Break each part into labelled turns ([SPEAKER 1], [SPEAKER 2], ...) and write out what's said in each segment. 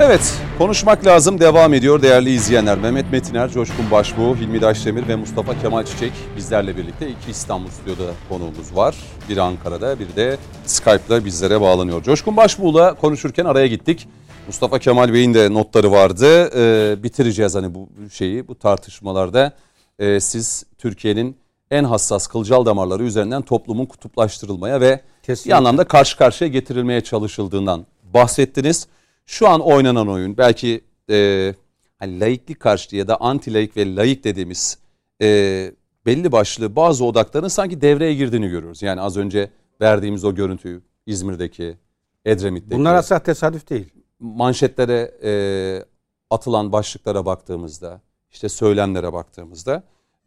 [SPEAKER 1] Evet, konuşmak lazım devam ediyor değerli izleyenler. Mehmet Metiner, Coşkun Başbuğ, Hilmi Daşdemir ve Mustafa Kemal Çiçek bizlerle birlikte iki İstanbul Stüdyo'da konuğumuz var. Biri Ankara'da, biri de Skype'la bizlere bağlanıyor. Coşkun Başbuğ'la konuşurken araya gittik. Mustafa Kemal Bey'in de notları vardı. Bitireceğiz hani bu şeyi, bu tartışmalarda. Siz Türkiye'nin en hassas kılcal damarları üzerinden toplumun kutuplaştırılmaya ve
[SPEAKER 2] kesinlikle
[SPEAKER 1] bir anlamda karşı karşıya getirilmeye çalışıldığından bahsettiniz. Şu an oynanan oyun belki hani laiklik karşıtı ya da anti laik ve laik dediğimiz belli başlı bazı odakların sanki devreye girdiğini görüyoruz. Yani az önce verdiğimiz o görüntüyü İzmir'deki, Edremit'teki.
[SPEAKER 2] Bunlar asla tesadüf değil.
[SPEAKER 1] Manşetlere atılan başlıklara baktığımızda, işte söylemlere baktığımızda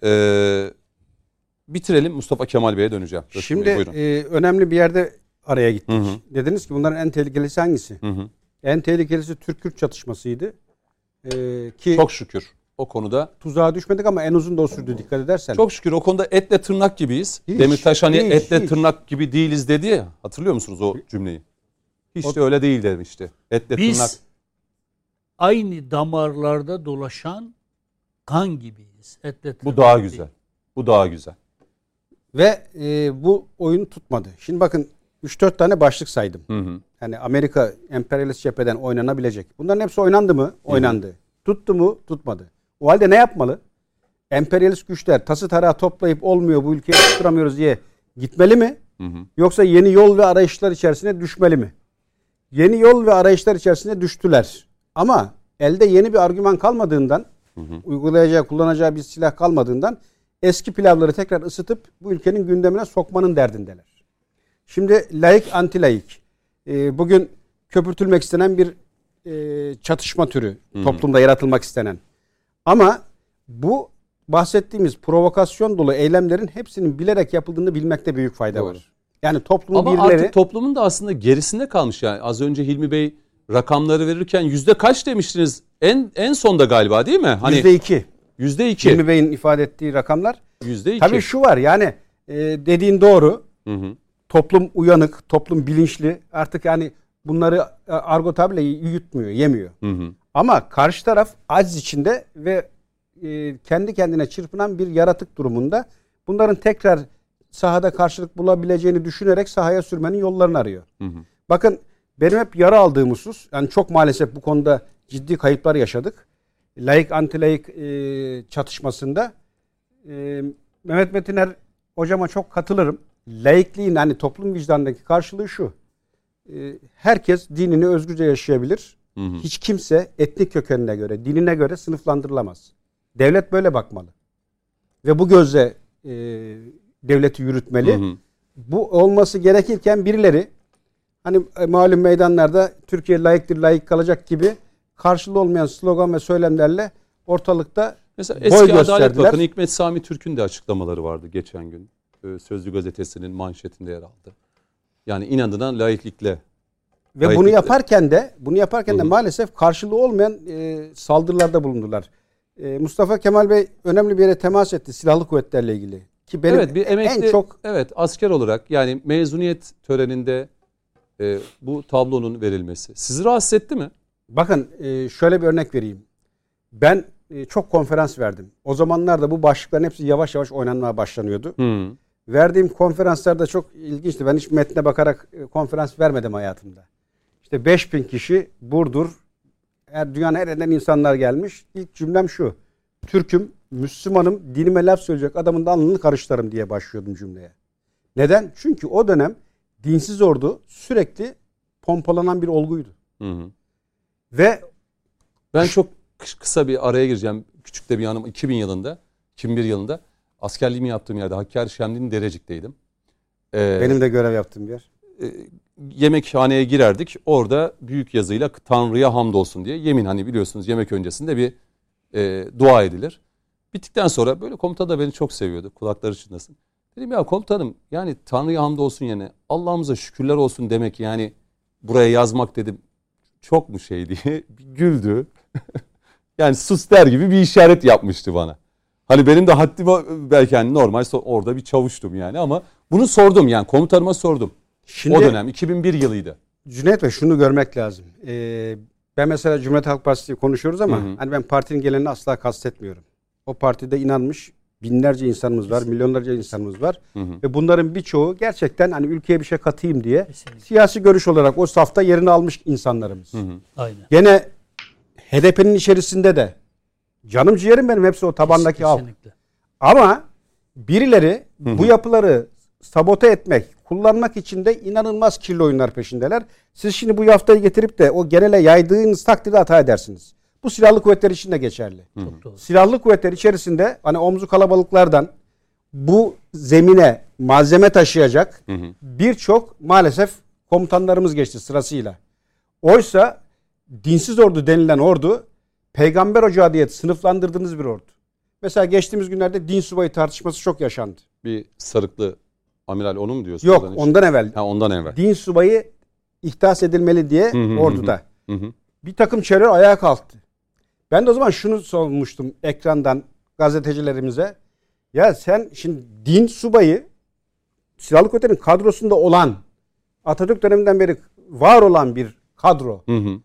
[SPEAKER 1] bitirelim. Mustafa Kemal Bey'e döneceğim.
[SPEAKER 2] Şimdi önemli bir yerde araya gittik. Hı hı. Dediniz ki bunların en tehlikelisi hangisi? Hı hı. En tehlikelisi Türk-Kürt çatışmasıydı. Ki
[SPEAKER 1] çok şükür o konuda
[SPEAKER 2] tuzağa düşmedik ama en uzun da o sürdü dikkat edersen.
[SPEAKER 1] Çok şükür o konuda etle tırnak gibiyiz. Demirtaş hani etle tırnak gibi değiliz dedi ya. Hatırlıyor musunuz o cümleyi? Hiç de öyle değil demişti. Etle
[SPEAKER 3] biz
[SPEAKER 1] tırnak.
[SPEAKER 3] Aynı damarlarda dolaşan kan gibiyiz. Etle tırnak.
[SPEAKER 1] Bu daha güzel. Bu daha güzel.
[SPEAKER 2] Ve bu oyun tutmadı. Şimdi bakın 3-4 tane başlık saydım. Hı hı. Yani Amerika emperyalist cepheden oynanabilecek. Bunların hepsi oynandı mı? Oynandı. Hı hı. Tuttu mu? Tutmadı. O halde ne yapmalı? Emperyalist güçler tası tarağı toplayıp olmuyor bu ülkeyi tutturamıyoruz diye gitmeli mi? Hı hı. Yoksa yeni yol ve arayışlar içerisine düşmeli mi? Yeni yol ve arayışlar içerisine düştüler. Ama elde yeni bir argüman kalmadığından, hı hı, uygulayacağı, kullanacağı bir silah kalmadığından eski pilavları tekrar ısıtıp bu ülkenin gündemine sokmanın derdindeler. Şimdi laik anti-laik. Bugün köpürtülmek istenen bir çatışma türü. Hı-hı. Toplumda yaratılmak istenen. Ama bu bahsettiğimiz provokasyon dolu eylemlerin hepsinin bilerek yapıldığını bilmekte büyük fayda var. Yani toplumun
[SPEAKER 1] ama
[SPEAKER 2] birileri...
[SPEAKER 1] artık toplumun da aslında gerisinde kalmış yani. Az önce Hilmi Bey rakamları verirken yüzde kaç demiştiniz? En sonda galiba değil mi? Hani
[SPEAKER 2] %2.
[SPEAKER 1] %2.
[SPEAKER 2] Hilmi Bey'in ifade ettiği rakamlar.
[SPEAKER 1] %2.
[SPEAKER 2] Tabii şu var yani dediğin doğru. Hı hı. Toplum uyanık, toplum bilinçli. Artık yani bunları argo tabirle yutmuyor, yemiyor. Hı hı. Ama karşı taraf aciz içinde ve kendi kendine çırpınan bir yaratık durumunda. Bunların tekrar sahada karşılık bulabileceğini düşünerek sahaya sürmenin yollarını arıyor. Hı hı. Bakın benim hep yara aldığım husus, yani çok maalesef bu konuda ciddi kayıplar yaşadık. Laik anti-laik çatışmasında Mehmet Metiner hocama çok katılırım. Laikliğin hani toplum vicdanındaki karşılığı şu. Herkes dinini özgürce yaşayabilir. Hı hı. Hiç kimse etnik kökenine göre, dinine göre sınıflandırılamaz. Devlet böyle bakmalı. Ve bu gözle devleti yürütmeli. Hı hı. Bu olması gerekirken birileri hani malum meydanlarda Türkiye layıktır, layık kalacak gibi karşılığı olmayan slogan ve söylemlerle ortalıkta
[SPEAKER 1] mesela eski Adalet Bakanı Hikmet Sami Türk'ün de açıklamaları vardı geçen gün. Sözcü gazetesinin manşetinde yer aldı. Yani inadına laiklikle.
[SPEAKER 2] Ve bunu yaparken de maalesef karşılığı olmayan saldırılarda bulundular. Mustafa Kemal Bey önemli bir yere temas etti silahlı kuvvetlerle ilgili. Ki benim
[SPEAKER 1] bir emekli,
[SPEAKER 2] en çok
[SPEAKER 1] asker olarak yani mezuniyet töreninde bu tablonun verilmesi sizi rahatsız etti mi?
[SPEAKER 2] Bakın şöyle bir örnek vereyim. Ben çok konferans verdim. O zamanlarda bu başlıkların hepsi yavaş yavaş oynanmaya başlanıyordu. Hmm. Verdiğim konferanslarda çok ilginçti. Ben hiç metne bakarak konferans vermedim hayatımda. İşte 5000 kişi Burdur. Dünyanın her yerinden insanlar gelmiş. İlk cümlem şu. Türk'üm, Müslümanım, dinime laf söyleyecek adamın da alnını karıştırırım diye başlıyordum cümleye. Neden? Çünkü o dönem dinsiz ordu sürekli pompalanan bir olguydu. Hı hı. Ve
[SPEAKER 1] ben çok kısa bir araya gireceğim. Küçük de bir yanım 2001 yılında askerliğimi yaptığım yerde Hakkari Şemdinli Derecik'teydim.
[SPEAKER 2] Benim de görev yaptığım yer.
[SPEAKER 1] Yemekhaneye girerdik. Orada büyük yazıyla Tanrı'ya hamdolsun diye yemin hani biliyorsunuz yemek öncesinde bir dua edilir. Bittikten sonra böyle komutan da beni çok seviyordu. Kulakları çınlasın. Dedim ya komutanım yani Tanrı'ya hamdolsun yani Allah'ımıza şükürler olsun demek yani buraya yazmak dedim. Çok mu şey diye güldü. Yani sus der gibi bir işaret yapmıştı bana. Hani benim de haddim belki hani normal orada bir çavuştum yani ama bunu sordum yani komutanıma sordum. Şimdi, o dönem 2001 yılıydı.
[SPEAKER 2] Cüneyt Bey şunu görmek lazım. Ben mesela Cumhuriyet Halk Partisi konuşuyoruz ama hani ben partinin gelenini asla kastetmiyorum. O partide inanmış binlerce insanımız var, milyonlarca insanımız var. Ve bunların birçoğu gerçekten hani ülkeye bir şey katayım diye siyasi görüş olarak o safta yerini almış insanlarımız.
[SPEAKER 3] Aynen.
[SPEAKER 2] Gene HDP'nin içerisinde de canım ciğerim benim hepsi o tabandaki halk. Ama birileri bu yapıları sabote etmek, kullanmak için de inanılmaz kirli oyunlar peşindeler. Siz şimdi bu yaftayı getirip de o genele yaydığınız takdirde hata edersiniz. Bu silahlı kuvvetler için de geçerli. Silahlı kuvvetler içerisinde hani omzu kalabalıklardan bu zemine malzeme taşıyacak birçok maalesef komutanlarımız geçti sırasıyla. Oysa dinsiz ordu denilen ordu peygamber ocağı diye sınıflandırdığınız bir ordu. Mesela geçtiğimiz günlerde din subayı tartışması çok yaşandı.
[SPEAKER 1] Bir sarıklı amiral onu mu diyorsun?
[SPEAKER 2] Yok ondan evvel.
[SPEAKER 1] Ha, ondan evvel.
[SPEAKER 2] Din subayı ihdas edilmeli diye orduda. Bir takım çevreler ayağa kalktı. Ben de o zaman şunu sormuştum ekrandan gazetecilerimize. Ya sen şimdi din subayı silahlı kuvvetlerin kadrosunda olan Atatürk döneminden beri var olan bir kadro.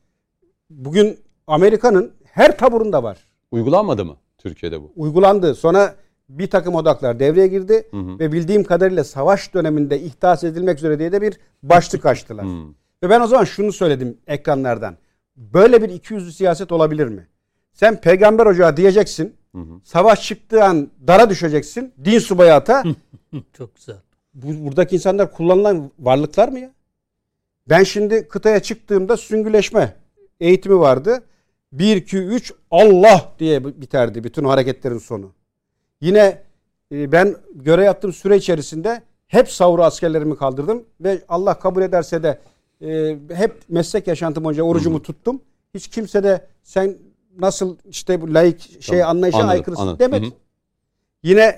[SPEAKER 2] Bugün Amerika'nın her taburunda var.
[SPEAKER 1] Uygulanmadı mı Türkiye'de bu?
[SPEAKER 2] Uygulandı. Sonra bir takım odaklar devreye girdi ve bildiğim kadarıyla savaş döneminde ihdas edilmek üzere diye de bir başlık açtılar. Ve ben o zaman şunu söyledim ekranlardan. Böyle bir ikiyüzlü siyaset olabilir mi? Sen peygamber ocağı diyeceksin. Savaş çıktığı an dara düşeceksin. Din subayı ata.
[SPEAKER 3] Çok güzel.
[SPEAKER 2] Buradaki insanlar kullanılan varlıklar mı ya? Ben şimdi kıtaya çıktığımda süngüleşme eğitimi vardı. 1, 2, 3 Allah diye biterdi bütün hareketlerin sonu. Yine ben görev yaptığım süre içerisinde hep sahuru askerlerimi kaldırdım ve Allah kabul ederse de hep meslek yaşantım boyunca orucumu tuttum. Hiç kimse de sen nasıl işte bu laik anlayışa aykırısın demedi. Yine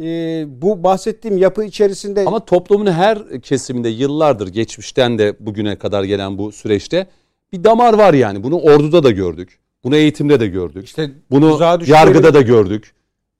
[SPEAKER 2] bu bahsettiğim yapı içerisinde...
[SPEAKER 1] Ama toplumun her kesiminde yıllardır geçmişten de bugüne kadar gelen bu süreçte bir damar var yani. Bunu orduda da gördük. Bunu eğitimde de gördük.
[SPEAKER 2] İşte
[SPEAKER 1] bunu yargıda da gördük.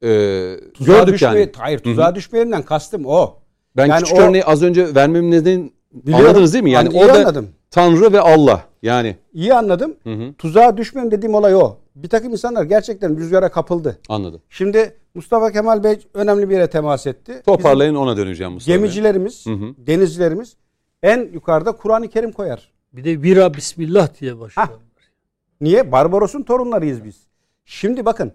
[SPEAKER 1] Gördük yani.
[SPEAKER 2] Hayır tuzağa düşmeyenden kastım o.
[SPEAKER 1] Ben yani küçük örneği az önce vermemin nedeni anladınız değil mi? Yani
[SPEAKER 2] orada anladım.
[SPEAKER 1] Tanrı ve Allah yani.
[SPEAKER 2] İyi anladım. Tuzağa düşmeyin dediğim olay o. Bir takım insanlar gerçekten rüzgara kapıldı.
[SPEAKER 1] Anladım.
[SPEAKER 2] Şimdi Mustafa Kemal Bey önemli bir yere temas etti.
[SPEAKER 1] Toparlayın ona döneceğim Mustafa
[SPEAKER 2] gemicilerimiz, denizcilerimiz en yukarıda Kur'an-ı Kerim koyar.
[SPEAKER 3] Bir de vira bismillah diye başlıyor.
[SPEAKER 2] Niye? Barbaros'un torunlarıyız biz. Şimdi bakın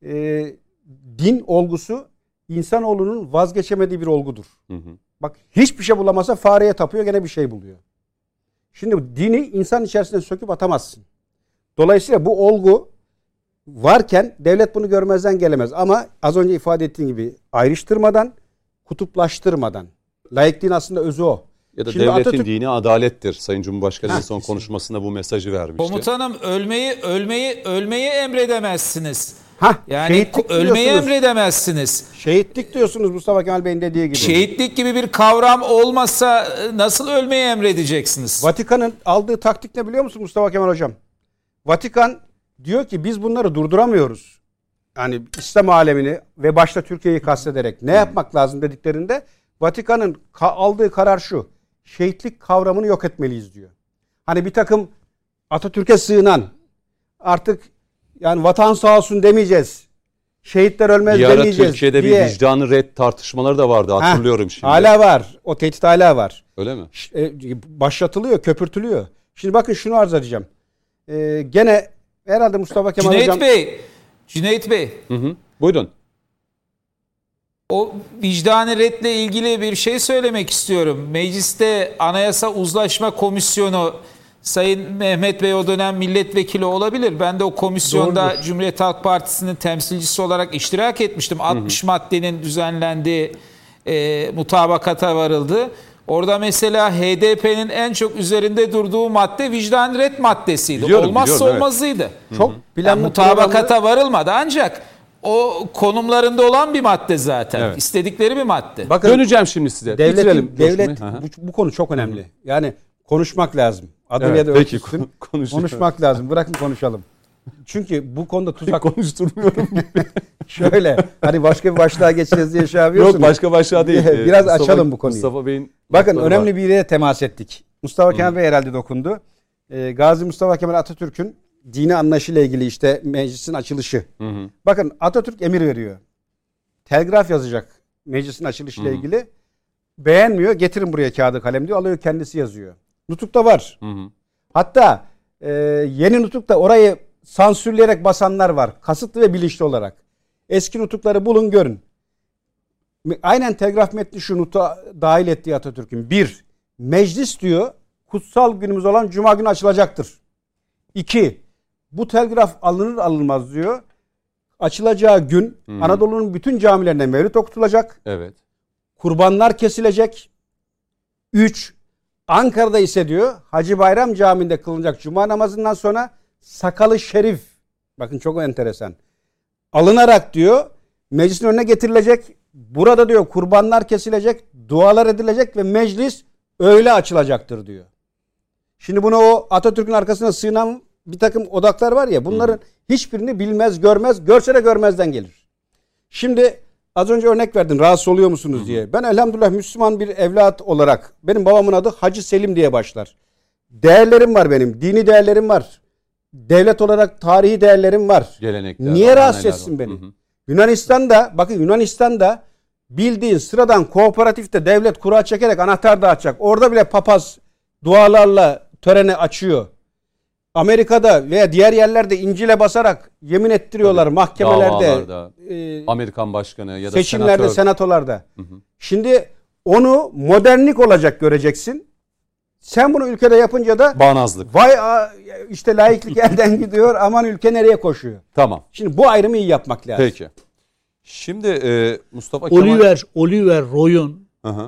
[SPEAKER 2] din olgusu insanoğlunun vazgeçemediği bir olgudur. Bak hiçbir şey bulamasa fareye tapıyor gene bir şey buluyor. Şimdi dini insan içerisinde söküp atamazsın. Dolayısıyla bu olgu varken devlet bunu görmezden gelemez. Ama az önce ifade ettiğim gibi ayrıştırmadan, kutuplaştırmadan. Laikliğin aslında özü o.
[SPEAKER 1] Ya da şimdi devletin dini adalettir. Sayın Cumhurbaşkanı son konuşmasında bu mesajı vermişti.
[SPEAKER 4] Komutanım ölmeyi emredemezsiniz.
[SPEAKER 2] Yani
[SPEAKER 4] ölmeyi emredemezsiniz.
[SPEAKER 2] Şehitlik diyorsunuz Mustafa Kemal Bey'in dediği gibi.
[SPEAKER 4] Şehitlik gibi bir kavram olmasa nasıl ölmeyi emredeceksiniz?
[SPEAKER 2] Vatikan'ın aldığı taktik ne biliyor musun Mustafa Kemal Hocam? Vatikan diyor ki biz bunları durduramıyoruz. Yani İslam alemini ve başta Türkiye'yi kastederek ne yapmak lazım dediklerinde Vatikan'ın aldığı karar şu. Şehitlik kavramını yok etmeliyiz diyor. Hani bir takım Atatürk'e sığınan artık yani vatan sağ olsun demeyeceğiz. Şehitler ölmez
[SPEAKER 1] bir ara
[SPEAKER 2] demeyeceğiz
[SPEAKER 1] Türkiye'de
[SPEAKER 2] diye.
[SPEAKER 1] Bir vicdanı red tartışmaları da vardı hatırlıyorum şimdi.
[SPEAKER 2] Hala var. O tehdit hala var.
[SPEAKER 1] Öyle mi?
[SPEAKER 2] Başlatılıyor, köpürtülüyor. Şimdi bakın şunu arz edeceğim. Gene herhalde Mustafa Kemal Hocam...
[SPEAKER 4] Cüneyt Bey.
[SPEAKER 1] Buyurun.
[SPEAKER 4] O vicdani redle ilgili bir şey söylemek istiyorum. Mecliste Anayasa Uzlaşma Komisyonu Sayın Mehmet Bey o dönem milletvekili olabilir. Ben de o komisyonda
[SPEAKER 2] Doğrudur.
[SPEAKER 4] Cumhuriyet Halk Partisi'nin temsilcisi olarak iştirak etmiştim. 60 maddenin düzenlendiği mutabakata varıldı. Orada mesela HDP'nin en çok üzerinde durduğu madde vicdan red maddesiydi. Olmazsa olmazıydı.
[SPEAKER 1] Evet.
[SPEAKER 2] Çok planlı
[SPEAKER 4] mutabakata varılmadı ancak o konumlarında olan bir madde zaten.
[SPEAKER 1] Evet.
[SPEAKER 4] İstedikleri bir madde.
[SPEAKER 2] Bakın,
[SPEAKER 1] döneceğim şimdi size.
[SPEAKER 2] Devlet bu konu çok önemli. Yani konuşmak lazım. Adıyla da ölçüsün. Konuşmak lazım. Bırakın konuşalım. Çünkü bu konuda tuzak
[SPEAKER 1] konuşturmuyorum.
[SPEAKER 2] Şöyle hani başka bir başlığa geçeceğiz diye şey yapıyorsunuz.
[SPEAKER 1] Yok başka başlığa değil.
[SPEAKER 2] Biraz açalım bu konuyu.
[SPEAKER 1] Mustafa Bey'in
[SPEAKER 2] bakın önemli bir yere temas ettik. Mustafa Kemal Bey herhalde dokundu. Gazi Mustafa Kemal Atatürk'ün dini anlayışıyla ilgili işte meclisin açılışı. Bakın Atatürk emir veriyor. Telgraf yazacak meclisin açılışıyla ilgili. Beğenmiyor. Getirin buraya kağıdı kalem diyor. Alıyor kendisi yazıyor. Nutuk'ta var. Hatta yeni Nutuk'ta orayı sansürleyerek basanlar var. Kasıtlı ve bilinçli olarak. Eski Nutuk'ları bulun görün. Aynen telgraf metni şu nutuğa dahil ettiği Atatürk'ün. 1. Meclis diyor kutsal günümüz olan Cuma günü açılacaktır. 2. Bu telgraf alınır alınmaz diyor. Açılacağı gün Anadolu'nun bütün camilerinde mevlüt okutulacak.
[SPEAKER 1] Evet.
[SPEAKER 2] Kurbanlar kesilecek. 3. Ankara'da ise diyor Hacı Bayram Camii'nde kılınacak cuma namazından sonra sakalı şerif, bakın çok enteresan, alınarak diyor meclisin önüne getirilecek. Burada diyor kurbanlar kesilecek, dualar edilecek ve meclis öyle açılacaktır diyor. Şimdi bunu o Atatürk'ün arkasına sığınan bir takım odaklar var ya, bunların hiçbirini bilmez, görmez, görse de görmezden gelir. Şimdi az önce örnek verdin, rahatsız oluyor musunuz diye. Ben elhamdülillah Müslüman bir evlat olarak, benim babamın adı Hacı Selim diye başlar. Değerlerim var benim, dini değerlerim var. Devlet olarak tarihi değerlerim var.
[SPEAKER 1] Gelenekler.
[SPEAKER 2] Niye rahatsız etsin beni? Yunanistan'da, bakın Yunanistan'da bildiğin sıradan kooperatifte devlet kura çekerek anahtar dağıtacak. Orada bile papaz dualarla töreni açıyor. Amerika'da veya diğer yerlerde İncil'e basarak yemin ettiriyorlar mahkemelerde,
[SPEAKER 1] Amerikan başkanı ya da
[SPEAKER 2] seçimlerde, senatolarda. Şimdi onu modernlik olacak göreceksin. Sen bunu ülkede yapınca da
[SPEAKER 1] bağnazlık.
[SPEAKER 2] Vay işte laiklik elden gidiyor, aman ülke nereye koşuyor.
[SPEAKER 1] Tamam.
[SPEAKER 2] Şimdi bu ayrımı iyi yapmak lazım.
[SPEAKER 1] Peki. Şimdi Mustafa Kemal...
[SPEAKER 3] Oliver Roy'un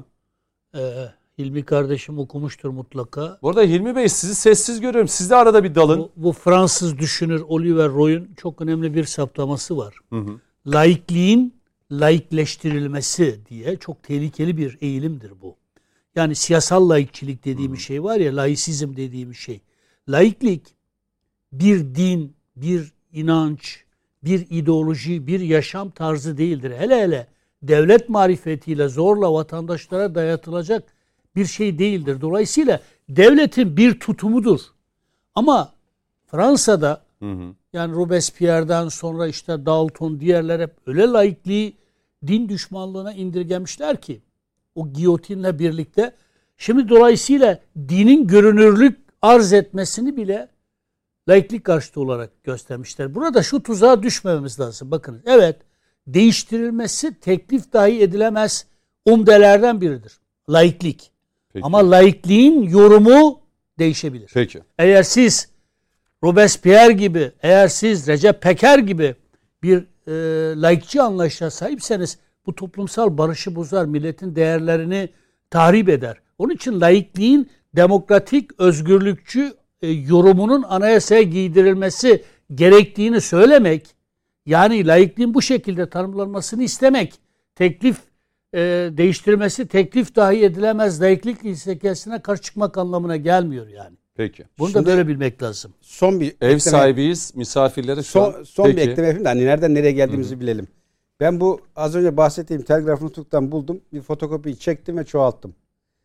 [SPEAKER 3] Hilmi kardeşim okumuştur mutlaka.
[SPEAKER 1] Bu arada Hilmi Bey sizi sessiz görüyorum. Siz de arada bir dalın.
[SPEAKER 3] Bu Fransız düşünür Oliver Roy'un çok önemli bir saptaması var. Laikliğin laikleştirilmesi diye çok tehlikeli bir eğilimdir bu. Yani siyasal laikçilik dediğimiz şey var ya, laisizm dediğimiz şey. Laiklik bir din, bir inanç, bir ideoloji, bir yaşam tarzı değildir. Hele hele devlet marifetiyle zorla vatandaşlara dayatılacak bir şey değildir. Dolayısıyla devletin bir tutumudur. Ama Fransa'da yani Robespierre'den sonra işte Dalton, diğerler hep öyle laikliği din düşmanlığına indirgemişler ki o giyotinle birlikte. Şimdi dolayısıyla dinin görünürlük arz etmesini bile laiklik karşıtı olarak göstermişler. Burada şu tuzağa düşmememiz lazım. Bakın, evet, değiştirilmesi teklif dahi edilemez umdelerden biridir. Laiklik.
[SPEAKER 1] Peki.
[SPEAKER 3] Ama laikliğin yorumu değişebilir.
[SPEAKER 1] Peki.
[SPEAKER 3] Eğer siz Robespierre gibi, eğer siz Recep Peker gibi bir laikçi anlayışa sahipseniz bu toplumsal barışı bozar, milletin değerlerini tahrip eder. Onun için laikliğin demokratik, özgürlükçü yorumunun anayasaya giydirilmesi gerektiğini söylemek, yani laikliğin bu şekilde tanımlanmasını istemek, teklif değiştirmesi teklif dahi edilemez laiklik ilkesine karşı çıkmak anlamına gelmiyor yani.
[SPEAKER 1] Peki.
[SPEAKER 3] Bunu da böyle bilmek lazım.
[SPEAKER 2] Son bir
[SPEAKER 1] ev sahibiyiz, misafirlere
[SPEAKER 2] son bir ekleme yapayım da hani nereden nereye geldiğimizi bilelim. Ben bu az önce bahsettiğim telgraf nutuktan buldum. Bir fotokopiyi çektim ve çoğalttım.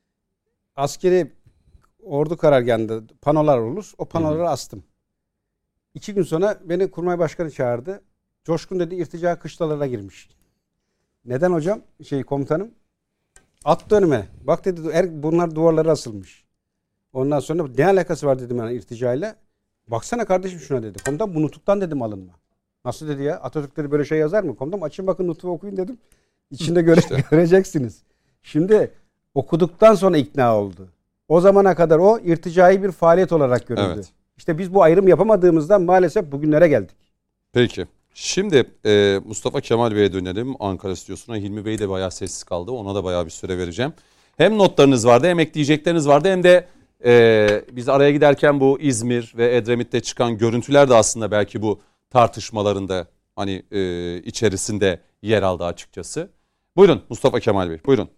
[SPEAKER 2] Askeri ordu karargahında panolar olur. O panoları astım. 2 gün sonra beni kurmay başkanı çağırdı. Coşkun dedi, irtica kışlalara girmiş. Neden hocam? Komutanım. Attı önüme. Bak dedi, bunlar duvarlara asılmış. Ondan sonra ne alakası var dedim yani irticayla. Baksana kardeşim şuna dedi. Komutan bu nutuktan dedim alınma. Nasıl dedi ya? Atatürk dedi böyle şey yazar mı? Komutanım açın bakın nutuğu okuyun dedim. İçinde göreceksiniz. Şimdi okuduktan sonra ikna oldu. O zamana kadar o irticai bir faaliyet olarak görüldü.
[SPEAKER 1] Evet.
[SPEAKER 2] İşte biz bu ayrım yapamadığımızdan maalesef bugünlere geldik.
[SPEAKER 1] Peki. Şimdi Mustafa Kemal Bey'e dönelim. Ankara stüdyosuna. Hilmi Bey de bayağı sessiz kaldı. Ona da bayağı bir süre vereceğim. Hem notlarınız vardı, hem ekleyecekleriniz vardı, hem de biz araya giderken bu İzmir ve Edremit'te çıkan görüntüler de aslında belki bu tartışmalarında hani içerisinde yer aldı açıkçası. Buyurun Mustafa Kemal Bey, buyurun.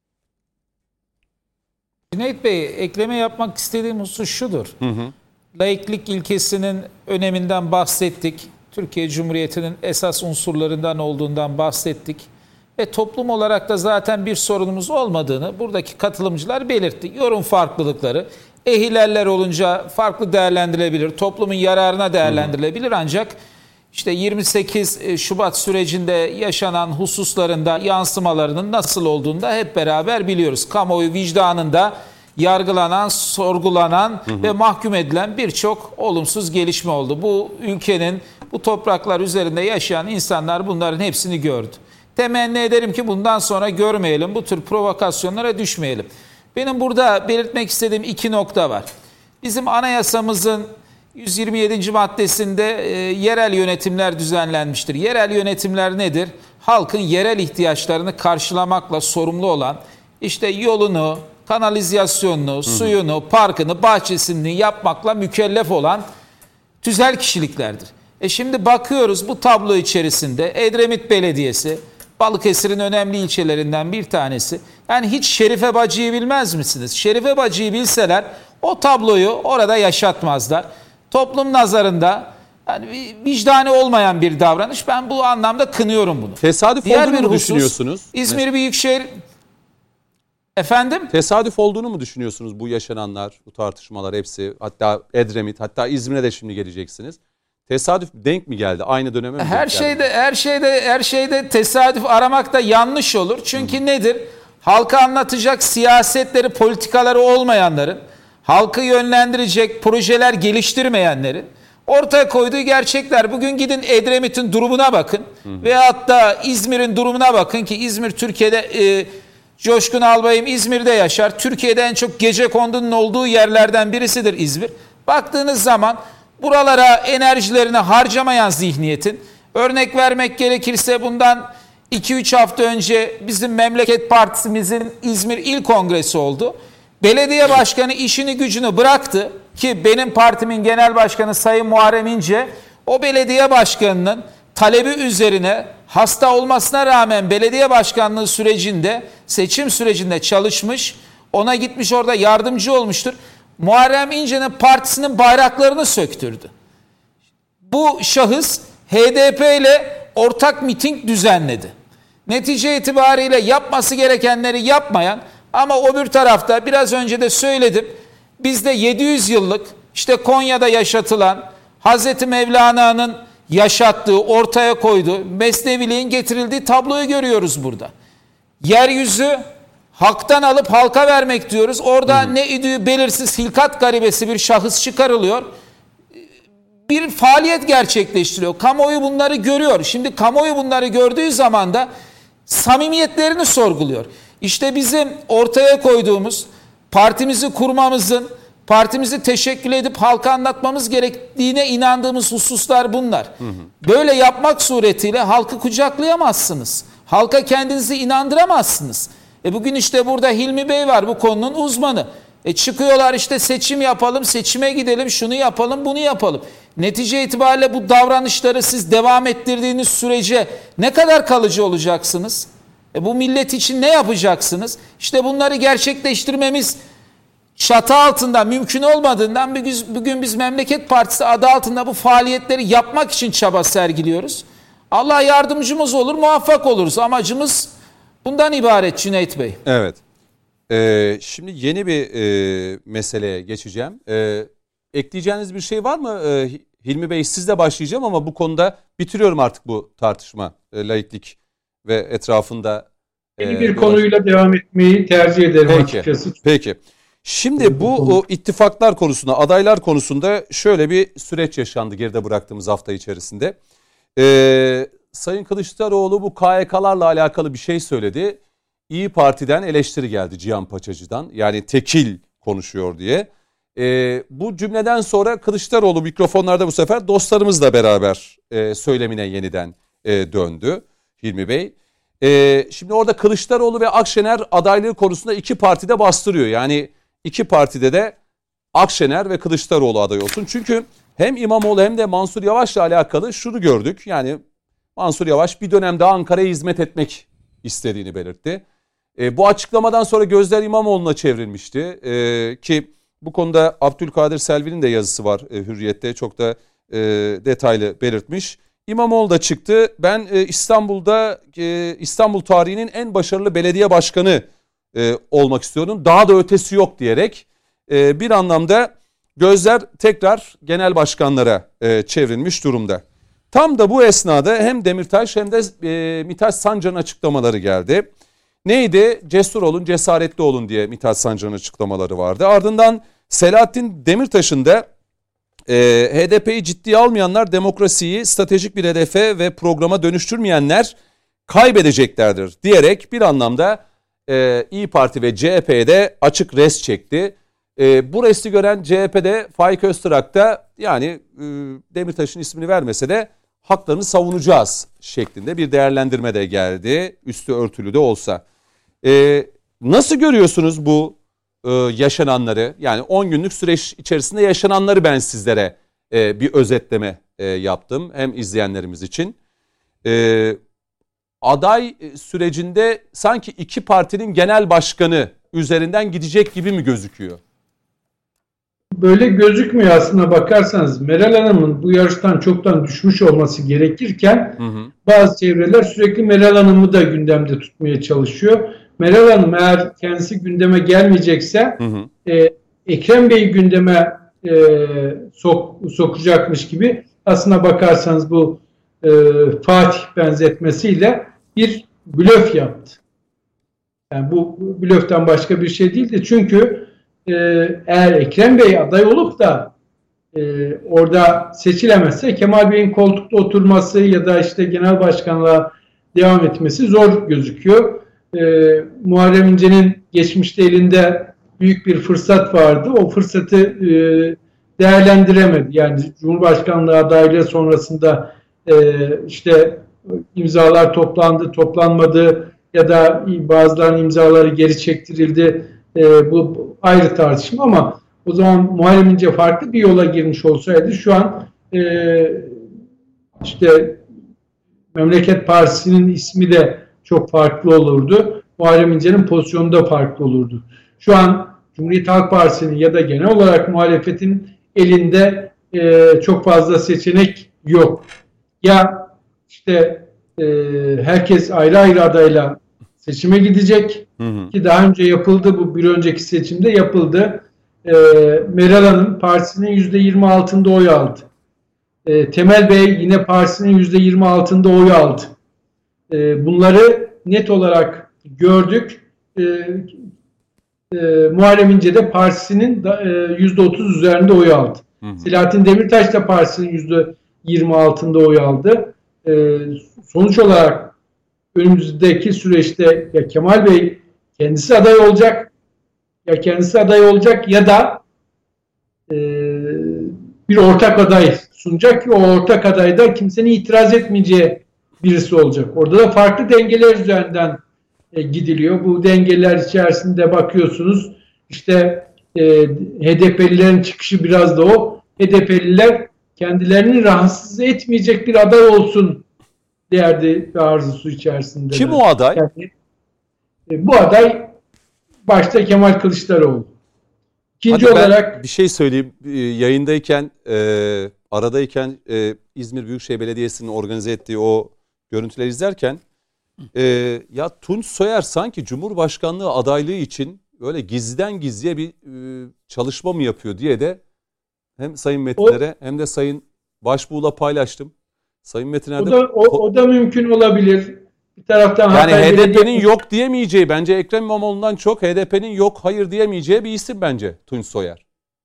[SPEAKER 4] Cüneyt Bey, ekleme yapmak istediğim husus şudur. Laiklik ilkesinin öneminden bahsettik. Türkiye Cumhuriyeti'nin esas unsurlarından olduğundan bahsettik. Ve toplum olarak da zaten bir sorunumuz olmadığını buradaki katılımcılar belirtti. Yorum farklılıkları, Ehileller olunca farklı değerlendirilebilir, toplumun yararına değerlendirilebilir ancak işte 28 Şubat sürecinde yaşanan hususlarında yansımalarının nasıl olduğunu da hep beraber biliyoruz. Kamuoyu vicdanında yargılanan, sorgulanan ve mahkum edilen birçok olumsuz gelişme oldu. Bu ülkenin, bu topraklar üzerinde yaşayan insanlar bunların hepsini gördü. Temenni ederim ki bundan sonra görmeyelim, bu tür provokasyonlara düşmeyelim. Benim burada belirtmek istediğim 2 nokta var. Bizim anayasamızın 127. maddesinde yerel yönetimler düzenlenmiştir. Yerel yönetimler nedir? Halkın yerel ihtiyaçlarını karşılamakla sorumlu olan, işte yolunu, kanalizasyonunu, suyunu, parkını, bahçesini yapmakla mükellef olan tüzel kişiliklerdir. Şimdi bakıyoruz bu tablo içerisinde Edremit Belediyesi, Balıkesir'in önemli ilçelerinden bir tanesi. Yani hiç Şerife Bacı'yı bilmez misiniz? Şerife Bacı'yı bilseler o tabloyu orada yaşatmazlar. Toplum nazarında yani vicdanı olmayan bir davranış. Ben bu anlamda kınıyorum bunu.
[SPEAKER 1] Tesadüf olduğunu mu düşünüyorsunuz?
[SPEAKER 4] İzmir Büyükşehir... Efendim?
[SPEAKER 1] Tesadüf olduğunu mu düşünüyorsunuz bu yaşananlar, bu tartışmalar hepsi? Hatta Edremit, hatta İzmir'e de şimdi geleceksiniz. Tesadüf denk mi geldi? Aynı döneme mi denk geldi?
[SPEAKER 4] Her şeyde tesadüf aramak da yanlış olur. Çünkü nedir? Halka anlatacak siyasetleri, politikaları olmayanların, halkı yönlendirecek projeler geliştirmeyenlerin ortaya koyduğu gerçekler. Bugün gidin Edremit'in durumuna bakın. Veyahut da İzmir'in durumuna bakın ki İzmir Türkiye'de... Coşkun Albayım İzmir'de yaşar. Türkiye'de en çok gecekondunun olduğu yerlerden birisidir İzmir. Baktığınız zaman buralara enerjilerini harcamayan zihniyetin, örnek vermek gerekirse bundan 2-3 hafta önce bizim Memleket Partimizin İzmir İl Kongresi oldu. Belediye başkanı işini gücünü bıraktı ki benim partimin genel başkanı Sayın Muharrem İnce o belediye başkanının talebi üzerine hasta olmasına rağmen belediye başkanlığı sürecinde, seçim sürecinde çalışmış, ona gitmiş orada yardımcı olmuştur. Muharrem İnce'nin partisinin bayraklarını söktürdü. Bu şahıs HDP ile ortak miting düzenledi. Netice itibariyle yapması gerekenleri yapmayan ama öbür tarafta biraz önce de söyledim, bizde 700 yıllık işte Konya'da yaşatılan Hazreti Mevlana'nın yaşattığı, ortaya koyduğu, mesneviliğin getirildiği tabloyu görüyoruz burada. Yeryüzü halktan alıp halka vermek diyoruz. Orada ne idüğü belirsiz hilkat garibesi bir şahıs çıkarılıyor. Bir faaliyet gerçekleştiriyor. Kamuoyu bunları görüyor. Şimdi kamuoyu bunları gördüğü zaman da samimiyetlerini sorguluyor. İşte bizim ortaya koyduğumuz, partimizi kurmamızın, partimizi teşekkül edip halka anlatmamız gerektiğine inandığımız hususlar bunlar. Böyle yapmak suretiyle halkı kucaklayamazsınız. Halka kendinizi inandıramazsınız. Bugün işte burada Hilmi Bey var, bu konunun uzmanı. Çıkıyorlar işte seçim yapalım, seçime gidelim, şunu yapalım, bunu yapalım. Netice itibariyle bu davranışları siz devam ettirdiğiniz sürece ne kadar kalıcı olacaksınız? Bu millet için ne yapacaksınız? İşte bunları gerçekleştirmemiz çatı altında mümkün olmadığından bugün biz Memleket Partisi adı altında bu faaliyetleri yapmak için çaba sergiliyoruz. Allah yardımcımız olur, muvaffak oluruz. Amacımız bundan ibaret Cüneyt Bey.
[SPEAKER 1] Evet. Şimdi yeni bir meseleye geçeceğim. Ekleyeceğiniz bir şey var mı? Hilmi Bey sizle başlayacağım ama bu konuda bitiriyorum artık bu tartışma. Laiklik ve etrafında.
[SPEAKER 5] Yeni bir konuyla devam etmeyi tercih ederim açıkçası.
[SPEAKER 1] Peki. Şimdi bu ittifaklar konusunda, adaylar konusunda şöyle bir süreç yaşandı geride bıraktığımız hafta içerisinde. Sayın Kılıçdaroğlu bu KYK'larla alakalı bir şey söyledi. İYİ Parti'den eleştiri geldi Cihan Paçacı'dan. Yani tekil konuşuyor diye. Bu cümleden sonra Kılıçdaroğlu mikrofonlarda bu sefer dostlarımızla beraber söylemine yeniden döndü Hilmi Bey. Şimdi orada Kılıçdaroğlu ve Akşener adaylığı konusunda iki partide bastırıyor. Yani iki partide de Akşener ve Kılıçdaroğlu aday olsun. Çünkü hem İmamoğlu hem de Mansur Yavaş'la alakalı şunu gördük. Yani Mansur Yavaş bir dönem daha Ankara'ya hizmet etmek istediğini belirtti. Bu açıklamadan sonra gözler İmamoğlu'na çevrilmişti. Ki bu konuda Abdülkadir Selvi'nin de yazısı var Hürriyet'te. Çok da detaylı belirtmiş. İmamoğlu da çıktı. Ben İstanbul tarihinin en başarılı belediye başkanı olmak istiyorum. Daha da ötesi yok diyerek bir anlamda gözler tekrar genel başkanlara çevrilmiş durumda. Tam da bu esnada hem Demirtaş hem de Mithat Sancar'ın açıklamaları geldi. Neydi? Cesur olun, cesaretli olun diye Mithat Sancar'ın açıklamaları vardı. Ardından Selahattin Demirtaş'ın da HDP'yi ciddiye almayanlar demokrasiyi stratejik bir hedefe ve programa dönüştürmeyenler kaybedeceklerdir diyerek bir anlamda İYİ Parti ve CHP'ye de açık res çekti. Bu resti gören CHP'de Faik Öztürk da yani Demirtaş'ın ismini vermese de haklarını savunacağız şeklinde bir değerlendirme de geldi. Üstü örtülü de olsa. Nasıl görüyorsunuz bu yaşananları? Yani 10 günlük süreç içerisinde yaşananları ben sizlere bir özetleme yaptım. Hem izleyenlerimiz için. Aday sürecinde sanki iki partinin genel başkanı üzerinden gidecek gibi mi gözüküyor?
[SPEAKER 5] Böyle gözükmüyor aslında bakarsanız. Meral Hanım'ın bu yarıştan çoktan düşmüş olması gerekirken bazı çevreler sürekli Meral Hanım'ı da gündemde tutmaya çalışıyor. Meral Hanım eğer kendisi gündeme gelmeyecekse Ekrem Bey'i gündeme sokacakmış gibi aslına bakarsanız bu Fatih benzetmesiyle bir blöf yaptı. Yani bu blöften başka bir şey değildi. Çünkü eğer Ekrem Bey aday olup da orada seçilemezse Kemal Bey'in koltukta oturması ya da işte genel başkanlığa devam etmesi zor gözüküyor. Muharrem İnce'nin geçmişte elinde büyük bir fırsat vardı. O fırsatı değerlendiremedi. Yani Cumhurbaşkanlığı adaylığı sonrasında işte imzalar toplandı, toplanmadı ya da bazılarının imzaları geri çektirildi. Bu ayrı tartışma ama o zaman Muharrem İnce farklı bir yola girmiş olsaydı şu an işte Memleket Partisi'nin ismi de çok farklı olurdu. Muharrem İnce'nin pozisyonu da farklı olurdu. Şu an Cumhuriyet Halk Partisi'nin ya da genel olarak muhalefetin elinde çok fazla seçenek yok. Ya işte herkes ayrı ayrı adayla seçime gidecek ki daha önce yapıldı, bu bir önceki seçimde yapıldı. Meral Hanım partisinin %20 altında oy aldı. Temel Bey yine partisinin %20 altında oy aldı. Bunları net olarak gördük. Muharrem İnce de partisinin %30 üzerinde oy aldı. Selahattin Demirtaş da partisinin %20 altında oy aldı. Sonuç olarak önümüzdeki süreçte ya Kemal Bey kendisi aday olacak ya da bir ortak aday sunacak ki o ortak adayda kimsenin itiraz etmeyeceği birisi olacak. Orada da farklı dengeler üzerinden gidiliyor. Bu dengeler içerisinde bakıyorsunuz işte HDP'lilerin çıkışı biraz da o. HDP'liler kendilerini rahatsız etmeyecek bir aday olsun derdi ve arzusu içerisinde.
[SPEAKER 1] Kim o aday?
[SPEAKER 5] Yani, bu aday başta Kemal Kılıçdaroğlu. İkinci olarak
[SPEAKER 1] bir şey söyleyeyim. Yayındayken, aradayken İzmir Büyükşehir Belediyesi'nin organize ettiği o görüntüleri izlerken ya Tunç Soyer sanki Cumhurbaşkanlığı adaylığı için böyle gizliden gizliye bir çalışma mı yapıyor diye de hem Sayın Metinler'e hem de Sayın Başbuğ'la paylaştım. Sayın Metinler'de
[SPEAKER 5] o da mümkün olabilir. Bir taraftan
[SPEAKER 1] yani HDP'nin yok diyemeyeceği, bence Ekrem İmamoğlu'ndan çok HDP'nin yok hayır diyemeyeceği bir isim bence Tunç Soyer.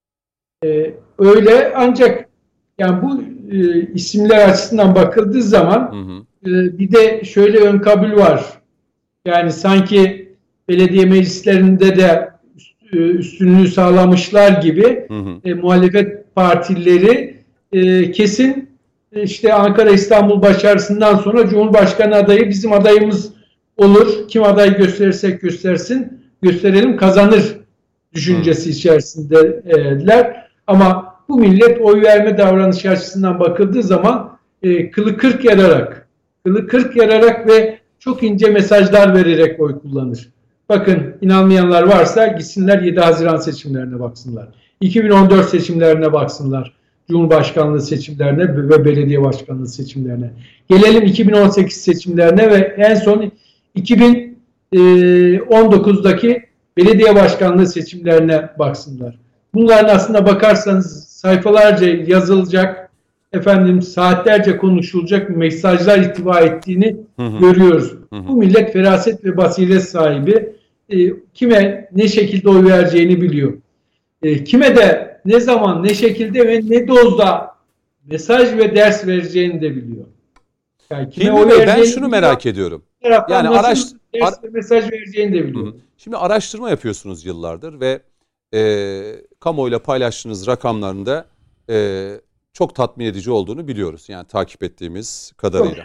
[SPEAKER 5] Öyle ancak yani bu isimler açısından bakıldığı zaman bir de şöyle ön kabul var. Yani sanki belediye meclislerinde de üstünlüğü sağlamışlar gibi muhalefet partileri kesin işte Ankara İstanbul başarısından sonra Cumhurbaşkanı adayı bizim adayımız olur. Kim aday gösterirsek gösterelim kazanır düşüncesi içerisindeler. Ama bu millet oy verme davranışı açısından bakıldığı zaman kılı kırk yararak ve çok ince mesajlar vererek oy kullanır. Bakın inanmayanlar varsa gitsinler 7 Haziran seçimlerine baksınlar. 2014 seçimlerine baksınlar. Cumhurbaşkanlığı seçimlerine ve belediye başkanlığı seçimlerine. Gelelim 2018 seçimlerine ve en son 2019'daki belediye başkanlığı seçimlerine baksınlar. bunların aslında bakarsanız sayfalarca yazılacak, saatlerce konuşulacak mesajlar ihtiva ettiğini görüyoruz. Bu millet feraset ve basiret sahibi. Kime ne şekilde oy vereceğini biliyor. Kime de ne zaman, ne şekilde ve ne dozda mesaj ve ders vereceğini de biliyor.
[SPEAKER 1] Yani ben şunu merak ediyorum.
[SPEAKER 5] Yani ders ve mesaj vereceğini de biliyor.
[SPEAKER 1] Şimdi araştırma yapıyorsunuz yıllardır ve kamuoyuyla paylaştığınız rakamlarında çok tatmin edici olduğunu biliyoruz. Yani takip ettiğimiz kadarıyla.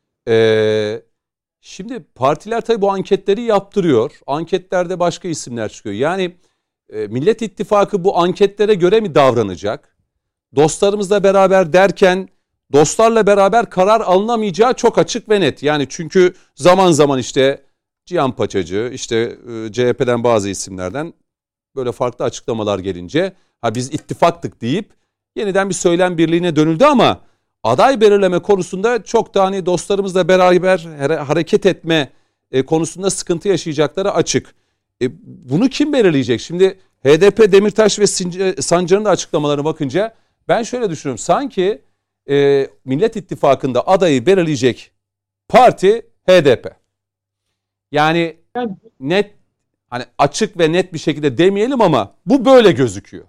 [SPEAKER 1] Şimdi partiler tabii bu anketleri yaptırıyor. Anketlerde başka isimler çıkıyor. Yani Millet İttifakı bu anketlere göre mi davranacak? Dostlarımızla beraber derken dostlarla beraber karar alınamayacağı çok açık ve net. Yani çünkü zaman zaman işte Cihan Paçacı, işte CHP'den bazı isimlerden böyle farklı açıklamalar gelince biz ittifaktık deyip yeniden bir söylem birliğine dönüldü ama aday belirleme konusunda çok da hani dostlarımızla beraber hareket etme konusunda sıkıntı yaşayacakları açık. Bunu kim belirleyecek? Şimdi HDP, Demirtaş ve Sancar'ın da açıklamalarına bakınca ben şöyle düşünüyorum. Sanki Millet İttifakı'nda adayı belirleyecek parti HDP. Yani net, hani açık ve net bir şekilde demeyelim ama bu böyle gözüküyor.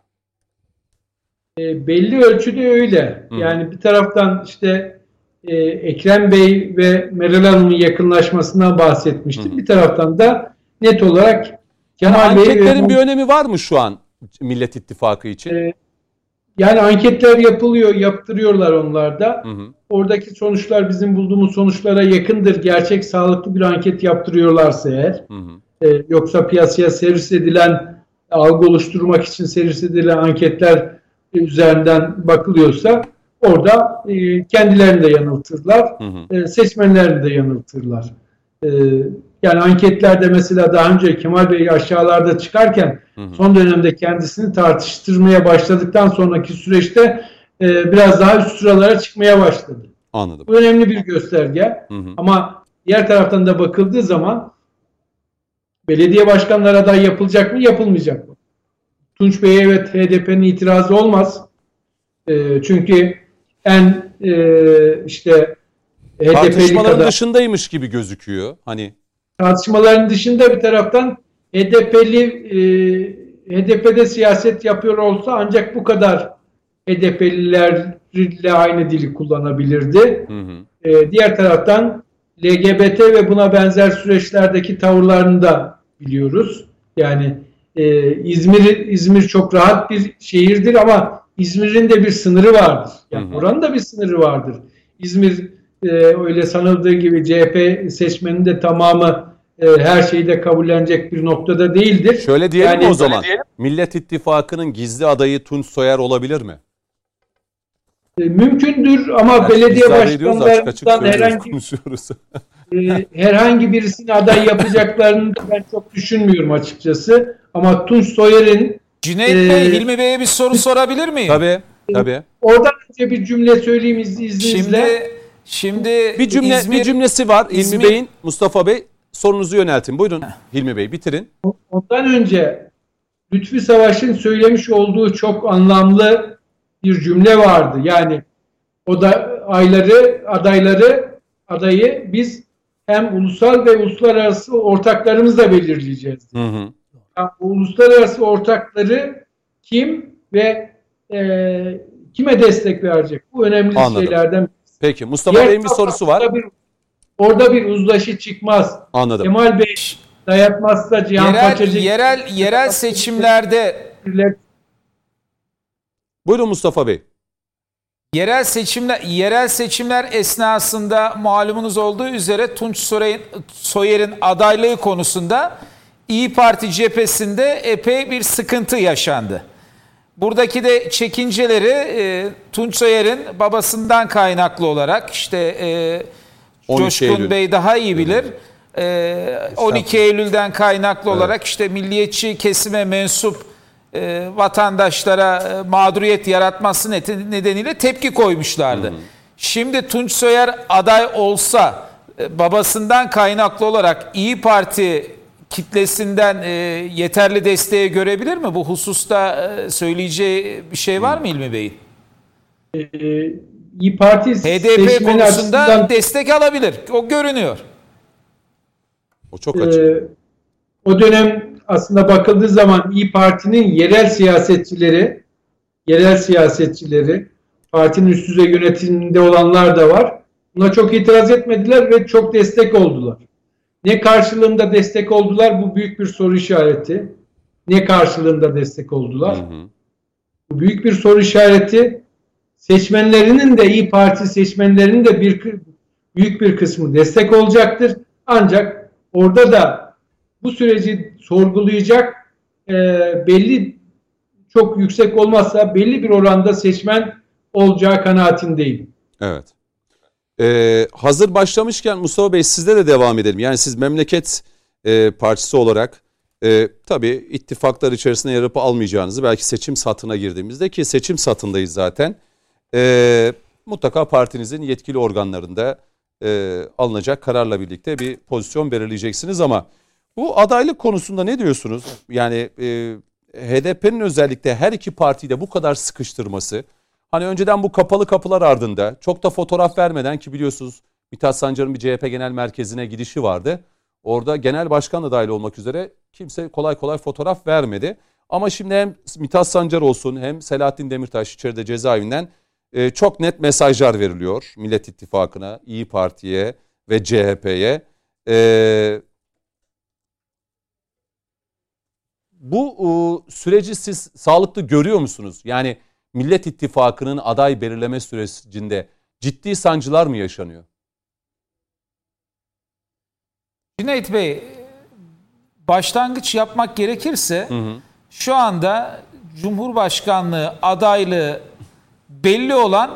[SPEAKER 5] Belli ölçüde öyle. Yani bir taraftan işte Ekrem Bey ve Meral Hanım'ın yakınlaşmasından bahsetmiştik. Bir taraftan da net olarak
[SPEAKER 1] Kemal Bey anketlerin bir önemi var mı şu an Millet İttifakı için?
[SPEAKER 5] Yani anketler yapılıyor, yaptırıyorlar onlar da. Oradaki sonuçlar bizim bulduğumuz sonuçlara yakındır. Gerçek sağlıklı bir anket yaptırıyorlarsa eğer. Yoksa piyasaya servis edilen, algı oluşturmak için servis edilen anketler üzerinden bakılıyorsa orada kendilerini de yanıltırlar, seçmenlerini de yanıltırlar. Yani anketlerde mesela daha önce Kemal Bey aşağılarda çıkarken son dönemde kendisini tartıştırmaya başladıktan sonraki süreçte biraz daha üst sıralara çıkmaya başladı.
[SPEAKER 1] Anladım.
[SPEAKER 5] Bu önemli bir gösterge. Ama diğer taraftan da bakıldığı zaman belediye başkanları aday yapılacak mı, yapılmayacak mı? Tunç Bey'e evet HDP'nin itirazı olmaz. Çünkü en işte
[SPEAKER 1] tartışmaların dışındaymış gibi gözüküyor. Hani
[SPEAKER 5] tartışmaların dışında bir taraftan HDP'de siyaset yapıyor olsa ancak bu kadar HDP'lilerle aynı dili kullanabilirdi. Diğer taraftan LGBT ve buna benzer süreçlerdeki tavırlarını da biliyoruz. Yani İzmir çok rahat bir şehirdir ama İzmir'in de bir sınırı vardır. Yani oranın da bir sınırı vardır. İzmir öyle sanıldığı gibi CHP seçmenin de tamamı her şeyi de kabullenecek bir noktada değildir.
[SPEAKER 1] Şöyle diyelim mi o zaman? Millet İttifakı'nın gizli adayı Tunç Soyer olabilir mi?
[SPEAKER 5] Mümkündür ama belediye başkanlarından herhangi birisini aday yapacaklarını da ben çok düşünmüyorum açıkçası. Ama Tunç Soyer'in
[SPEAKER 4] Cüneyt Bey, Hilmi Bey'e bir soru sorabilir miyim?
[SPEAKER 1] Tabii.
[SPEAKER 5] Oradan önce bir cümle söyleyeyim izninizle.
[SPEAKER 4] Şimdi
[SPEAKER 1] bir cümlesi var Hilmi Bey'in. Mustafa Bey sorunuzu yöneltin. Buyurun Hilmi Bey, bitirin.
[SPEAKER 5] Ondan önce Lütfü Savaş'ın söylemiş olduğu çok anlamlı bir cümle vardı. Yani adayı biz hem ulusal ve uluslararası ortaklarımızla belirleyeceğiz. Yani bu uluslararası ortakları kim ve kime destek verecek? Bu önemli şeylerden.
[SPEAKER 1] Peki Mustafa Bey'in bir sorusu var.
[SPEAKER 5] Orada bir uzlaşı çıkmaz.
[SPEAKER 1] Anladım.
[SPEAKER 5] Kemal Bey dayatmazsa Cihan Paçacı
[SPEAKER 4] yerel seçimlerde
[SPEAKER 1] Buyurun Mustafa Bey.
[SPEAKER 4] Yerel seçimler esnasında malumunuz olduğu üzere Tunç Soyer'in adaylığı konusunda İYİ Parti cephesinde epey bir sıkıntı yaşandı. Buradaki de çekinceleri Tunç Soyer'in babasından kaynaklı olarak işte Coşkun Bey daha iyi bilir. 12 Eylül'den kaynaklı olarak işte milliyetçi kesime mensup vatandaşlara mağduriyet yaratması nedeniyle tepki koymuşlardı. Şimdi Tunç Soyer aday olsa babasından kaynaklı olarak İYİ Parti kitlesinden yeterli desteği görebilir mi? Bu hususta söyleyeceği bir şey var mı İlmi Bey'in?
[SPEAKER 5] İYİ Parti
[SPEAKER 4] HDP konusunda destek alabilir. O görünüyor.
[SPEAKER 1] O çok açık.
[SPEAKER 5] O dönem aslında bakıldığı zaman İYİ Parti'nin yerel siyasetçileri, partinin üst düzey yönetiminde olanlar da var. Buna çok itiraz etmediler ve çok destek oldular. Ne karşılığında destek oldular? Bu büyük bir soru işareti. Ne karşılığında destek oldular? Bu büyük bir soru işareti. Seçmenlerinin de İYİ Parti seçmenlerinin de büyük bir kısmı destek olacaktır. Ancak orada da bu süreci sorgulayacak belli, çok yüksek olmazsa belli bir oranda seçmen olacağı kanaatindeyim.
[SPEAKER 1] Evet. Hazır başlamışken Mustafa Bey sizle de devam edelim. Yani siz Memleket Partisi olarak tabii ittifaklar içerisinde yer alıp almayacağınızı, belki seçim satına girdiğimizde, ki seçim satındayız zaten, mutlaka partinizin yetkili organlarında alınacak kararla birlikte bir pozisyon belirleyeceksiniz ama bu adaylık konusunda ne diyorsunuz? Yani HDP'nin özellikle her iki partiyi de bu kadar sıkıştırması, hani önceden bu kapalı kapılar ardında çok da fotoğraf vermeden, ki biliyorsunuz Mithat Sancar'ın bir CHP Genel Merkezi'ne gidişi vardı. Orada genel başkan da dahil olmak üzere kimse kolay kolay fotoğraf vermedi. Ama şimdi hem Mithat Sancar olsun hem Selahattin Demirtaş içeride cezaevinden çok net mesajlar veriliyor Millet İttifakı'na, İYİ Parti'ye ve CHP'ye. Bu süreci siz sağlıklı görüyor musunuz? Yani Millet İttifakı'nın aday belirleme sürecinde ciddi sancılar mı yaşanıyor?
[SPEAKER 4] Cüneyt Bey, başlangıç yapmak gerekirse şu anda Cumhurbaşkanlığı adaylığı belli olan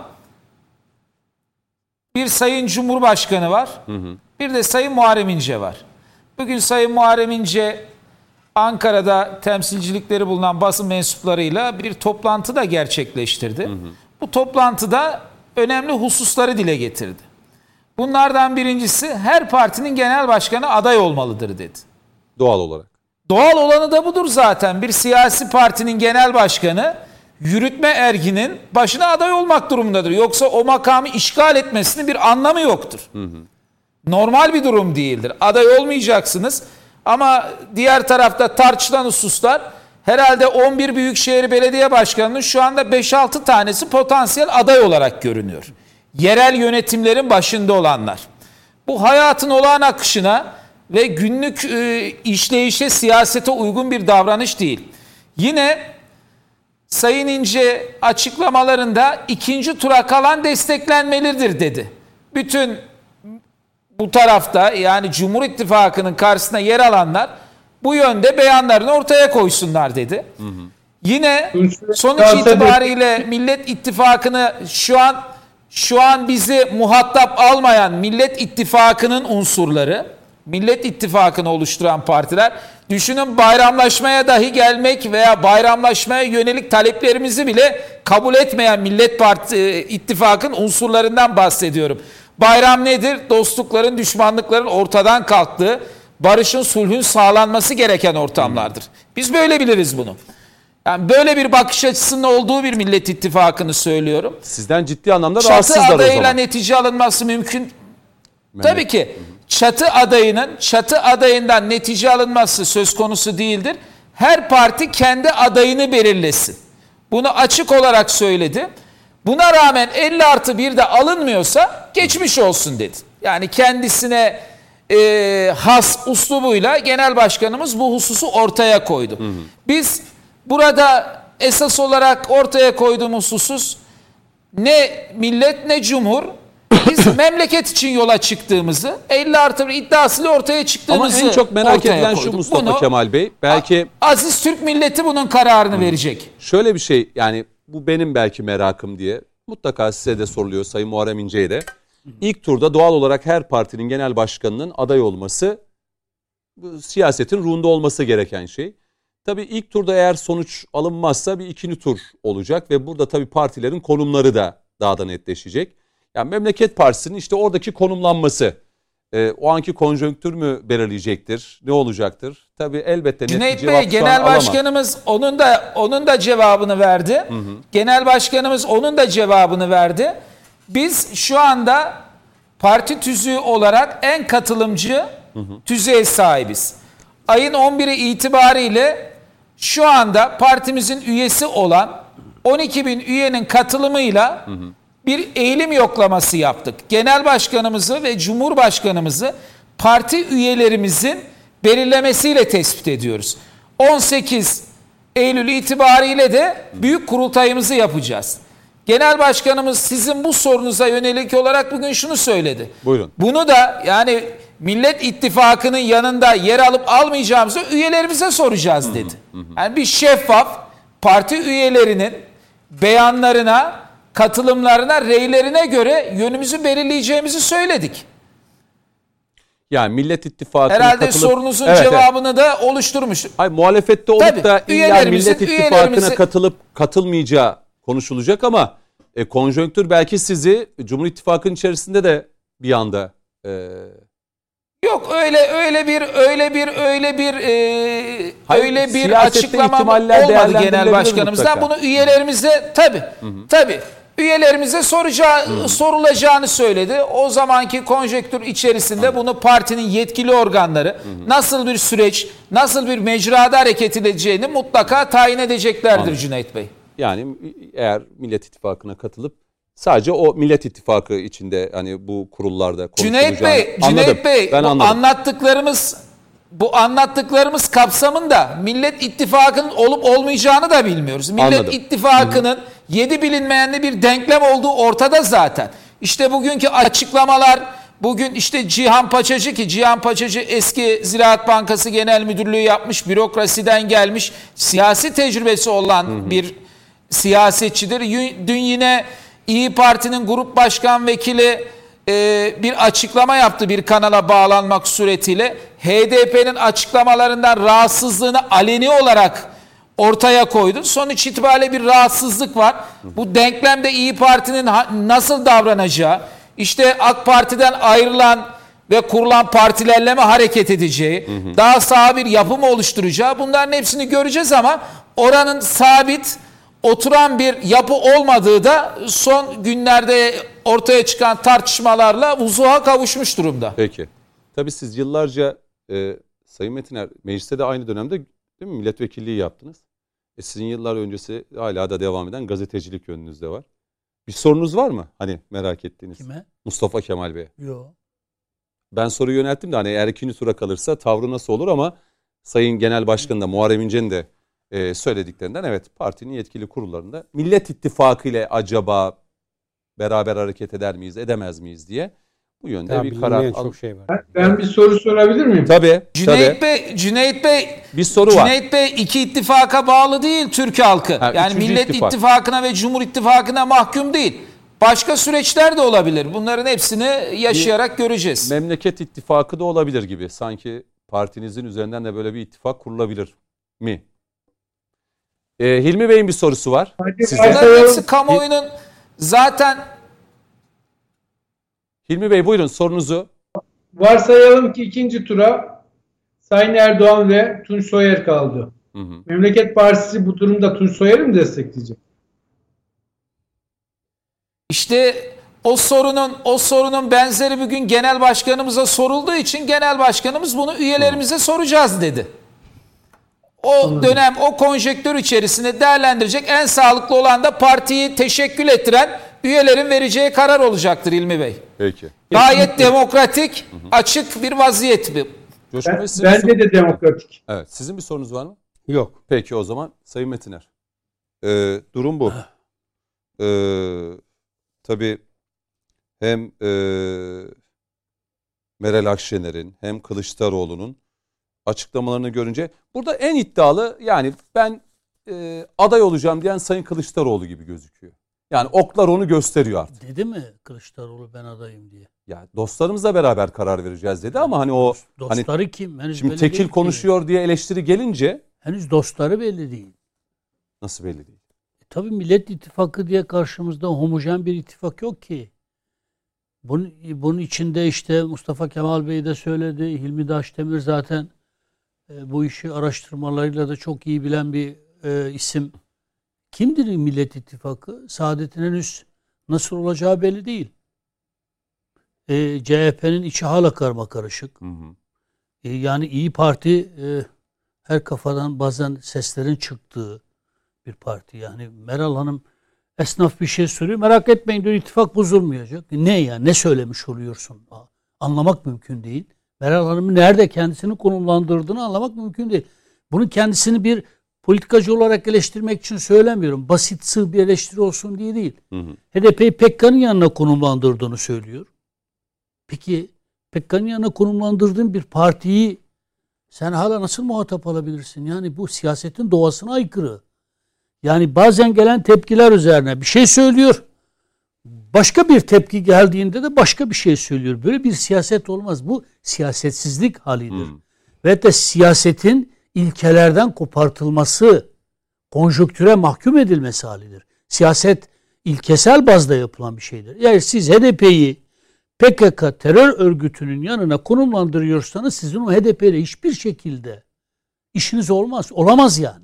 [SPEAKER 4] bir Sayın Cumhurbaşkanı var. Bir de Sayın Muharrem İnce var. Bugün Sayın Muharrem İnce Ankara'da temsilcilikleri bulunan basın mensuplarıyla bir toplantı da gerçekleştirdi. Bu toplantıda önemli hususları dile getirdi. Bunlardan birincisi, her partinin genel başkanı aday olmalıdır dedi.
[SPEAKER 1] Doğal olarak.
[SPEAKER 4] Doğal olanı da budur zaten. Bir siyasi partinin genel başkanı yürütme erginin başına aday olmak durumundadır. Yoksa o makamı işgal etmesinin bir anlamı yoktur. Normal bir durum değildir. Aday olmayacaksınız. Ama diğer tarafta tartışılan hususlar, herhalde 11 Büyükşehir Belediye Başkanı'nın şu anda 5-6 tanesi potansiyel aday olarak görünüyor. Yerel yönetimlerin başında olanlar. Bu hayatın olağan akışına ve günlük işleyişe, siyasete uygun bir davranış değil. Yine Sayın İnce açıklamalarında ikinci tura kalan desteklenmelidir dedi. Bütün bu tarafta, yani Cumhur İttifakı'nın karşısına yer alanlar bu yönde beyanlarını ortaya koysunlar dedi. Yine sonuç itibariyle Millet İttifakı'nı şu an bizi muhatap almayan Millet İttifakı'nın unsurları, Millet İttifakı'nı oluşturan partiler, düşünün, bayramlaşmaya dahi gelmek veya bayramlaşmaya yönelik taleplerimizi bile kabul etmeyen Millet İttifakı'nın unsurlarından bahsediyorum. Bayram nedir? Dostlukların, düşmanlıkların ortadan kalktığı, barışın, sulhün sağlanması gereken ortamlardır. Biz böyle biliriz bunu. Yani böyle bir bakış açısının olduğu bir Millet İttifakı'nı söylüyorum.
[SPEAKER 1] Sizden ciddi anlamda rahatsızlar o
[SPEAKER 4] zaman.
[SPEAKER 1] zaman.
[SPEAKER 4] Çatı adayıyla netice alınması mümkün. Tabii ki çatı adayından netice alınması söz konusu değildir. Her parti kendi adayını belirlesin. Bunu açık olarak söyledi. Buna rağmen 50+1'de alınmıyorsa geçmiş olsun dedi. Yani kendisine has uslubuyla Genel Başkanımız bu hususu ortaya koydu. Biz burada esas olarak ortaya koyduğumuz husus, ne millet ne cumhur, biz memleket için yola çıktığımızı, 50+1 iddiasıyla ortaya çıktığımızı
[SPEAKER 1] ama en çok merak edilen
[SPEAKER 4] koyduk.
[SPEAKER 1] şu Mustafa
[SPEAKER 4] Bunu,
[SPEAKER 1] Kemal Bey, belki
[SPEAKER 4] aziz Türk milleti bunun kararını verecek.
[SPEAKER 1] şöyle bir şey, yani bu benim belki merakım diye mutlaka size de soruluyor, Sayın Muharrem İnce'ye de. İlk turda doğal olarak her partinin genel başkanının aday olması, bu siyasetin ruhunda olması gereken şey. Tabii ilk turda eğer sonuç alınmazsa bir ikinci tur olacak ve burada tabii partilerin konumları da daha da netleşecek. Yani Memleket Partisi'nin işte oradaki konumlanması O anki konjonktür mü belirleyecektir? Ne olacaktır? Tabii elbette net bir
[SPEAKER 4] Cüneyt
[SPEAKER 1] cevap
[SPEAKER 4] Bey,
[SPEAKER 1] şu an
[SPEAKER 4] Genel
[SPEAKER 1] alamam.
[SPEAKER 4] Başkanımız onun da cevabını verdi. Genel Başkanımız onun da cevabını verdi. Biz şu anda parti tüzüğü olarak en katılımcı tüzüğe sahibiz. Ayın 11'i itibariyle şu anda partimizin üyesi olan 12.000 üyenin katılımıyla bir eğilim yoklaması yaptık. Genel Başkanımızı ve Cumhurbaşkanımızı parti üyelerimizin belirlemesiyle tespit ediyoruz. 18 Eylül itibariyle de büyük kurultayımızı yapacağız. Genel Başkanımız sizin bu sorunuza yönelik olarak bugün şunu söyledi.
[SPEAKER 1] Buyurun.
[SPEAKER 4] Bunu da yani Millet İttifakı'nın yanında yer alıp almayacağımızı üyelerimize soracağız dedi. Yani bir şeffaf parti üyelerinin beyanlarına, katılımlarına, reylerine göre yönümüzü belirleyeceğimizi söyledik.
[SPEAKER 1] Yani Millet İttifakı'na
[SPEAKER 4] Herhalde
[SPEAKER 1] katılıp...
[SPEAKER 4] sorunuzun
[SPEAKER 1] Evet,
[SPEAKER 4] cevabını da oluşturmuş.
[SPEAKER 1] Hayır, muhalefette olup
[SPEAKER 4] Tabii,
[SPEAKER 1] da illa
[SPEAKER 4] üyelerimizin-
[SPEAKER 1] Millet İttifakı'na katılıp katılmayacağı konuşulacak ama konjonktür belki sizi Cumhur İttifakı'nın içerisinde de bir anda
[SPEAKER 4] Yok öyle bir
[SPEAKER 1] siyasette
[SPEAKER 4] açıklama
[SPEAKER 1] ihtimaller
[SPEAKER 4] olmadı
[SPEAKER 1] değerlendirilebilir
[SPEAKER 4] Genel Başkanımızdan.
[SPEAKER 1] mutlaka.
[SPEAKER 4] Bunu üyelerimize tabii üyelerimize sorulacağını söyledi. O zamanki konjektür içerisinde bunu partinin yetkili organları nasıl bir süreç, nasıl bir mecrada hareket edeceğini mutlaka tayin edeceklerdir Cüneyt Bey.
[SPEAKER 1] yani eğer Millet İttifakı'na katılıp sadece o Millet İttifakı içinde hani bu kurullarda konuşulacağını
[SPEAKER 4] Cüneyt Bey,
[SPEAKER 1] ben
[SPEAKER 4] bu
[SPEAKER 1] anladım.
[SPEAKER 4] anlattıklarımız kapsamında Millet İttifakı'nın olup olmayacağını da bilmiyoruz. Millet
[SPEAKER 1] Anladım.
[SPEAKER 4] İttifakı'nın 7 bilinmeyenli bir denklem olduğu ortada zaten. İşte bugünkü açıklamalar, bugün işte Cihan Paçacı eski Ziraat Bankası Genel Müdürlüğü yapmış, bürokrasiden gelmiş, siyasi tecrübesi olan bir siyasetçidir. Dün yine İyi Parti'nin Grup Başkan Vekili bir açıklama yaptı bir kanala bağlanmak suretiyle. HDP'nin açıklamalarından rahatsızlığını aleni olarak ortaya koydu. Sonuç itibariyle bir rahatsızlık var. Bu denklemde İyi Parti'nin nasıl davranacağı, işte AK Parti'den ayrılan ve kurulan partilerle mi hareket edeceği, daha sağ bir yapı mı oluşturacağı, bunların hepsini göreceğiz ama oranın sabit oturan bir yapı olmadığı da son günlerde ortaya çıkan tartışmalarla vuzuha kavuşmuş durumda.
[SPEAKER 1] Peki. Tabii siz yıllarca Sayın Metiner mecliste de aynı dönemde değil mi milletvekilliği yaptınız. Sizin yıllar öncesi hala da devam eden gazetecilik yönünüzde var. Bir sorunuz var mı? Hani merak ettiğiniz.
[SPEAKER 3] Kime?
[SPEAKER 1] Mustafa Kemal Bey'e.
[SPEAKER 3] Yok.
[SPEAKER 1] Ben soruyu yönelttim de hani eğer ikinci tura kalırsa tavrı nasıl olur ama Sayın Genel Başkanı da Muharrem İnce'nin de söylediklerinden evet partinin yetkili kurullarında Millet İttifakı ile acaba beraber hareket eder miyiz edemez miyiz diye bu yönde
[SPEAKER 2] Ya
[SPEAKER 1] bir karar
[SPEAKER 2] çok şey var.
[SPEAKER 5] Ben bir soru sorabilir miyim?
[SPEAKER 1] Tabii.
[SPEAKER 4] Cüneyt Bey
[SPEAKER 1] Bir soru var.
[SPEAKER 4] Cüneyt Bey iki ittifaka bağlı değil Türk halkı.
[SPEAKER 1] Ha,
[SPEAKER 4] Yani
[SPEAKER 1] üçüncü
[SPEAKER 4] Millet
[SPEAKER 1] ittifak.
[SPEAKER 4] İttifakı'na ve Cumhur İttifakı'na mahkum değil. Başka süreçler de olabilir. Bunların hepsini yaşayarak göreceğiz.
[SPEAKER 1] Memleket İttifakı da olabilir gibi. Sanki partinizin üzerinden de böyle bir ittifak kurulabilir mi? Hilmi Bey'in bir sorusu var.
[SPEAKER 4] Bunların hepsi kamuoyunun zaten...
[SPEAKER 1] Hilmi Bey buyurun sorunuzu.
[SPEAKER 5] Varsayalım ki ikinci tura Sayın Erdoğan ve Tunç Soyer kaldı. Memleket Partisi bu durumda Tunç Soyer'i mi destekleyecek?
[SPEAKER 4] İşte o sorunun benzeri bugün genel başkanımıza sorulduğu için genel başkanımız bunu üyelerimize soracağız dedi. O dönem, o konjektür içerisinde değerlendirecek en sağlıklı olan da partiyi teşekkül ettiren üyelerin vereceği karar olacaktır İlmi Bey.
[SPEAKER 1] Peki.
[SPEAKER 4] Gayet demokratik, açık bir vaziyet bu.
[SPEAKER 1] Coşkun Bey, sizin
[SPEAKER 5] Bence de demokratik.
[SPEAKER 1] Evet, sizin bir sorunuz var mı?
[SPEAKER 2] Yok.
[SPEAKER 1] Peki o zaman Sayın Metiner. Durum bu. Tabii hem Meral Akşener'in hem Kılıçdaroğlu'nun açıklamalarını görünce burada en iddialı yani ben aday olacağım diyen Sayın Kılıçdaroğlu gibi gözüküyor. Yani oklar onu gösteriyor artık.
[SPEAKER 3] Dedi mi Kılıçdaroğlu ben adayım diye?
[SPEAKER 1] Ya dostlarımızla beraber karar vereceğiz dedi ama hani o
[SPEAKER 3] Dostları
[SPEAKER 1] hani
[SPEAKER 3] kim? Henüz
[SPEAKER 1] şimdi
[SPEAKER 3] belli
[SPEAKER 1] tekil
[SPEAKER 3] değil ki.
[SPEAKER 1] konuşuyor diye eleştiri gelince
[SPEAKER 3] Henüz dostları belli değil.
[SPEAKER 1] nasıl belli değil.
[SPEAKER 3] Tabii Millet İttifakı diye karşımızda homojen bir ittifak yok ki. Bunun içinde işte Mustafa Kemal Bey de söyledi. Hilmi Daşdemir zaten bu işi araştırmalarıyla da çok iyi bilen bir isim. Kimdir Millet İttifakı? Saadet'in henüz nasıl olacağı belli değil. CHP'nin içi hala karmakarışık. Yani İyi Parti her kafadan bazen seslerin çıktığı bir parti. Yani Meral Hanım esnaf bir şey söylüyor. Merak etmeyin diyor, ittifak bozulmayacak. Ne ya? Ne söylemiş oluyorsun? Anlamak mümkün değil. Meral Hanım'ın nerede kendisini konumlandırdığını anlamak mümkün değil. Bunun kendisini bir politikacı olarak eleştirmek için söylemiyorum. Basit, sığ bir eleştiri olsun diye değil. HDP'yi PKK'nın yanına konumlandırdığını söylüyor. Peki PKK'nın yanına konumlandırdığın bir partiyi sen hala nasıl muhatap alabilirsin? Yani bu siyasetin doğasına aykırı. Yani bazen gelen tepkiler üzerine bir şey söylüyor. Başka bir tepki geldiğinde de başka bir şey söylüyor. Böyle bir siyaset olmaz. Bu siyasetsizlik halidir. Ve de siyasetin ilkelerden kopartılması, konjonktüre mahkum edilmesi halidir. Siyaset ilkesel bazda yapılan bir şeydir. Yani siz HDP'yi PKK terör örgütünün yanına konumlandırıyorsanız sizin o HDP ile hiçbir şekilde işiniz olmaz. Olamaz yani.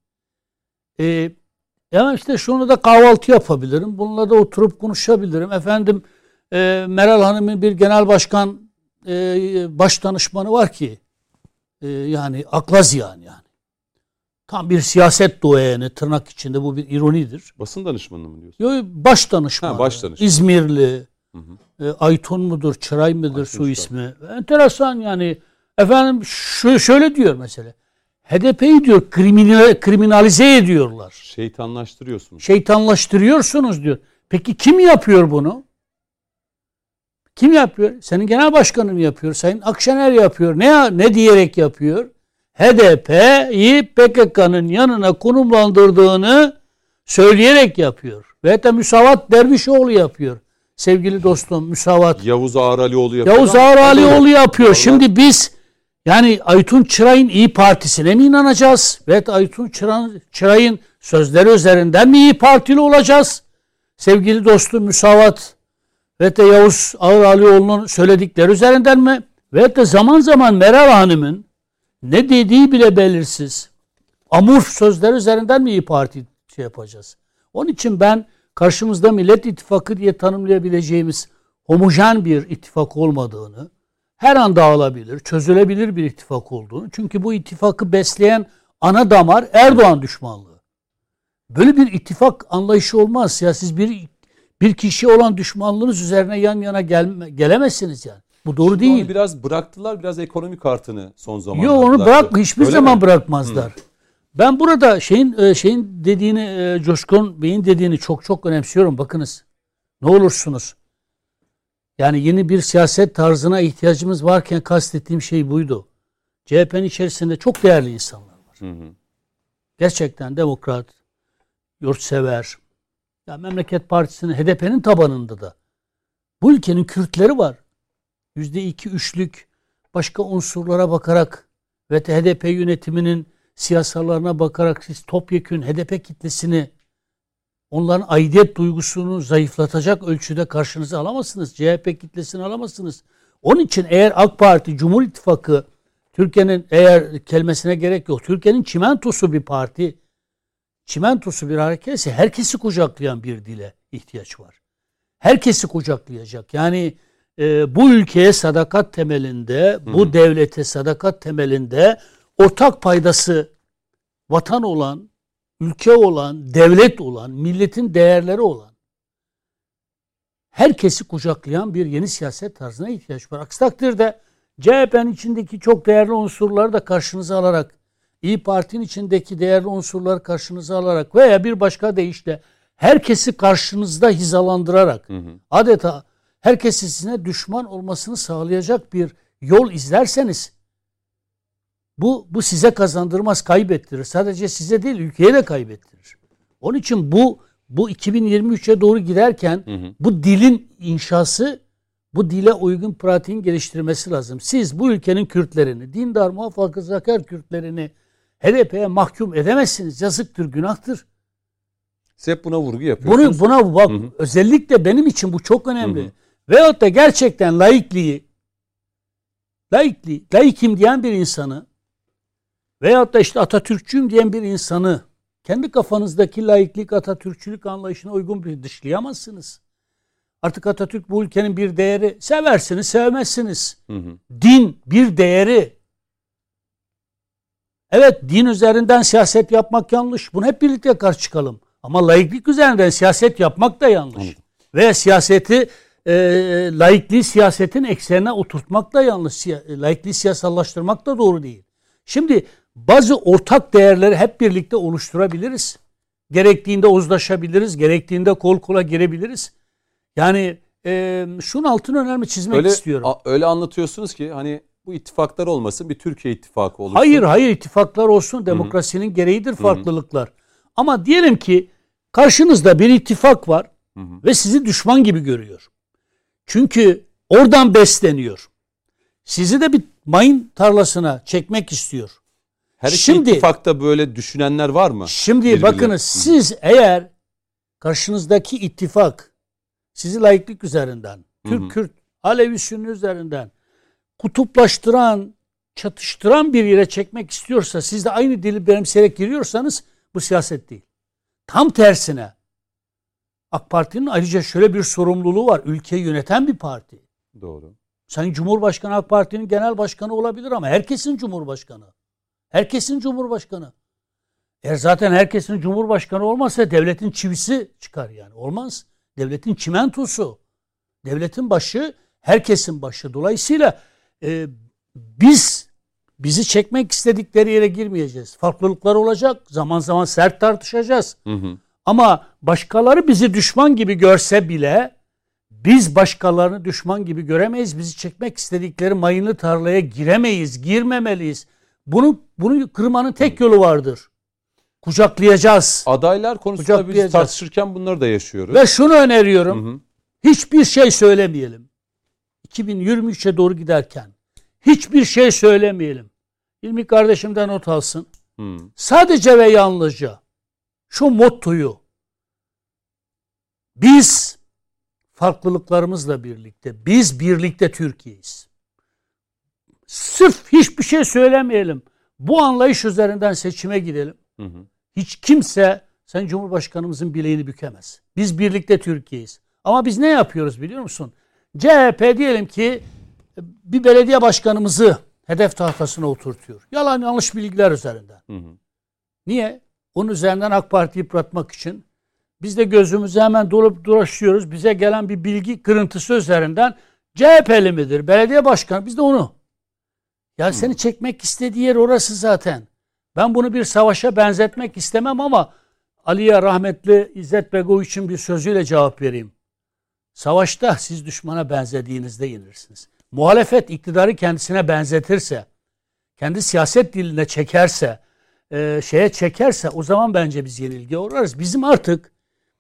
[SPEAKER 3] Yani işte şunu da kahvaltı yapabilirim. Bununla da oturup konuşabilirim. Efendim Meral Hanım'ın bir genel başkan baş danışmanı var ki yani akla ziyan yani. Tam bir siyaset duayeni, tırnak içinde, bu bir ironidir.
[SPEAKER 1] Basın danışmanı mı diyorsun?
[SPEAKER 3] Yok, baş danışmanı.
[SPEAKER 1] Baş danışmanı.
[SPEAKER 3] İzmirli. Aytun mudur, Çıray mıdır
[SPEAKER 1] Aytun
[SPEAKER 3] su ismi? Enteresan yani. Efendim şöyle diyor mesela. HDP'yi diyor kriminalize ediyorlar.
[SPEAKER 1] Şeytanlaştırıyorsunuz.
[SPEAKER 3] Şeytanlaştırıyorsunuz diyor. Peki kim yapıyor bunu? Kim yapıyor? Senin genel başkanın yapıyor. Sayın Akşener yapıyor. Ne diyerek yapıyor? HDP'yi PKK'nın yanına konumlandırdığını söyleyerek yapıyor. Ve de Müsavat Dervişoğlu yapıyor. Sevgili dostum, Müsavat.
[SPEAKER 1] Yavuz Ağralioğlu yapıyor.
[SPEAKER 3] Yavuz Ağralioğlu yapıyor. Şimdi biz yani Aytun Çıray'ın İyi Partisi'ne mi inanacağız? Ve Aytun Çıray'ın sözleri üzerinden mi İyi Partili olacağız? Sevgili dostum Müsavat ve de Yavuz Ağralioğlu'nun söyledikleri üzerinden mi? Ve de zaman zaman Meral Hanım'ın ne dediği bile belirsiz amorf sözler üzerinden mi İyi Parti yapacağız? Onun için ben karşımızda Millet İttifakı diye tanımlayabileceğimiz homojen bir ittifak olmadığını, her an dağılabilir, çözülebilir bir ittifak olduğunu. Çünkü bu ittifakı besleyen ana damar Erdoğan düşmanlığı. Böyle bir ittifak anlayışı olmaz. Ya siz bir kişiye olan düşmanlığınız üzerine yan yana gelemezsiniz yani. Bu doğru
[SPEAKER 1] Şimdi
[SPEAKER 3] değil.
[SPEAKER 1] onu biraz bıraktılar, biraz ekonomi kartını son zamanlarda.
[SPEAKER 3] Yok, onu bırak, hiçbir
[SPEAKER 1] Öyle
[SPEAKER 3] zaman
[SPEAKER 1] mi?
[SPEAKER 3] bırakmazlar. Ben burada şeyin dediğini, Coşkun Bey'in dediğini çok önemsiyorum. Bakınız, ne olursunuz. Yani yeni bir siyaset tarzına ihtiyacımız varken kastettiğim şey buydu. CHP'nin içerisinde çok değerli insanlar var. Gerçekten demokrat, yurtsever. Ya Memleket Partisi'nin, HDP'nin tabanında da bu ülkenin Kürtleri var. %2-3'lük başka unsurlara bakarak ve HDP yönetiminin siyasalarına bakarak siz topyekün HDP kitlesini, onların aidiyet duygusunu zayıflatacak ölçüde karşınıza alamazsınız. CHP kitlesini alamazsınız. Onun için eğer AK Parti, Cumhur İttifakı, Türkiye'nin, eğer kelimesine gerek yok, Türkiye'nin çimentosu bir parti, çimentosu bir hareketse herkesi kucaklayan bir dile ihtiyaç var. Herkesi kucaklayacak. Yani bu ülkeye sadakat temelinde, bu devlete sadakat temelinde ortak paydası vatan olan, ülke olan, devlet olan, milletin değerleri olan, herkesi kucaklayan bir yeni siyaset tarzına ihtiyaç var. Aksi takdirde CHP'nin içindeki çok değerli unsurları da karşınıza alarak, İyi Parti'nin içindeki değerli unsurları karşınıza alarak veya bir başka deyişle herkesi karşınızda hizalandırarak adeta herkesin size düşman olmasını sağlayacak bir yol izlerseniz bu size kazandırmaz, kaybettirir. Sadece size değil, ülkeye de kaybettirir. Onun için bu 2023'e doğru giderken bu dilin inşası, bu dile uygun pratiğin geliştirmesi lazım. Siz bu ülkenin Kürtlerini, dindar, muhafazakar Kürtlerini HDP'ye mahkum edemezsiniz. Yazıktır, günahtır.
[SPEAKER 1] Siz hep buna vurgu yapıyorsunuz.
[SPEAKER 3] Buna bak, özellikle benim için bu çok önemli. veyahut da gerçekten laikim diyen bir insanı veyahut da işte Atatürkçüyüm diyen bir insanı kendi kafanızdaki laiklik, Atatürkçülük anlayışına uygun bir dışlayamazsınız. Artık Atatürk bu ülkenin bir değeri. Seversiniz, sevmezsiniz. Din bir değeri. Evet, din üzerinden siyaset yapmak yanlış. Bunu hep birlikte karşı çıkalım. Ama laiklik üzerinden siyaset yapmak da yanlış. Ve siyaseti, laikliği siyasetin eksenine oturtmak da yanlış. Laikliği siyasallaştırmak da doğru değil. Şimdi bazı ortak değerleri hep birlikte oluşturabiliriz. Gerektiğinde uzlaşabiliriz. Gerektiğinde kol kola girebiliriz. Yani şunun altını önemli çizmek istiyorum.
[SPEAKER 1] Öyle anlatıyorsunuz ki hani bu ittifaklar olmasın, bir Türkiye ittifakı olsun.
[SPEAKER 3] Hayır ittifaklar olsun. Demokrasinin gereğidir farklılıklar. Ama diyelim ki karşınızda bir ittifak var ve sizi düşman gibi görüyor. Çünkü oradan besleniyor. Sizi de bir mayın tarlasına çekmek istiyor.
[SPEAKER 1] Her iki ittifakta böyle düşünenler var mı?
[SPEAKER 3] Şimdi bakınız, siz eğer karşınızdaki ittifak sizi laiklik üzerinden, Türk, Kürt, Alevi, Sünni üzerinden kutuplaştıran, çatıştıran bir yere çekmek istiyorsa, siz de aynı dili benimseyerek giriyorsanız bu siyaset değil. Tam tersine AK Parti'nin ayrıca şöyle bir sorumluluğu var. Ülkeyi yöneten bir parti.
[SPEAKER 1] Doğru.
[SPEAKER 3] Sayın Cumhurbaşkanı AK Parti'nin genel başkanı olabilir ama herkesin Cumhurbaşkanı. Herkesin Cumhurbaşkanı. Eğer zaten herkesin Cumhurbaşkanı olmazsa devletin çivisi çıkar yani. Olmaz. Devletin çimentosu. Devletin başı, herkesin başı. Dolayısıyla bizi çekmek istedikleri yere girmeyeceğiz. Farklılıklar olacak. Zaman zaman sert tartışacağız. Ama başkaları bizi düşman gibi görse bile biz başkalarını düşman gibi göremeyiz. Bizi çekmek istedikleri mayınlı tarlaya giremeyiz, girmemeliyiz. Bunu kırmanın tek yolu vardır. Kucaklayacağız.
[SPEAKER 1] Adaylar konusunda biz tartışırken bunları da yaşıyoruz.
[SPEAKER 3] Ve şunu öneriyorum. Hiçbir şey söylemeyelim. 2023'e doğru giderken hiçbir şey söylemeyelim. İlmi kardeşimden not alsın. Sadece ve yalnızca şu mottoyu, biz farklılıklarımızla birlikte, biz birlikte Türkiye'yiz. Sırf hiçbir şey söylemeyelim. Bu anlayış üzerinden seçime gidelim. Hiç kimse Sayın Cumhurbaşkanımızın bileğini bükemez. Biz birlikte Türkiye'yiz. Ama biz ne yapıyoruz biliyor musun? CHP diyelim ki bir belediye başkanımızı hedef tahtasına oturtuyor. Yalan yanlış bilgiler üzerinden. Niye? Onun üzerinden AK Parti'yi yıpratmak için. Biz de gözümüzü hemen dolup dolaşıyoruz. Bize gelen bir bilgi kırıntısı üzerinden CHP'li midir? Belediye başkanı. Biz de onu. Ya seni çekmek istediği yer orası zaten. Ben bunu bir savaşa benzetmek istemem ama Ali'ye rahmetli İzzet Begoviç'in bir sözüyle cevap vereyim. Savaşta siz düşmana benzediğinizde yenilirsiniz. Muhalefet iktidarı kendisine benzetirse, kendi siyaset diline çekerse, çekerse o zaman bence biz yenilgiye uğrarız. Bizim artık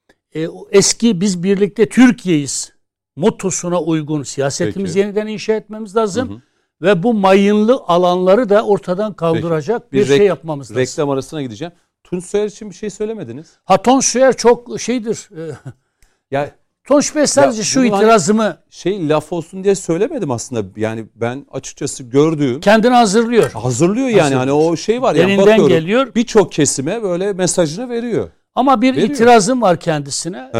[SPEAKER 3] eski biz birlikte Türkiye'yiz mottosuna uygun siyasetimizi yeniden inşa etmemiz lazım. Ve bu mayınlı alanları da ortadan kaldıracak bir şey yapmamız lazım.
[SPEAKER 1] Reklam arasına gideceğim. Tunç Soyer için bir şey söylemediniz.
[SPEAKER 3] Tunç Soyer çok şeydir.
[SPEAKER 1] Ya
[SPEAKER 3] Tunç Bey sadece şu itirazımı...
[SPEAKER 1] laf olsun diye söylemedim aslında. Yani ben açıkçası gördüğüm...
[SPEAKER 3] Kendini hazırlıyor.
[SPEAKER 1] Hazırlıyor yani. Hani o şey var. Yani
[SPEAKER 3] bakıyorum, geliyor.
[SPEAKER 1] Birçok kesime böyle mesajını veriyor.
[SPEAKER 3] Ama bir itirazım var kendisine.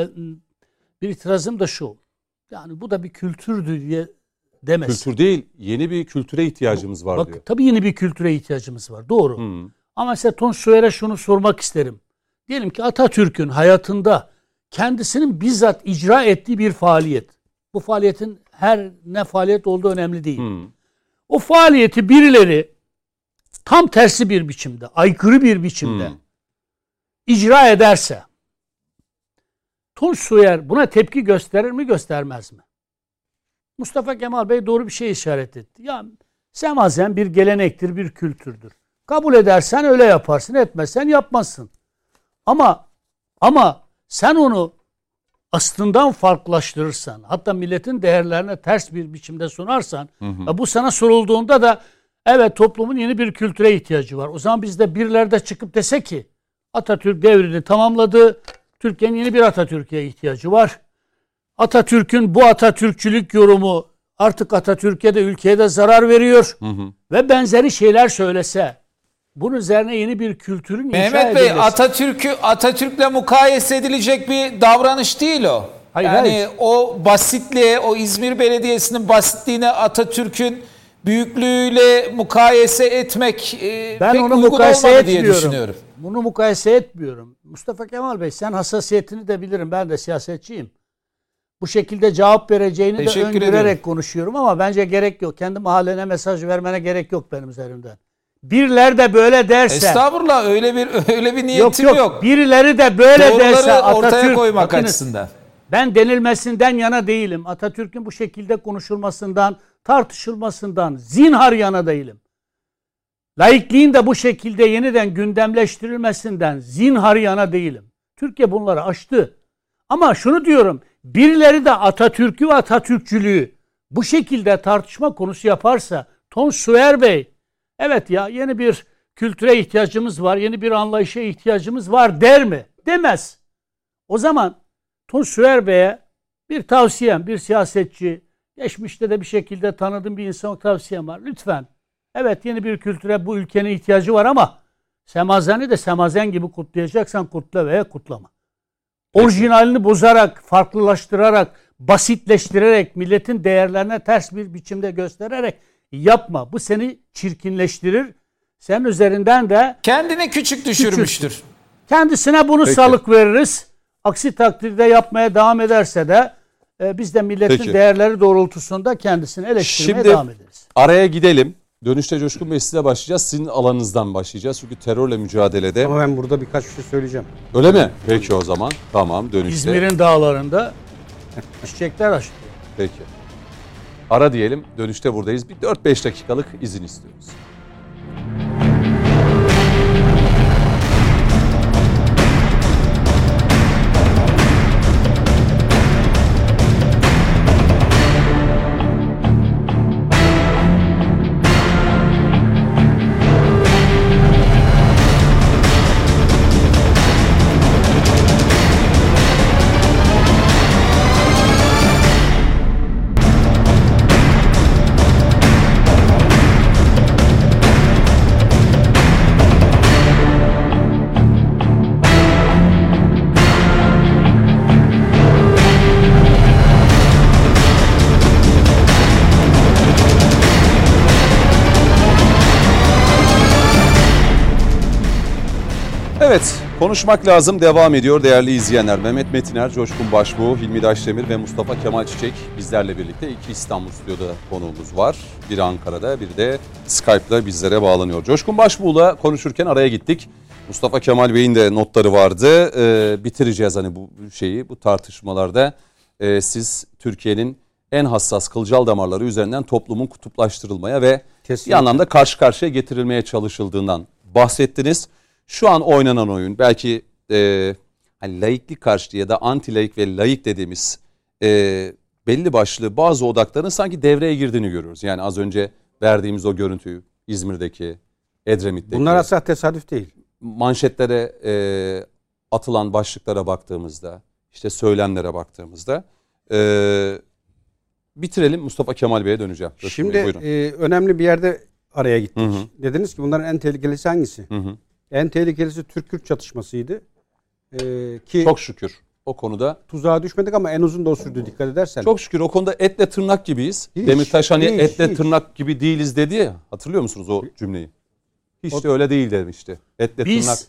[SPEAKER 3] Bir itirazım da şu. Yani bu da bir kültürdür diye demez.
[SPEAKER 1] Kültür değil. Yeni bir kültüre ihtiyacımız var diyor.
[SPEAKER 3] Tabii yeni bir kültüre ihtiyacımız var. Doğru. Ama mesela Tunç Soyer'e şunu sormak isterim. Diyelim ki Atatürk'ün hayatında kendisinin bizzat icra ettiği bir faaliyet. Bu faaliyetin her ne faaliyet olduğu önemli değil. O faaliyeti birileri tam tersi bir biçimde, aykırı bir biçimde icra ederse Tunç Soyer buna tepki gösterir mi, göstermez mi? Mustafa Kemal Bey doğru bir şey işaret etti. Ya semazen bir gelenektir, bir kültürdür. Kabul edersen öyle yaparsın, etmezsen yapmazsın. Ama sen onu aslından farklılaştırırsan, hatta milletin değerlerine ters bir biçimde sunarsan, bu sana sorulduğunda da evet toplumun yeni bir kültüre ihtiyacı var. O zaman biz de birileri de çıkıp dese ki Atatürk devrini tamamladı, Türkiye'nin yeni bir Atatürk'e ihtiyacı var. Atatürk'ün bu Atatürkçülük yorumu artık Atatürk'e de ülkeye de zarar veriyor ve benzeri şeyler söylese, bunun üzerine yeni bir kültürün inşa
[SPEAKER 4] Mehmet Bey,
[SPEAKER 3] edilmesi.
[SPEAKER 4] Atatürk'le mukayese edilecek bir davranış değil o.
[SPEAKER 3] Hayır,
[SPEAKER 4] yani
[SPEAKER 3] hayır.
[SPEAKER 4] o basitliğe, o İzmir Belediyesi'nin basitliğine Atatürk'ün büyüklüğüyle mukayese etmek
[SPEAKER 3] Ben
[SPEAKER 4] pek
[SPEAKER 3] onu
[SPEAKER 4] uygun
[SPEAKER 3] mukayese
[SPEAKER 4] olmadı diye
[SPEAKER 3] etmiyorum.
[SPEAKER 4] düşünüyorum.
[SPEAKER 3] Bunu mukayese etmiyorum. Mustafa Kemal Bey, sen hassasiyetini de bilirim. Ben de siyasetçiyim. Bu şekilde cevap vereceğini de
[SPEAKER 4] Teşekkür
[SPEAKER 3] öngörerek
[SPEAKER 4] ederim.
[SPEAKER 3] konuşuyorum ama bence gerek yok. Kendi mahallene mesaj vermene gerek yok benim üzerimden. Birileri de böyle derse.
[SPEAKER 4] Estağfurullah, öyle bir niyetim yok.
[SPEAKER 3] Birileri de böyle derse
[SPEAKER 4] Doğruları ortaya
[SPEAKER 3] Atatürk,
[SPEAKER 4] koymak
[SPEAKER 3] bakınız,
[SPEAKER 4] açısından.
[SPEAKER 3] ben denilmesinden yana değilim. Atatürk'ün bu şekilde konuşulmasından, tartışılmasından zinhar yana değilim. Laikliğin de bu şekilde yeniden gündemleştirilmesinden zinhar yana değilim. Türkiye bunları aştı. Ama şunu diyorum, birileri de Atatürk'ü ve Atatürkçülüğü bu şekilde tartışma konusu yaparsa, Tonsuer Bey, evet ya yeni bir kültüre ihtiyacımız var, yeni bir anlayışa ihtiyacımız var der mi? Demez. O zaman Tonsuer Bey'e bir tavsiyem, bir siyasetçi, geçmişte de bir şekilde tanıdığım bir insan tavsiyem var. Lütfen, evet yeni bir kültüre bu ülkenin ihtiyacı var ama semazeni de semazen gibi kutlayacaksan kutla veya kutlama. Orijinalini bozarak, farklılaştırarak, basitleştirerek, milletin değerlerine ters bir biçimde göstererek yapma. Bu seni çirkinleştirir. Senin üzerinden de
[SPEAKER 4] Kendini küçük düşürmüştür.
[SPEAKER 3] kendisine bunu salık veririz. Aksi takdirde yapmaya devam ederse de biz de milletin değerleri doğrultusunda kendisini eleştirmeye devam ederiz.
[SPEAKER 1] Araya gidelim. Dönüşte Coşkun Bey size başlayacağız. Sizin alanınızdan başlayacağız. Çünkü terörle mücadelede...
[SPEAKER 2] Ama ben burada birkaç şey söyleyeceğim.
[SPEAKER 1] Öyle mi? Peki o zaman. Tamam, dönüşte.
[SPEAKER 3] İzmir'in dağlarında çiçekler açtı.
[SPEAKER 1] Peki. Ara diyelim. Dönüşte buradayız. Bir 4-5 dakikalık izin istiyoruz. Evet, konuşmak lazım devam ediyor değerli izleyenler. Mehmet Metiner, Coşkun Başbuğ, Hilmi Daşdemir ve Mustafa Kemal Çiçek bizlerle birlikte iki İstanbul Stüdyo'da konuğumuz var. Biri Ankara'da, biri de Skype'la bizlere bağlanıyor. Coşkun Başbuğ'la konuşurken araya gittik. Mustafa Kemal Bey'in de notları vardı. Bitireceğiz hani bu şeyi, bu tartışmalarda. Siz Türkiye'nin en hassas kılcal damarları üzerinden toplumun kutuplaştırılmaya ve
[SPEAKER 2] Kesinlikle.
[SPEAKER 1] bir anlamda karşı karşıya getirilmeye çalışıldığından bahsettiniz. Şu an oynanan oyun belki hani laiklik karşıtı ya da anti laik ve laik dediğimiz belli başlı bazı odakların sanki devreye girdiğini görüyoruz. Yani az önce verdiğimiz o görüntüyü İzmir'deki, Edremit'teki.
[SPEAKER 2] Bunlar asla tesadüf değil.
[SPEAKER 1] Manşetlere atılan başlıklara baktığımızda, işte söylemlere baktığımızda bitirelim. Mustafa Kemal Bey'e döneceğim.
[SPEAKER 2] Şimdi
[SPEAKER 1] Bey,
[SPEAKER 2] önemli bir yerde araya gittik.
[SPEAKER 1] Hı.
[SPEAKER 2] Dediniz ki bunların en tehlikelisi hangisi?
[SPEAKER 1] Hı hı.
[SPEAKER 2] En tehlikelisi Türk-Kürt çatışmasıydı. Ki
[SPEAKER 1] çok şükür o konuda.
[SPEAKER 2] Tuzağa düşmedik ama en uzun da o sürdü dikkat edersen.
[SPEAKER 1] Çok şükür o konuda etle tırnak gibiyiz.
[SPEAKER 2] Hiç,
[SPEAKER 1] Demirtaş hani
[SPEAKER 2] hiç,
[SPEAKER 1] etle
[SPEAKER 2] hiç.
[SPEAKER 1] tırnak gibi değiliz dedi ya. Hatırlıyor musunuz o cümleyi? Hiç de öyle değil demişti. Etle
[SPEAKER 3] Biz
[SPEAKER 1] tırnak.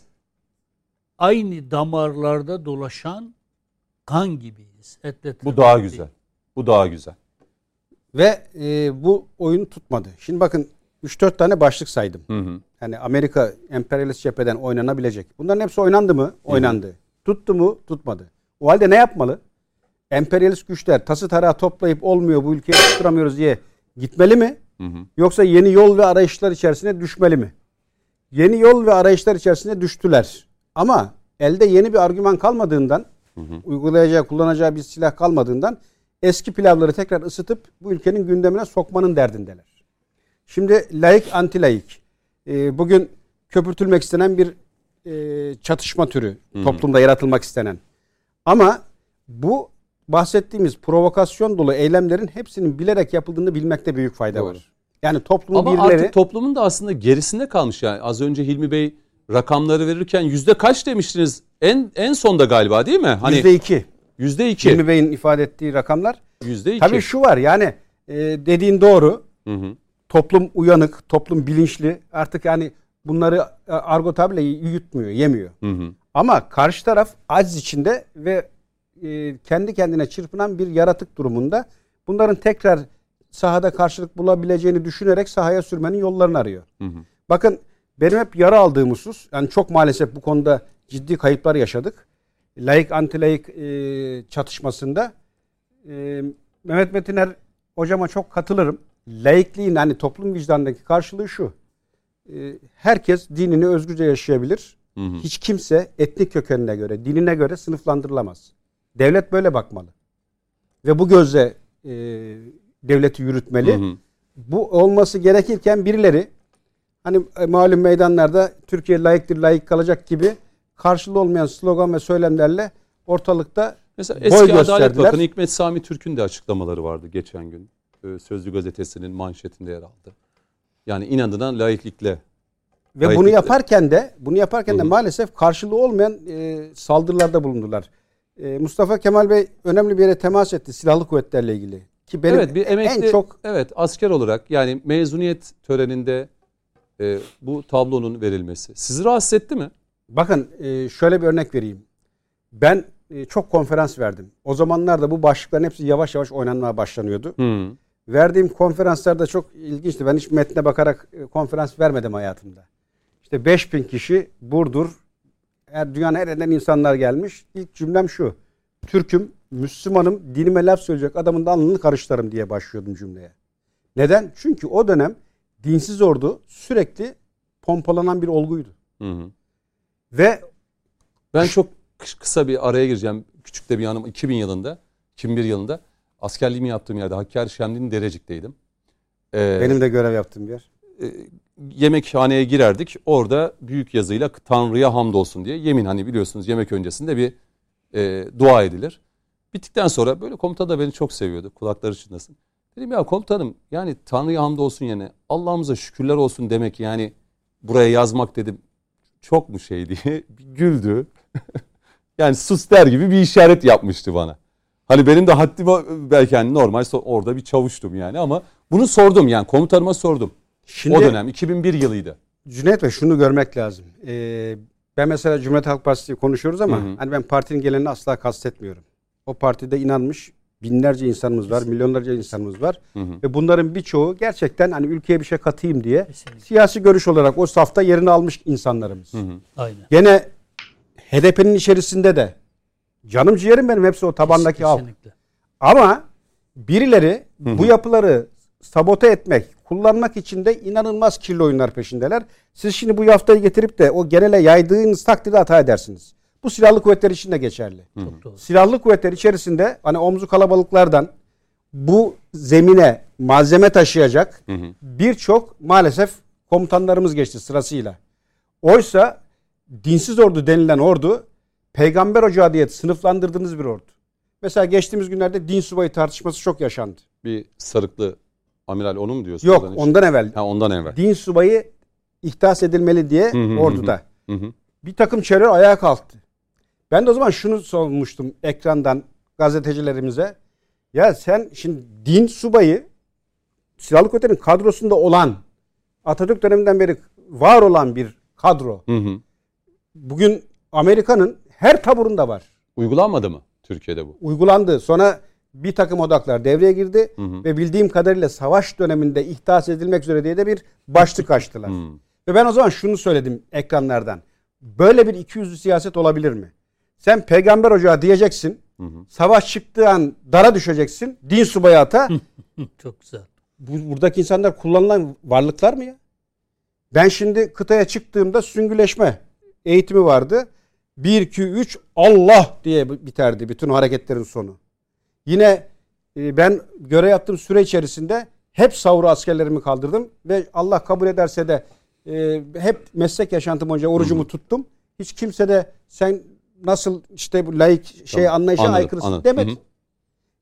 [SPEAKER 3] aynı damarlarda dolaşan kan gibiyiz. Etle
[SPEAKER 1] Bu
[SPEAKER 3] tırnak
[SPEAKER 1] daha
[SPEAKER 3] değil.
[SPEAKER 1] güzel. Bu daha güzel.
[SPEAKER 2] Ve bu oyun tutmadı. Şimdi bakın 3-4 tane başlık saydım.
[SPEAKER 1] Hı hı.
[SPEAKER 2] Hani Amerika emperyalist cepheden oynanabilecek. Bunların hepsi oynandı mı? Oynandı. Hı hı. Tuttu mu? Tutmadı. O halde ne yapmalı? Emperyalist güçler tası tarağı toplayıp olmuyor bu ülkeyi tutturamıyoruz diye gitmeli mi?
[SPEAKER 1] Hı hı.
[SPEAKER 2] Yoksa yeni yol ve arayışlar içerisine düşmeli mi? Yeni yol ve arayışlar içerisine düştüler. Ama elde yeni bir argüman kalmadığından, uygulayacağı, kullanacağı bir silah kalmadığından eski pilavları tekrar ısıtıp bu ülkenin gündemine sokmanın derdindeler. Şimdi laik, anti-laik. Bugün köpürtülmek istenen bir çatışma türü toplumda yaratılmak istenen. Ama bu bahsettiğimiz provokasyon dolu eylemlerin hepsinin bilerek yapıldığını bilmekte büyük fayda var. Yani toplumun
[SPEAKER 1] ama
[SPEAKER 2] birileri...
[SPEAKER 1] artık toplumun da aslında gerisinde kalmış yani. Az önce Hilmi Bey rakamları verirken yüzde kaç demiştiniz? En sonda galiba değil mi? Hani
[SPEAKER 2] %2.
[SPEAKER 1] %2.
[SPEAKER 2] Hilmi Bey'in ifade ettiği rakamlar.
[SPEAKER 1] %2.
[SPEAKER 2] Tabii şu var yani dediğin doğru. Toplum uyanık, toplum bilinçli. Artık yani bunları argo tabirle yutmuyor, yemiyor. Ama karşı taraf aciz içinde ve kendi kendine çırpınan bir yaratık durumunda. Bunların tekrar sahada karşılık bulabileceğini düşünerek sahaya sürmenin yollarını arıyor. Bakın benim hep yara aldığım husus, yani çok maalesef bu konuda ciddi kayıplar yaşadık. Laik anti-laik çatışmasında Mehmet Metiner hocama çok katılırım. Laikliğin hani toplum vicdanındaki karşılığı şu. Herkes dinini özgürce yaşayabilir. Hiç kimse etnik kökenine göre, dinine göre sınıflandırılamaz. Devlet böyle bakmalı. Ve bu gözle devleti yürütmeli. Bu olması gerekirken birileri hani malum meydanlarda Türkiye layıktır, layık kalacak gibi karşılığı olmayan slogan ve söylemlerle ortalıkta
[SPEAKER 1] mesela
[SPEAKER 2] boy
[SPEAKER 1] eski Adalet
[SPEAKER 2] gösterdiler.
[SPEAKER 1] Bakanı Hikmet Sami Türk'ün de açıklamaları vardı geçen gün. Sözcü gazetesinin manşetinde yer aldı. Yani inadına laiklikle.
[SPEAKER 2] Ve bunu yaparken de maalesef karşılığı olmayan saldırılarda bulundular. Mustafa Kemal Bey önemli bir yere temas etti silahlı kuvvetlerle ilgili. Ki benim
[SPEAKER 1] bir emekli,
[SPEAKER 2] en çok
[SPEAKER 1] asker olarak yani mezuniyet töreninde bu tablonun verilmesi sizi rahatsız etti mi?
[SPEAKER 2] Bakın şöyle bir örnek vereyim. Ben çok konferans verdim. O zamanlarda bu başlıkların hepsi yavaş yavaş oynanmaya başlanıyordu. Verdiğim konferanslarda çok ilginçti. Ben hiç metne bakarak konferans vermedim hayatımda. İşte 5000 kişi Burdur, dünyanın her yerinden insanlar gelmiş. İlk cümlem şu. Türk'üm, Müslümanım, dinime laf söyleyecek adamın da alnını karıştırırım diye başlıyordum cümleye. Neden? Çünkü o dönem dinsiz ordu sürekli pompalanan bir olguydu. Ve
[SPEAKER 1] ben çok kısa bir araya gireceğim. Küçük de bir yanım 2001 yılında askerliğimi yaptığım yerde Hakkari Şemdinli Derecik'teydim.
[SPEAKER 2] Benim de görev yaptığım bir yer.
[SPEAKER 1] Yemekhaneye girerdik. Orada büyük yazıyla Tanrı'ya hamdolsun diye yemin hani biliyorsunuz yemek öncesinde bir dua edilir. Bittikten sonra böyle komutan da beni çok seviyordu. Kulakları çınlasın. Dedim ya komutanım yani Tanrı'ya hamdolsun yani Allah'ımıza şükürler olsun demek yani buraya yazmak dedim. Çok mu şey diye güldü. Yani sus der gibi bir işaret yapmıştı bana. Hani benim de haddim belki hani normal orada bir çavuştum yani ama bunu sordum yani komutanıma sordum. Şimdi, o dönem 2001 yılıydı.
[SPEAKER 2] Cüneyt Bey şunu görmek lazım. Ben mesela Cumhuriyet Halk Partisi konuşuyoruz ama hani ben partinin gelenini asla kastetmiyorum. O partide inanmış binlerce insanımız var, milyonlarca insanımız var. Ve bunların birçoğu gerçekten hani ülkeye bir şey katayım diye siyasi görüş olarak o safta yerini almış insanlarımız.
[SPEAKER 3] Aynen.
[SPEAKER 2] Gene HDP'nin içerisinde de canım ciğerim benim hepsi o tabandaki halk. Ama birileri bu yapıları sabote etmek, kullanmak için de inanılmaz kirli oyunlar peşindeler. Siz şimdi bu yaftayı getirip de o genele yaydığınız takdirde hata edersiniz. Bu silahlı kuvvetler için de geçerli. Silahlı kuvvetler içerisinde hani omzu kalabalıklardan bu zemine malzeme taşıyacak birçok maalesef komutanlarımız geçti sırasıyla. Oysa dinsiz ordu denilen ordu peygamber ocağı diye sınıflandırdığınız bir ordu. Mesela geçtiğimiz günlerde din subayı tartışması çok yaşandı.
[SPEAKER 1] Bir sarıklı amiral onu mu diyorsun?
[SPEAKER 2] Yok ondan evvel.
[SPEAKER 1] Ondan evvel.
[SPEAKER 2] Din subayı ihdas edilmeli diye orduda. Bir takım çevreler ayağa kalktı. Ben de o zaman şunu sormuştum ekrandan gazetecilerimize. Ya sen şimdi din subayı silahlı kuvvetlerin kadrosunda olan Atatürk döneminden beri var olan bir kadro. Bugün Amerika'nın her taburunda var.
[SPEAKER 1] Uygulanmadı mı Türkiye'de bu?
[SPEAKER 2] Uygulandı. Sonra bir takım odaklar devreye girdi ve bildiğim kadarıyla savaş döneminde ihdas edilmek üzere diye de bir başlık açtılar. Ve ben o zaman şunu söyledim ekranlardan. Böyle bir ikiyüzlü siyaset olabilir mi? Sen peygamber ocağı diyeceksin. Savaş çıktığı an dara düşeceksin. Din subayı ata.
[SPEAKER 3] Çok güzel.
[SPEAKER 2] Buradaki insanlar kullanılan varlıklar mı ya? Ben şimdi kıtaya çıktığımda süngüleşme eğitimi vardı. 1, 2, 3 Allah diye biterdi bütün hareketlerin sonu. Yine ben görev yaptığım süre içerisinde hep sahuru askerlerimi kaldırdım ve Allah kabul ederse de hep meslek yaşantım boyunca orucumu tuttum. Hiç kimse de sen nasıl işte bu laik anlayışa aykırısın demedi.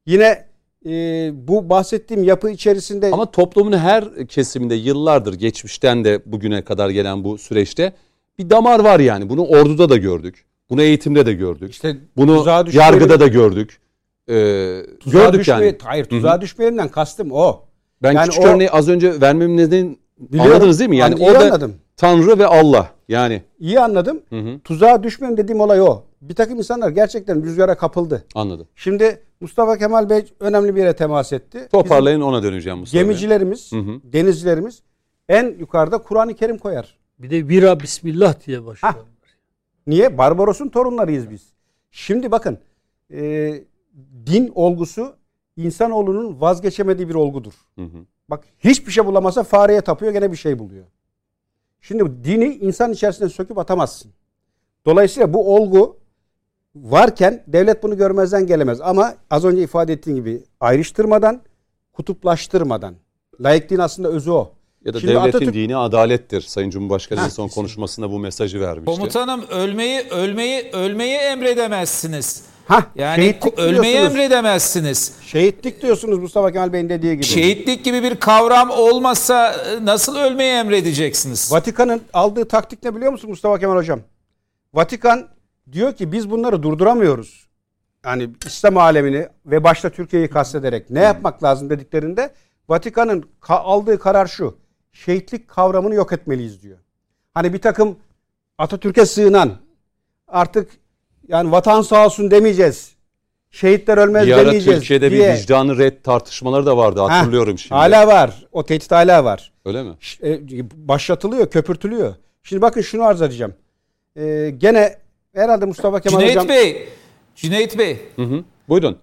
[SPEAKER 2] Yine bu bahsettiğim yapı içerisinde...
[SPEAKER 1] Ama toplumun her kesiminde yıllardır, geçmişten de bugüne kadar gelen bu süreçte bir damar var yani. Bunu orduda da gördük. Bunu eğitimde de gördük.
[SPEAKER 2] İşte
[SPEAKER 1] bunu yargıda da gördük. Gördük yani.
[SPEAKER 2] Hayır, tuzağa düşmeyenden kastım o.
[SPEAKER 1] Ben
[SPEAKER 2] yani
[SPEAKER 1] küçük örneği az önce vermemin nedeni anladınız değil mi? Yani
[SPEAKER 2] iyi
[SPEAKER 1] orada
[SPEAKER 2] anladım.
[SPEAKER 1] Tanrı ve Allah yani.
[SPEAKER 2] İyi anladım. Tuzağa düşmeyin dediğim olay o. Bir takım insanlar gerçekten rüzgara kapıldı.
[SPEAKER 1] Anladım.
[SPEAKER 2] Şimdi Mustafa Kemal Bey önemli bir yere temas etti.
[SPEAKER 1] Toparlayın, ona döneceğim Mustafa Bey.
[SPEAKER 2] Gemicilerimiz, denizcilerimiz en yukarıda Kur'an-ı Kerim koyar.
[SPEAKER 3] Bir de vira bismillah diye başlar.
[SPEAKER 2] Niye? Barbaros'un torunlarıyız biz. Şimdi bakın din olgusu insanoğlunun vazgeçemediği bir olgudur. Bak hiçbir şey bulamasa fareye tapıyor, gene bir şey buluyor. Şimdi dini insan içerisinde söküp atamazsın. Dolayısıyla bu olgu varken devlet bunu görmezden gelemez. Ama az önce ifade ettiğim gibi ayrıştırmadan, kutuplaştırmadan. Laikliğin aslında özü o.
[SPEAKER 1] Ya da
[SPEAKER 2] Şimdi
[SPEAKER 1] devletin dini adalettir. Sayın Cumhurbaşkanı son konuşmasında bu mesajı vermişti.
[SPEAKER 4] Komutanım ölmeyi emredemezsiniz.
[SPEAKER 2] Yani
[SPEAKER 4] ölmeyi emredemezsiniz.
[SPEAKER 2] Şehitlik diyorsunuz Mustafa Kemal Bey'in dediği gibi.
[SPEAKER 4] Şehitlik gibi bir kavram olmasa nasıl ölmeyi emredeceksiniz?
[SPEAKER 2] Vatikan'ın aldığı taktik ne biliyor musun Mustafa Kemal Hocam? Vatikan diyor ki biz bunları durduramıyoruz. Yani İslam alemini ve başta Türkiye'yi kastederek ne yapmak lazım dediklerinde Vatikan'ın aldığı karar şu. Şehitlik kavramını yok etmeliyiz diyor. Hani bir takım Atatürk'e sığınan artık yani vatan sağ olsun demeyeceğiz. Şehitler ölmez
[SPEAKER 1] bir ara
[SPEAKER 2] demeyeceğiz
[SPEAKER 1] Türkiye'de
[SPEAKER 2] diye.
[SPEAKER 1] bir vicdanı red tartışmaları da vardı, hatırlıyorum şimdi.
[SPEAKER 2] Hala var. O tehdit hala var.
[SPEAKER 1] Öyle mi?
[SPEAKER 2] Başlatılıyor, köpürtülüyor. Şimdi bakın şunu arz edeceğim. Gene herhalde Mustafa Kemal Hocam...
[SPEAKER 4] Cüneyt Bey.
[SPEAKER 1] Buyurun.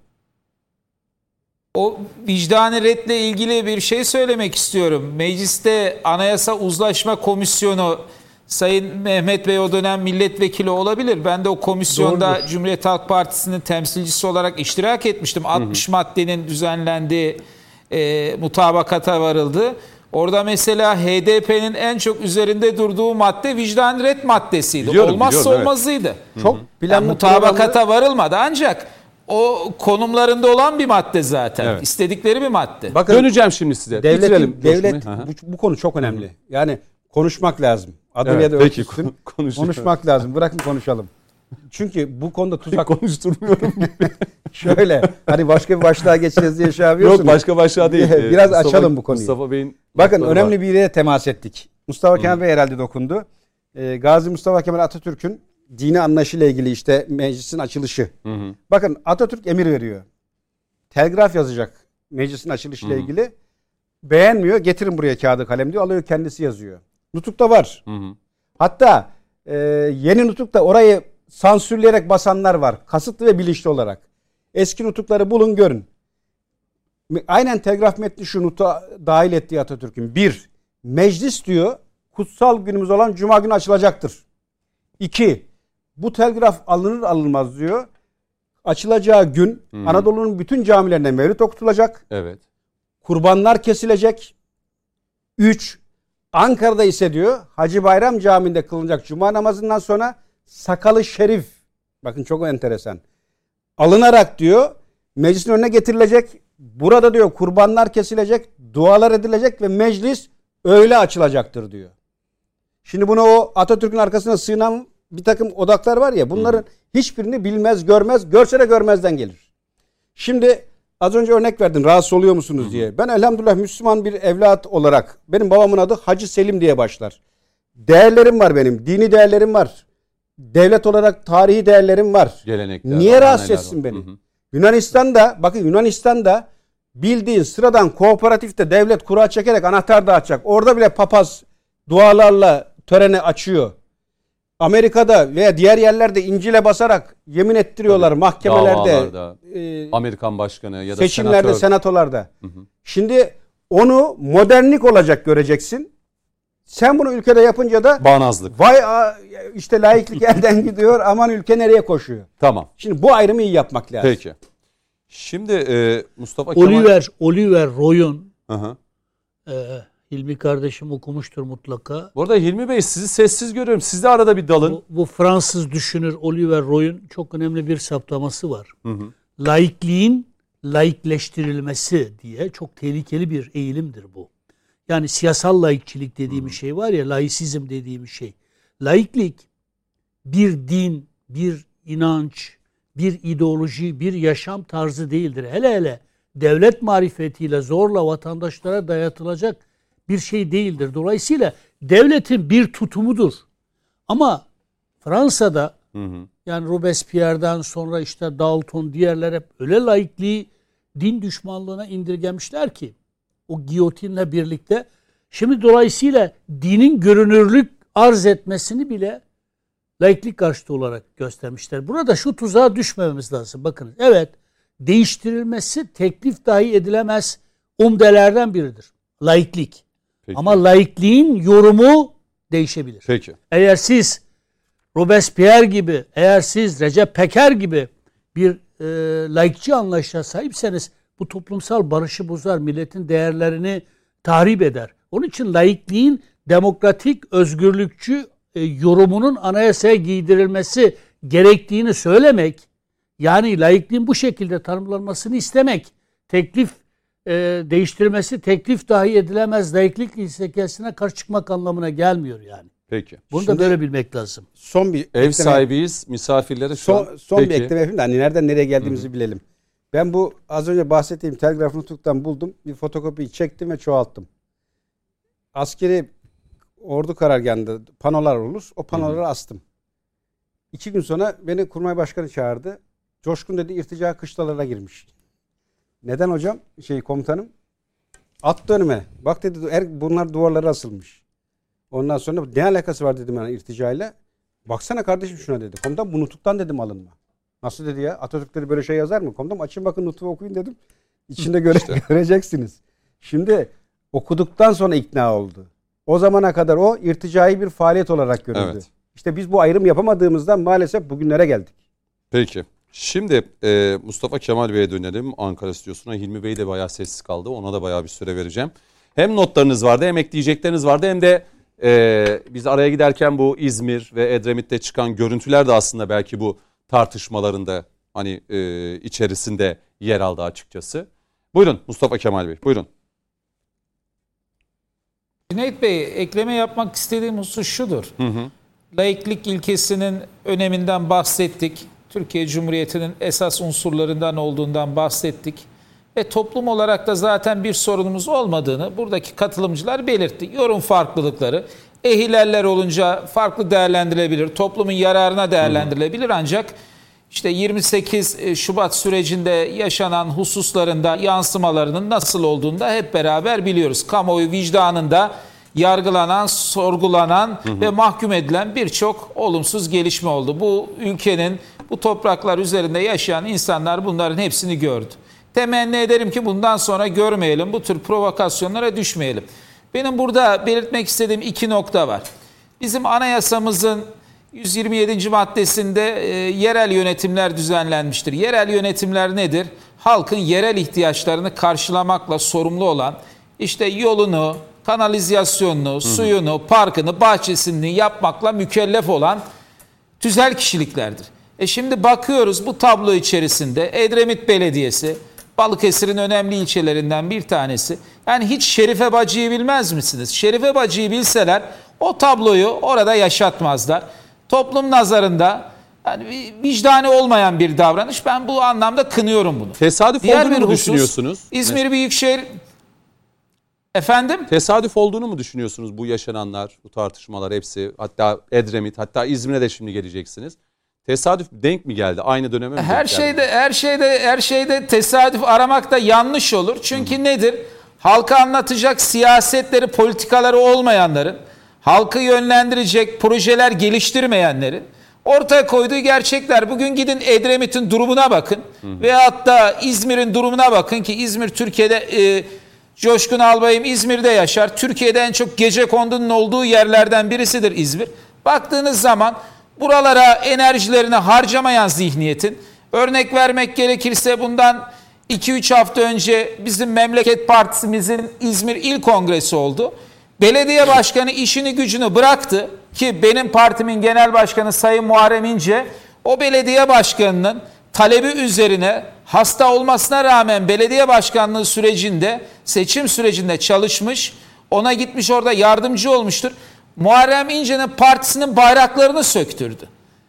[SPEAKER 4] O vicdani redle ilgili bir şey söylemek istiyorum. Mecliste Anayasa Uzlaşma Komisyonu, Sayın Mehmet Bey o dönem milletvekili olabilir. Ben de o komisyonda
[SPEAKER 2] Doğrudur.
[SPEAKER 4] Cumhuriyet Halk Partisi'nin temsilcisi olarak iştirak etmiştim. 60 maddenin düzenlendiği mutabakata varıldı. Orada mesela HDP'nin en çok üzerinde durduğu madde vicdan red maddesiydi. Olmazsa olmazıydı.
[SPEAKER 1] Evet.
[SPEAKER 2] Çok planlı
[SPEAKER 4] mutabakata varılmadı ancak o konumlarında olan bir madde zaten.
[SPEAKER 1] Evet.
[SPEAKER 4] İstedikleri bir madde.
[SPEAKER 2] Bakın,
[SPEAKER 1] döneceğim şimdi size.
[SPEAKER 2] Devlet bu konu çok önemli. Yani konuşmak lazım. Adıyla da ölçüsün. Konuşmak lazım. Bırakın konuşalım. Çünkü bu konuda tuzak...
[SPEAKER 1] Konuşturmuyorum.
[SPEAKER 2] Şöyle hani başka bir başlığa geçeceğiz diye şey yapıyorsunuz.
[SPEAKER 1] Yok, başka başlığa değil.
[SPEAKER 2] Biraz açalım bu konuyu.
[SPEAKER 1] Mustafa Bey'in...
[SPEAKER 2] Bakın önemli bir yere temas ettik. Mustafa Kemal Bey herhalde dokundu. Gazi Mustafa Kemal Atatürk'ün dini anlayışıyla ilgili işte meclisin açılışı. Bakın Atatürk emir veriyor. Telgraf yazacak meclisin açılışıyla ilgili. Beğenmiyor. Getirin buraya kağıdı kalem diyor. Alıyor kendisi yazıyor. Nutuk'ta var. Hatta yeni Nutuk'ta orayı sansürleyerek basanlar var. Kasıtlı ve bilinçli olarak. Eski Nutuk'ları bulun görün. Aynen telgraf metni şu nutuğa dahil ettiği Atatürk'ün. 1. Meclis diyor kutsal günümüz olan Cuma günü açılacaktır. 2. Bu telgraf alınır alınmaz diyor. Açılacağı gün Anadolu'nun bütün camilerinde mevlüt okutulacak.
[SPEAKER 1] Evet.
[SPEAKER 2] Kurbanlar kesilecek. 3. Ankara'da ise diyor Hacı Bayram Camii'nde kılınacak cuma namazından sonra sakalı şerif, bakın çok enteresan, alınarak diyor meclisin önüne getirilecek. Burada diyor kurbanlar kesilecek, dualar edilecek ve meclis öyle açılacaktır diyor. Şimdi bunu o Atatürk'ün arkasına sığınan bir takım odaklar var ya, bunların hiçbirini bilmez, görmez, görse de görmezden gelir. Şimdi az önce örnek verdin, rahatsız oluyor musunuz diye. Ben elhamdülillah Müslüman bir evlat olarak, benim babamın adı Hacı Selim diye başlar. Değerlerim var benim, dini değerlerim var. Devlet olarak tarihi değerlerim var.
[SPEAKER 1] Gelenekler.
[SPEAKER 2] Niye rahatsız etsin beni? Yunanistan'da, bakın Yunanistan'da bildiğin sıradan kooperatifte devlet kura çekerek anahtar dağıtacak. Orada bile papaz dualarla töreni açıyor. Amerika'da veya diğer yerlerde İncil'e basarak yemin ettiriyorlar mahkemelerde,
[SPEAKER 1] Amerikan başkanı ya da
[SPEAKER 2] seçimlerde, senatolarda. Şimdi onu modernlik olacak göreceksin. Sen bunu ülkede yapınca da
[SPEAKER 1] bağnazlık.
[SPEAKER 2] Vay işte laiklik elden gidiyor, aman ülke nereye koşuyor.
[SPEAKER 1] Tamam.
[SPEAKER 2] Şimdi bu ayrımı iyi yapmak lazım.
[SPEAKER 1] Peki. Şimdi Mustafa Kemal...
[SPEAKER 3] Oliver Roy'un Hilmi kardeşim okumuştur mutlaka.
[SPEAKER 1] Bu arada Hilmi Bey sizi sessiz görüyorum. Siz de arada bir dalın.
[SPEAKER 3] Bu Fransız düşünür Oliver Roy'un çok önemli bir saptaması var. Laikliğin laikleştirilmesi diye çok tehlikeli bir eğilimdir bu. Yani siyasal laikçilik dediğimiz şey var ya, laisizm dediğimiz şey. Laiklik bir din, bir inanç, bir ideoloji, bir yaşam tarzı değildir. Hele hele devlet marifetiyle zorla vatandaşlara dayatılacak bir şey değildir. Dolayısıyla devletin bir tutumudur. Ama Fransa'da yani Robespierre'den sonra işte Dalton, diğerler hep öyle laikliği din düşmanlığına indirgemişler ki o giyotinle birlikte. Şimdi dolayısıyla dinin görünürlük arz etmesini bile laiklik karşıtı olarak göstermişler. Burada şu tuzağa düşmememiz lazım. Bakın, evet, değiştirilmesi teklif dahi edilemez umdelerden biridir. Laiklik.
[SPEAKER 1] Peki.
[SPEAKER 3] Ama laikliğin yorumu değişebilir.
[SPEAKER 1] Peki.
[SPEAKER 3] Eğer siz Robespierre gibi, eğer siz Recep Peker gibi bir laikçi anlayışa sahipseniz bu toplumsal barışı bozar, milletin değerlerini tahrip eder. Onun için laikliğin demokratik, özgürlükçü yorumunun anayasaya giydirilmesi gerektiğini söylemek, yani laikliğin bu şekilde tanımlanmasını istemek, teklif değiştirmesi teklif dahi edilemez laiklik ilkesine karşı çıkmak anlamına gelmiyor yani.
[SPEAKER 1] Peki.
[SPEAKER 3] Bunu da böyle bilmek lazım.
[SPEAKER 2] Son bir
[SPEAKER 1] Ev sahibiyiz, misafirlere şu an.
[SPEAKER 2] Son bir
[SPEAKER 1] Peki.
[SPEAKER 2] ekleme yapayım da hani nereden nereye geldiğimizi bilelim. Ben bu az önce bahsettiğim telgraf nutuktan buldum. Bir fotokopiyi çektim ve çoğalttım. Askeri ordu karargahında panolar olur. O panoları astım. 2 gün sonra beni kurmay başkanı çağırdı. Coşkun dedi, irtica kışlalara girmiş. Neden hocam? Komutanım. Attı önüme. Bak dedi, bunlar duvarlara asılmış. Ondan sonra ne alakası var dedim yani irticayla. Baksana kardeşim şuna dedi. Komutan bu nutuktan dedim alınma. Nasıl dedi ya? Atatürk'leri böyle şey yazar mı? Komutan açın bakın nutuğu okuyun dedim. İçinde göreceksiniz. Şimdi okuduktan sonra ikna oldu. O zamana kadar o irticai bir faaliyet olarak görüldü.
[SPEAKER 1] Evet.
[SPEAKER 2] İşte biz bu ayrım yapamadığımızdan maalesef bugünlere geldik.
[SPEAKER 1] Peki. Şimdi Mustafa Kemal Bey'e dönelim. Ankara stüdyosuna. Hilmi Bey de bayağı sessiz kaldı. Ona da bayağı bir süre vereceğim. Hem notlarınız vardı, hem ekleyecekleriniz vardı, hem de biz araya giderken bu İzmir ve Edremit'te çıkan görüntüler de aslında belki bu tartışmalarında hani içerisinde yer aldı açıkçası. Buyurun Mustafa Kemal Bey, buyurun.
[SPEAKER 4] Cüneyt Bey, ekleme yapmak istediğim husus şudur. Laiklik ilkesinin öneminden bahsettik. Türkiye Cumhuriyeti'nin esas unsurlarından olduğundan bahsettik. Ve toplum olarak da zaten bir sorunumuz olmadığını buradaki katılımcılar belirtti. Yorum farklılıkları ehileller olunca farklı değerlendirilebilir. Toplumun yararına değerlendirilebilir, ancak işte 28 Şubat sürecinde yaşanan hususlarında yansımalarının nasıl olduğunu da hep beraber biliyoruz. Kamuoyu vicdanında yargılanan, sorgulanan ve mahkum edilen birçok olumsuz gelişme oldu. Bu ülkenin, bu topraklar üzerinde yaşayan insanlar bunların hepsini gördü. Temenni ederim ki bundan sonra görmeyelim, bu tür provokasyonlara düşmeyelim. Benim burada belirtmek istediğim 2 nokta var. Bizim anayasamızın 127. maddesinde yerel yönetimler düzenlenmiştir. Yerel yönetimler nedir? Halkın yerel ihtiyaçlarını karşılamakla sorumlu olan, işte yolunu, kanalizasyonunu, suyunu, parkını, bahçesini yapmakla mükellef olan tüzel kişiliklerdir. Şimdi bakıyoruz bu tablo içerisinde Edremit Belediyesi, Balıkesir'in önemli ilçelerinden bir tanesi. Yani hiç Şerife Bacı'yı bilmez misiniz? Şerife Bacı'yı bilseler o tabloyu orada yaşatmazlar. Toplum nazarında yani vicdanı olmayan bir davranış. Ben bu anlamda kınıyorum bunu.
[SPEAKER 1] Tesadüf olduğunu mu düşünüyorsunuz?
[SPEAKER 4] İzmir Büyükşehir... Efendim?
[SPEAKER 1] Tesadüf olduğunu mu düşünüyorsunuz bu yaşananlar, bu tartışmalar hepsi? Hatta Edremit, hatta İzmir'e de şimdi geleceksiniz. Tesadüf denk mi geldi? Aynı döneme mi denk geldi?
[SPEAKER 4] Her şeyde tesadüf aramak da yanlış olur. Çünkü nedir? Halka anlatacak siyasetleri, politikaları olmayanların, halkı yönlendirecek projeler geliştirmeyenlerin ortaya koyduğu gerçekler. Bugün gidin Edremit'in durumuna bakın. Veyahut da İzmir'in durumuna bakın ki İzmir Türkiye'de... Coşkun Albayım İzmir'de yaşar. Türkiye'de en çok gecekondunun olduğu yerlerden birisidir İzmir. Baktığınız zaman buralara enerjilerini harcamayan zihniyetin, örnek vermek gerekirse bundan 2-3 hafta önce bizim Memleket Partimizin İzmir İl Kongresi oldu. Belediye başkanı işini gücünü bıraktı ki benim partimin genel başkanı Sayın Muharrem İnce o belediye başkanının talebi üzerine hasta olmasına rağmen belediye başkanlığı sürecinde, seçim sürecinde çalışmış, ona gitmiş orada yardımcı olmuştur. Muharrem İnce'nin partisinin bayraklarını söktürdü.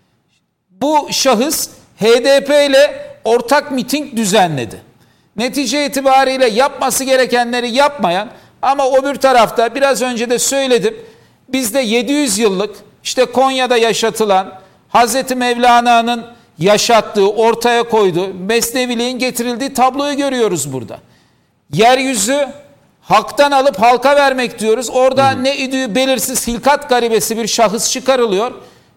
[SPEAKER 4] Bu şahıs HDP ile ortak miting düzenledi. Netice itibariyle yapması gerekenleri yapmayan ama öbür tarafta biraz önce de söyledim, bizde 700 yıllık işte Konya'da yaşatılan Hazreti Mevlana'nın yaşattığı, ortaya koyduğu, mesneviliğin getirildiği tabloyu görüyoruz burada. Yeryüzü halktan alıp halka vermek diyoruz. Orada ne idüğü belirsiz hilkat garibesi bir şahıs çıkarılıyor.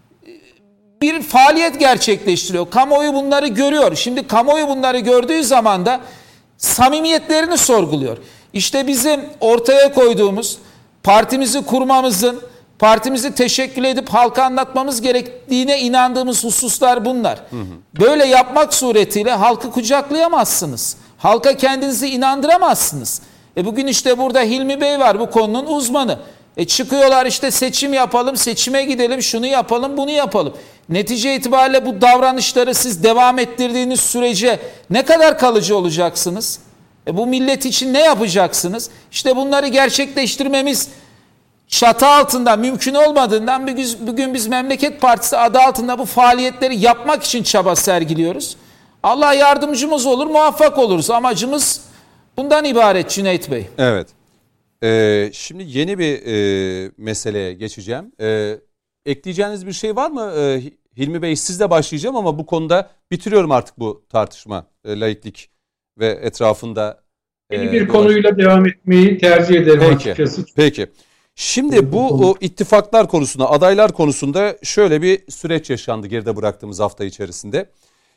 [SPEAKER 4] Bir faaliyet gerçekleştiriyor. Kamuoyu bunları görüyor. Şimdi kamuoyu bunları gördüğü zaman da samimiyetlerini sorguluyor. İşte bizim ortaya koyduğumuz, partimizi kurmamızın, partimizi teşekkül edip halka anlatmamız gerektiğine inandığımız hususlar bunlar. Böyle yapmak suretiyle halkı kucaklayamazsınız. Halka kendinizi inandıramazsınız. Bugün işte burada Hilmi Bey var, bu konunun uzmanı. Çıkıyorlar işte seçim yapalım, seçime gidelim, şunu yapalım, bunu yapalım. Netice itibariyle bu davranışları siz devam ettirdiğiniz sürece ne kadar kalıcı olacaksınız? Bu millet için ne yapacaksınız? İşte bunları gerçekleştirmemiz çatı altında mümkün olmadığından bugün biz Memleket Partisi adı altında bu faaliyetleri yapmak için çaba sergiliyoruz. Allah yardımcımız olur, muvaffak oluruz. Amacımız bundan ibaret Cüneyt Bey.
[SPEAKER 1] Evet. Şimdi yeni bir meseleye geçeceğim. Ekleyeceğiniz bir şey var mı? Hilmi Bey, sizle başlayacağım ama bu konuda bitiriyorum artık bu tartışma. Laiklik ve etrafında.
[SPEAKER 5] Yeni bir konuyla devam etmeyi tercih ederim açıkçası.
[SPEAKER 1] Peki. Şimdi bu ittifaklar konusunda, adaylar konusunda şöyle bir süreç yaşandı geride bıraktığımız hafta içerisinde.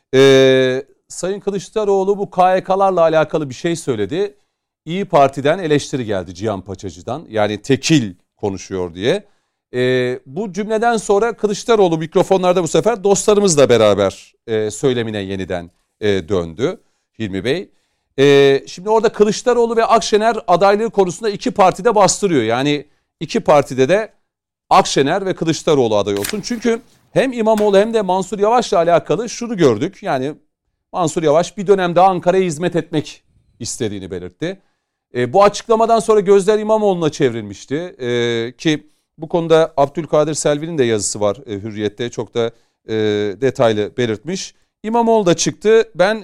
[SPEAKER 1] Sayın Kılıçdaroğlu bu KYK'larla alakalı bir şey söyledi. İyi Parti'den eleştiri geldi, Cihan Paçacı'dan. Yani tekil konuşuyor diye. Bu cümleden sonra Kılıçdaroğlu mikrofonlarda bu sefer dostlarımızla beraber söylemine yeniden döndü Hilmi Bey. Şimdi orada Kılıçdaroğlu ve Akşener adaylığı konusunda iki partide bastırıyor. Yani iki partide de Akşener ve Kılıçdaroğlu aday olsun. Çünkü hem İmamoğlu hem de Mansur Yavaş'la alakalı şunu gördük. Yani Mansur Yavaş bir dönem daha Ankara'ya hizmet etmek istediğini belirtti. Bu açıklamadan sonra gözler İmamoğlu'na çevrilmişti. Ki bu konuda Abdülkadir Selvi'nin de yazısı var Hürriyet'te, çok da detaylı belirtmiş. İmamoğlu da çıktı. Ben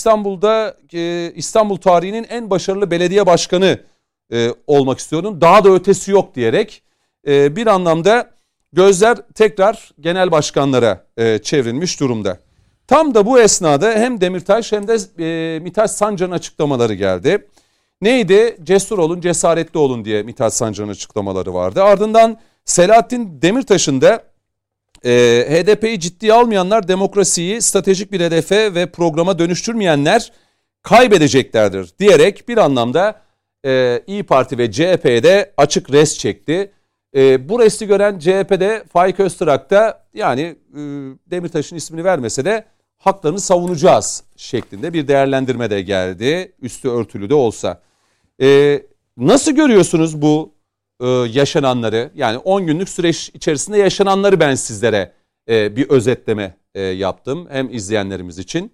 [SPEAKER 1] İstanbul tarihinin en başarılı belediye başkanı olmak istiyorum. Daha da ötesi yok diyerek bir anlamda gözler tekrar genel başkanlara çevrilmiş durumda. Tam da bu esnada hem Demirtaş hem de Mithat Sancar'ın açıklamaları geldi. Neydi? Cesur olun, cesaretli olun diye Mithat Sancar'ın açıklamaları vardı. Ardından Selahattin Demirtaş'ın da HDP'yi ciddiye almayanlar, demokrasiyi stratejik bir hedefe ve programa dönüştürmeyenler kaybedeceklerdir diyerek bir anlamda İYİ Parti ve CHP'ye de açık res çekti. Bu resti gören CHP'de Faik Öztürk da yani Demirtaş'ın ismini vermese de haklarını savunacağız şeklinde bir değerlendirme de geldi. Üstü örtülü de olsa. Nasıl görüyorsunuz bu yaşananları? Yani 10 günlük süreç içerisinde yaşananları ben sizlere bir özetleme yaptım. Hem izleyenlerimiz için.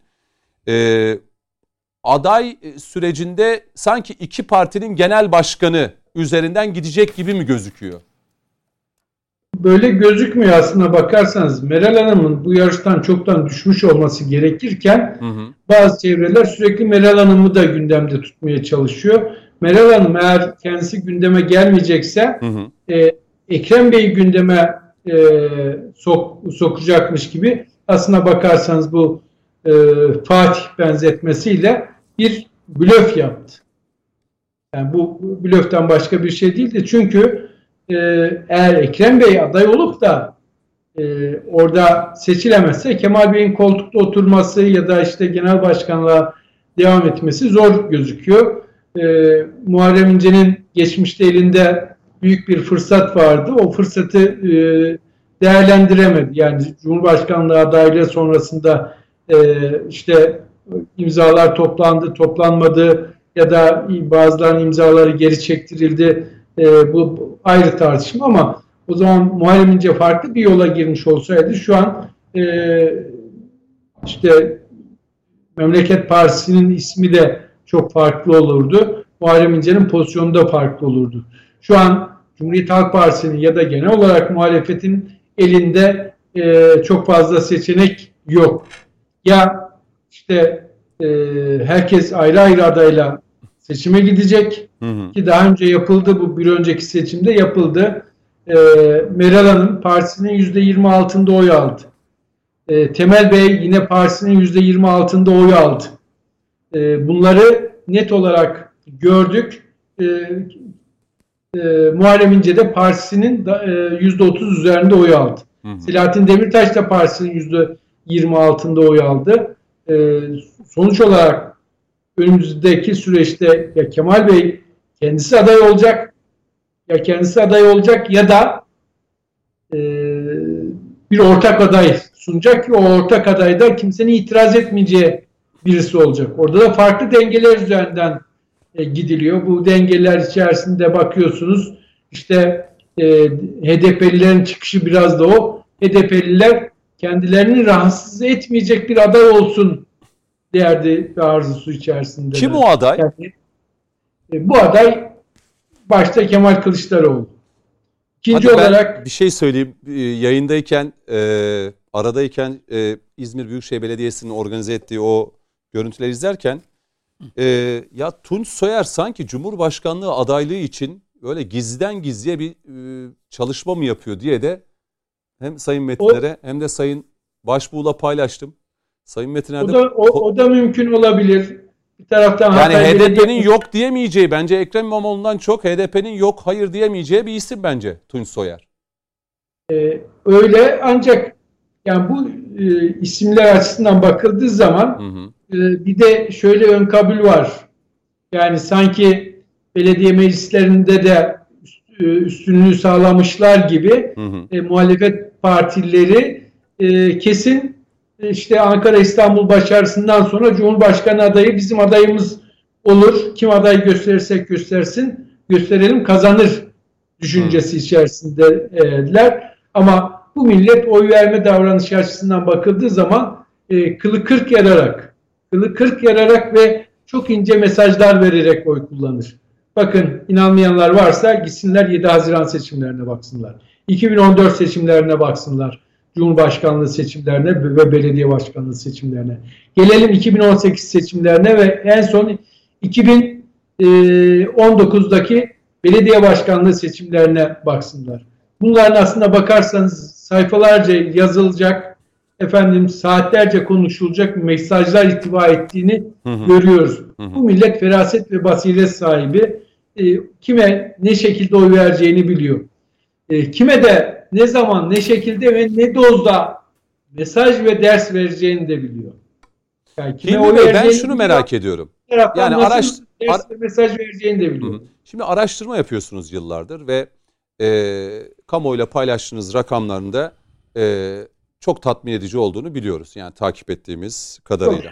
[SPEAKER 1] Aday sürecinde sanki iki partinin genel başkanı üzerinden gidecek gibi mi gözüküyor?
[SPEAKER 5] Böyle gözükmüyor aslında bakarsanız. Meral Hanım'ın bu yarıştan çoktan düşmüş olması gerekirken bazı çevreler sürekli Meral Hanım'ı da gündemde tutmaya çalışıyor. Meral Hanım eğer kendisi gündeme gelmeyecekse Ekrem Bey'i gündeme sokacakmış gibi aslına bakarsanız bu Fatih benzetmesiyle bir blöf yaptı. Yani bu blöften başka bir şey değildi. Çünkü eğer Ekrem Bey aday olup da orada seçilemezse Kemal Bey'in koltukta oturması ya da işte genel başkanlığa devam etmesi zor gözüküyor. Muharrem İnce'nin geçmişte elinde büyük bir fırsat vardı. O fırsatı değerlendiremedi. Yani Cumhurbaşkanlığı adaylığı sonrasında işte imzalar toplandı, toplanmadı ya da bazılarının imzaları geri çektirildi. Bu ayrı tartışma ama o zaman Muharrem İnce farklı bir yola girmiş olsaydı şu an işte Memleket Partisi'nin ismi de çok farklı olurdu. Muharrem İnce'nin pozisyonu da farklı olurdu. Şu an Cumhuriyet Halk Partisi'nin ya da genel olarak muhalefetin elinde çok fazla seçenek yok. Ya işte herkes ayrı ayrı adayla seçime gidecek ki daha önce yapıldı, bu bir önceki seçimde yapıldı. Meral Hanım partisinin %20 altında oy aldı. Temel Bey yine partisinin %20 altında oy aldı. Bunları net olarak gördük. Muharrem İnce de partisinin %30 üzerinde oy aldı. Selahattin Demirtaş da partisinin %20 altında oy aldı. Sonuç olarak önümüzdeki süreçte ya Kemal Bey kendisi aday olacak ya da bir ortak aday sunacak ki o ortak adayda kimsenin itiraz etmeyeceği birisi olacak. Orada da farklı dengeler üzerinden gidiliyor. Bu dengeler içerisinde bakıyorsunuz işte HDP'lilerin çıkışı biraz da o. HDP'liler kendilerini rahatsız etmeyecek bir aday olsun derdi ve arzusu içerisinde.
[SPEAKER 1] Kim o aday?
[SPEAKER 5] Yani, bu aday başta Kemal Kılıçdaroğlu. İkinci olarak
[SPEAKER 1] bir şey söyleyeyim. Yayındayken, aradayken İzmir Büyükşehir Belediyesi'nin organize ettiği o görüntüleri izlerken ya Tunç Soyer sanki Cumhurbaşkanlığı adaylığı için böyle gizliden gizliye bir çalışma mı yapıyor diye de hem Sayın Metinler'e hem de Sayın Başbuğ'la paylaştım. Sayın Metinler'de
[SPEAKER 5] o da mümkün olabilir. Bir taraftan
[SPEAKER 1] yani HDP'nin yok diyemeyeceği, bence Ekrem İmamoğlu'ndan çok HDP'nin yok hayır diyemeyeceği bir isim bence Tunç Soyer.
[SPEAKER 5] Öyle, ancak yani bu isimler açısından bakıldığı zaman bir de şöyle ön kabul var. Yani sanki belediye meclislerinde de üstünlüğü sağlamışlar gibi muhalefet partileri kesin işte Ankara İstanbul başarısından sonra Cumhurbaşkanı adayı bizim adayımız olur. Kim aday gösterirsek gösterelim kazanır düşüncesi içerisindeler. Ama bu millet oy verme davranışı açısından bakıldığı zaman kılı kırk yararak ve çok ince mesajlar vererek oy kullanır. Bakın, inanmayanlar varsa gitsinler 7 Haziran seçimlerine baksınlar. 2014 seçimlerine baksınlar. Cumhurbaşkanlığı seçimlerine ve belediye başkanlığı seçimlerine. Gelelim 2018 seçimlerine ve en son 2019'daki belediye başkanlığı seçimlerine baksınlar. Bunların aslında bakarsanız sayfalarca yazılacak, saatlerce konuşulacak mesajlar ihtiva ettiğini görüyoruz. Bu millet feraset ve basiret sahibi. Kime ne şekilde oy vereceğini biliyor. Kime de ne zaman, ne şekilde ve ne dozda mesaj ve ders vereceğini de biliyor.
[SPEAKER 1] Yani ben şunu merak ediyorum. Yani
[SPEAKER 5] mesaj vereceğini de biliyor.
[SPEAKER 1] Şimdi araştırma yapıyorsunuz yıllardır ve kamuoyuyla paylaştığınız rakamlarında çok tatmin edici olduğunu biliyoruz. Yani takip ettiğimiz kadarıyla.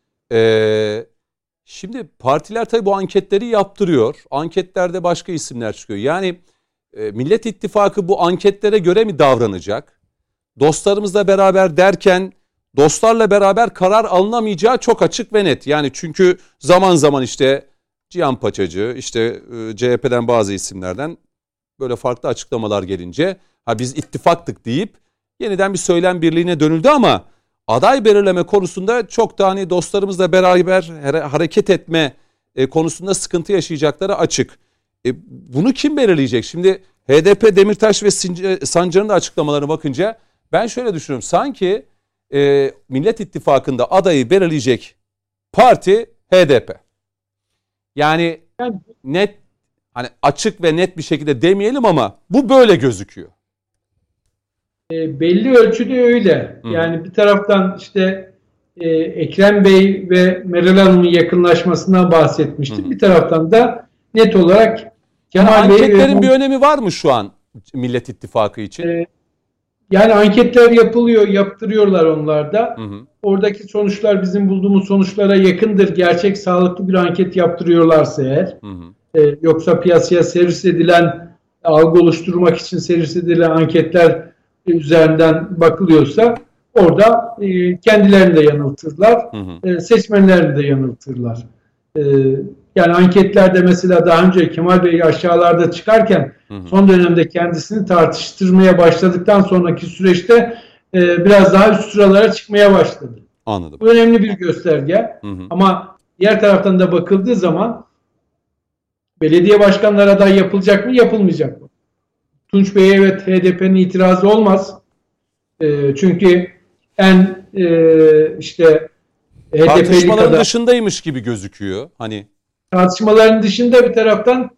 [SPEAKER 1] Şimdi partiler tabii bu anketleri yaptırıyor. Anketlerde başka isimler çıkıyor. Yani Millet İttifakı bu anketlere göre mi davranacak? Dostlarımızla beraber derken dostlarla beraber karar alınamayacağı çok açık ve net. Yani çünkü zaman zaman işte Cihan Paçacı, işte CHP'den bazı isimlerden böyle farklı açıklamalar gelince biz ittifaktık deyip yeniden bir söylem birliğine dönüldü ama aday belirleme konusunda çok da hani dostlarımızla beraber hareket etme konusunda sıkıntı yaşayacakları açık. Bunu kim belirleyecek? Şimdi HDP, Demirtaş ve Sancar'ın da açıklamalarına bakınca ben şöyle düşünüyorum. Sanki Millet İttifakı'nda adayı belirleyecek parti HDP. Yani net, hani açık ve net bir şekilde demeyelim ama bu böyle gözüküyor.
[SPEAKER 5] Belli ölçüde öyle. Yani bir taraftan işte Ekrem Bey ve Meral Hanım'ın yakınlaşmasından bahsetmiştik. Bir taraftan da net olarak
[SPEAKER 1] Kemal Bey... Anketlerin bir önemi var mı şu an Millet İttifakı için?
[SPEAKER 5] Yani anketler yapılıyor, yaptırıyorlar onlar da. Oradaki sonuçlar bizim bulduğumuz sonuçlara yakındır. Gerçek, sağlıklı bir anket yaptırıyorlarsa eğer. Yoksa piyasaya servis edilen, algı oluşturmak için servis edilen anketler üzerinden bakılıyorsa orada kendilerini de yanıltırlar, seçmenlerini de yanıltırlar. Yani anketlerde mesela daha önce Kemal Bey aşağılarda çıkarken son dönemde kendisini tartıştırmaya başladıktan sonraki süreçte biraz daha üst sıralara çıkmaya başladı.
[SPEAKER 1] Anladım.
[SPEAKER 5] Bu önemli bir gösterge. Ama diğer taraftan da bakıldığı zaman belediye başkanları aday yapılacak mı, yapılmayacak mı? Tunç Bey'e evet HDP'nin itirazı olmaz. Çünkü en işte
[SPEAKER 1] tartışmaların dışındaymış gibi gözüküyor. Hani
[SPEAKER 5] tartışmaların dışında bir taraftan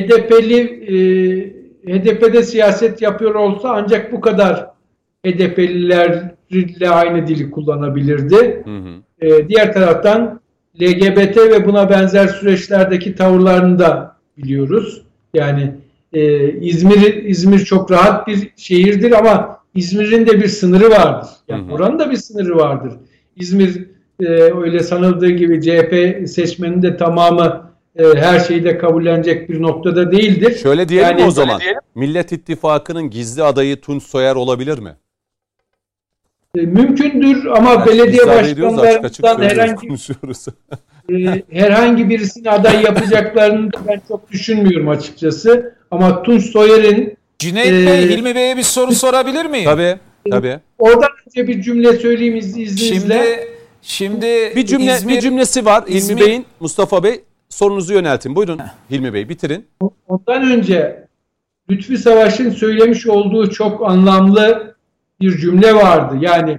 [SPEAKER 5] HDP'de siyaset yapıyor olsa ancak bu kadar HDP'lilerle aynı dili kullanabilirdi. Diğer taraftan LGBT ve buna benzer süreçlerdeki tavırlarını da biliyoruz. Yani İzmir çok rahat bir şehirdir ama İzmir'in de bir sınırı vardır. Yani oranın da bir sınırı vardır. İzmir öyle sanıldığı gibi CHP seçmenin de tamamı her şeyi de kabullenecek bir noktada değildir.
[SPEAKER 1] Şöyle diyelim mi o zaman? Millet İttifakı'nın gizli adayı Tunç Soyer olabilir mi?
[SPEAKER 5] Mümkündür ama belediye başkanlarından herhangi birisini aday yapacaklarını da ben çok düşünmüyorum açıkçası. Ama Tunç Soyer'in
[SPEAKER 4] Cüneyt Bey, Hilmi Bey'e bir soru sorabilir miyim?
[SPEAKER 1] Tabii.
[SPEAKER 5] Oradan önce bir cümle söyleyeyim izninizle.
[SPEAKER 4] Şimdi
[SPEAKER 1] bir cümlesi var Hilmi Bey'in. Mustafa Bey sorunuzu yöneltin. Buyurun Hilmi Bey, bitirin.
[SPEAKER 5] Ondan önce Lütfü Savaş'ın söylemiş olduğu çok anlamlı bir cümle vardı. Yani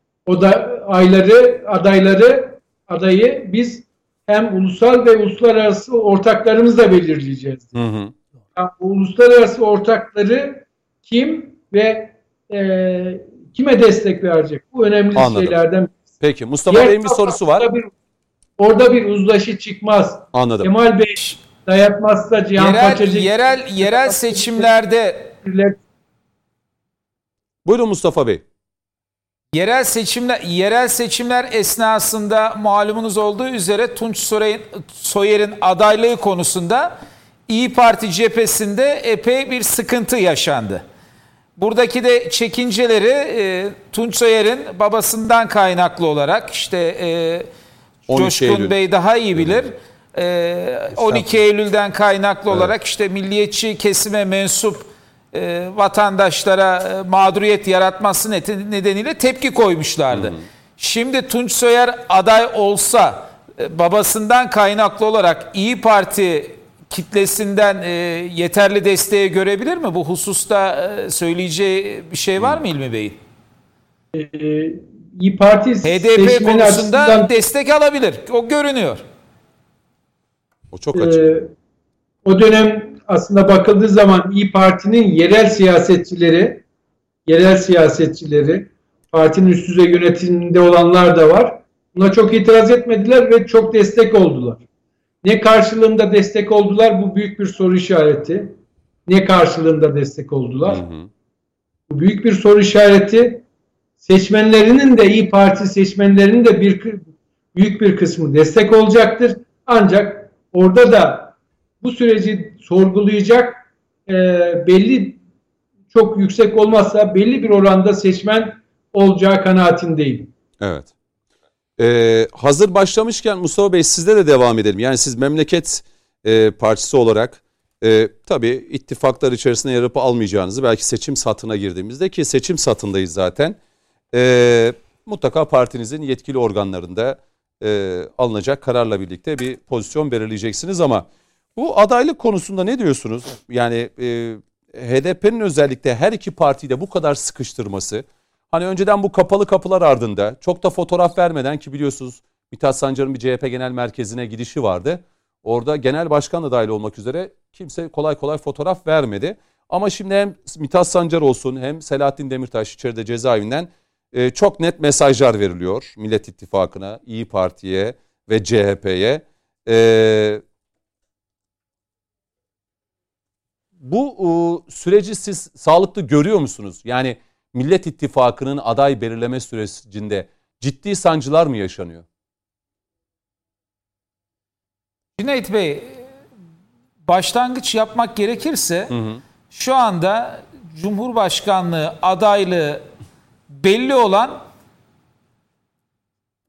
[SPEAKER 5] adayı biz hem ulusal ve uluslararası ortaklarımızla belirleyeceğiz. Yani bu uluslararası ortakları kim ve kime destek verecek? Bu önemli şeylerden.
[SPEAKER 1] Peki Mustafa Bey'in bir sorusu var.
[SPEAKER 5] Orada bir uzlaşı çıkmaz.
[SPEAKER 1] Anladım.
[SPEAKER 5] Kemal Bey dayatmazsa Cihan Paçacık
[SPEAKER 4] yerel seçimlerde
[SPEAKER 1] Buyurun Mustafa Bey.
[SPEAKER 4] Yerel seçimler esnasında malumunuz olduğu üzere Tunç Soyer'in adaylığı konusunda İYİ Parti cephesinde epey bir sıkıntı yaşandı. Buradaki de çekinceleri Tunç Soyer'in babasından kaynaklı olarak Coşkun Bey daha iyi bilir. 12 Eylül'den kaynaklı olarak milliyetçi kesime mensup vatandaşlara mağduriyet yaratması nedeniyle tepki koymuşlardı. Şimdi Tunç Soyer aday olsa babasından kaynaklı olarak İYİ Parti kitlesinden yeterli desteği görebilir mi? Bu hususta söyleyeceği bir şey var mı İlmi Bey'in?
[SPEAKER 5] İYİ Parti
[SPEAKER 4] HDP konusunda destek alabilir. O görünüyor.
[SPEAKER 1] O çok açık.
[SPEAKER 5] O dönem aslında bakıldığı zaman İYİ Parti'nin yerel siyasetçileri, partinin üst düzey yönetiminde olanlar da var. Buna çok itiraz etmediler ve çok destek oldular. Ne karşılığında destek oldular? Bu büyük bir soru işareti. Ne karşılığında destek oldular? Bu büyük bir soru işareti. Seçmenlerinin de İYİ Parti seçmenlerinin de büyük bir kısmı destek olacaktır. Ancak orada da bu süreci sorgulayacak belli çok yüksek olmazsa belli bir oranda seçmen olacağı kanaatindeyim.
[SPEAKER 1] Evet. Hazır başlamışken Mustafa Bey sizde de devam edelim. Yani siz Memleket Partisi olarak tabii ittifaklar içerisinde yer alıp almayacağınızı belki seçim satına girdiğimizde ki seçim satındayız zaten. Mutlaka partinizin yetkili organlarında alınacak kararla birlikte bir pozisyon belirleyeceksiniz ama bu adaylık konusunda ne diyorsunuz? Yani HDP'nin özellikle her iki partiyi de bu kadar sıkıştırması, hani önceden bu kapalı kapılar ardında çok da fotoğraf vermeden ki biliyorsunuz Mithat Sancar'ın bir CHP Genel Merkezi'ne gidişi vardı. Orada genel başkan da dahil olmak üzere kimse kolay kolay fotoğraf vermedi. Ama şimdi hem Mithat Sancar olsun hem Selahattin Demirtaş içeride cezaevinden çok net mesajlar veriliyor Millet İttifakı'na, İYİ Parti'ye ve CHP'ye. Bu süreci siz sağlıklı görüyor musunuz? Yani Millet İttifakı'nın aday belirleme sürecinde ciddi sancılar mı yaşanıyor?
[SPEAKER 4] Cüneyt Bey, başlangıç yapmak gerekirse şu anda Cumhurbaşkanlığı adaylığı belli olan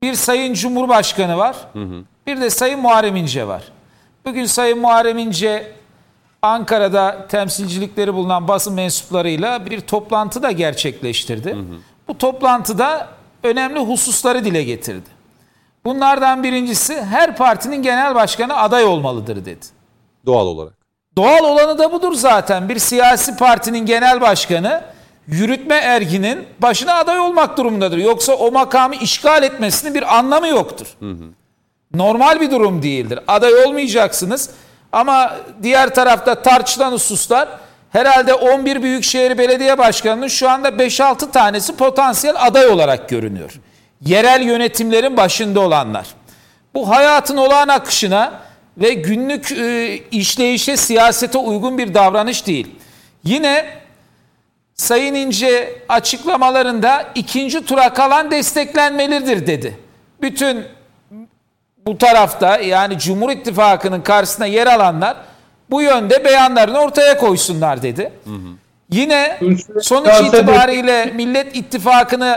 [SPEAKER 4] bir Sayın Cumhurbaşkanı var. Bir de Sayın Muharrem İnce var. Bugün Sayın Muharrem İnce Ankara'da temsilcilikleri bulunan basın mensuplarıyla bir toplantı da gerçekleştirdi. Bu toplantıda önemli hususları dile getirdi. Bunlardan birincisi her partinin genel başkanı aday olmalıdır dedi.
[SPEAKER 1] Doğal olarak.
[SPEAKER 4] Doğal olanı da budur zaten. Bir siyasi partinin genel başkanı yürütme erginin başına aday olmak durumundadır. Yoksa o makamı işgal etmesinin bir anlamı yoktur. Normal bir durum değildir. Aday olmayacaksınız ama diğer tarafta tartışılan hususlar herhalde 11 Büyükşehir Belediye Başkanı'nın şu anda 5-6 tanesi potansiyel aday olarak görünüyor. Yerel yönetimlerin başında olanlar. Bu hayatın olağan akışına ve günlük işleyişe, siyasete uygun bir davranış değil. Yine Sayın İnce açıklamalarında ikinci tura kalan desteklenmelidir dedi. Bütün bu tarafta yani Cumhur İttifakı'nın karşısına yer alanlar bu yönde beyanlarını ortaya koysunlar dedi. Yine sonuç itibariyle Millet İttifakı'nı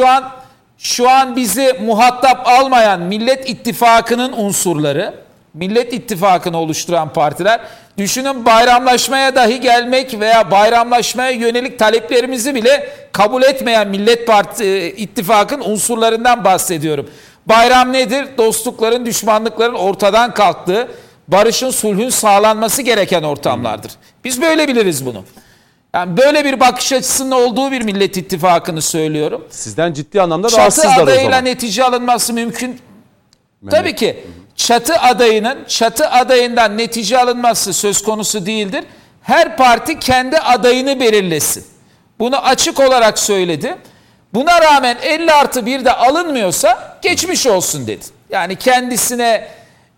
[SPEAKER 4] şu an bizi muhatap almayan Millet İttifakı'nın unsurları, Millet İttifakı'nı oluşturan partiler, düşünün bayramlaşmaya dahi gelmek veya bayramlaşmaya yönelik taleplerimizi bile kabul etmeyen Millet İttifakı'nın unsurlarından bahsediyorum. Bayram nedir? Dostlukların, düşmanlıkların ortadan kalktığı, barışın, sulhün sağlanması gereken ortamlardır. Biz böyle biliriz bunu. Yani böyle bir bakış açısının olduğu bir Millet İttifakı'nı söylüyorum.
[SPEAKER 1] Sizden ciddi anlamda
[SPEAKER 4] çatı
[SPEAKER 1] rahatsızlar o zaman.
[SPEAKER 4] Çatı adayıyla netice alınması mümkün. Tabii ki çatı adayından netice alınması söz konusu değildir. Her parti kendi adayını belirlesin. Bunu açık olarak söyledi. Buna rağmen 50+1'de alınmıyorsa geçmiş olsun dedi. Yani kendisine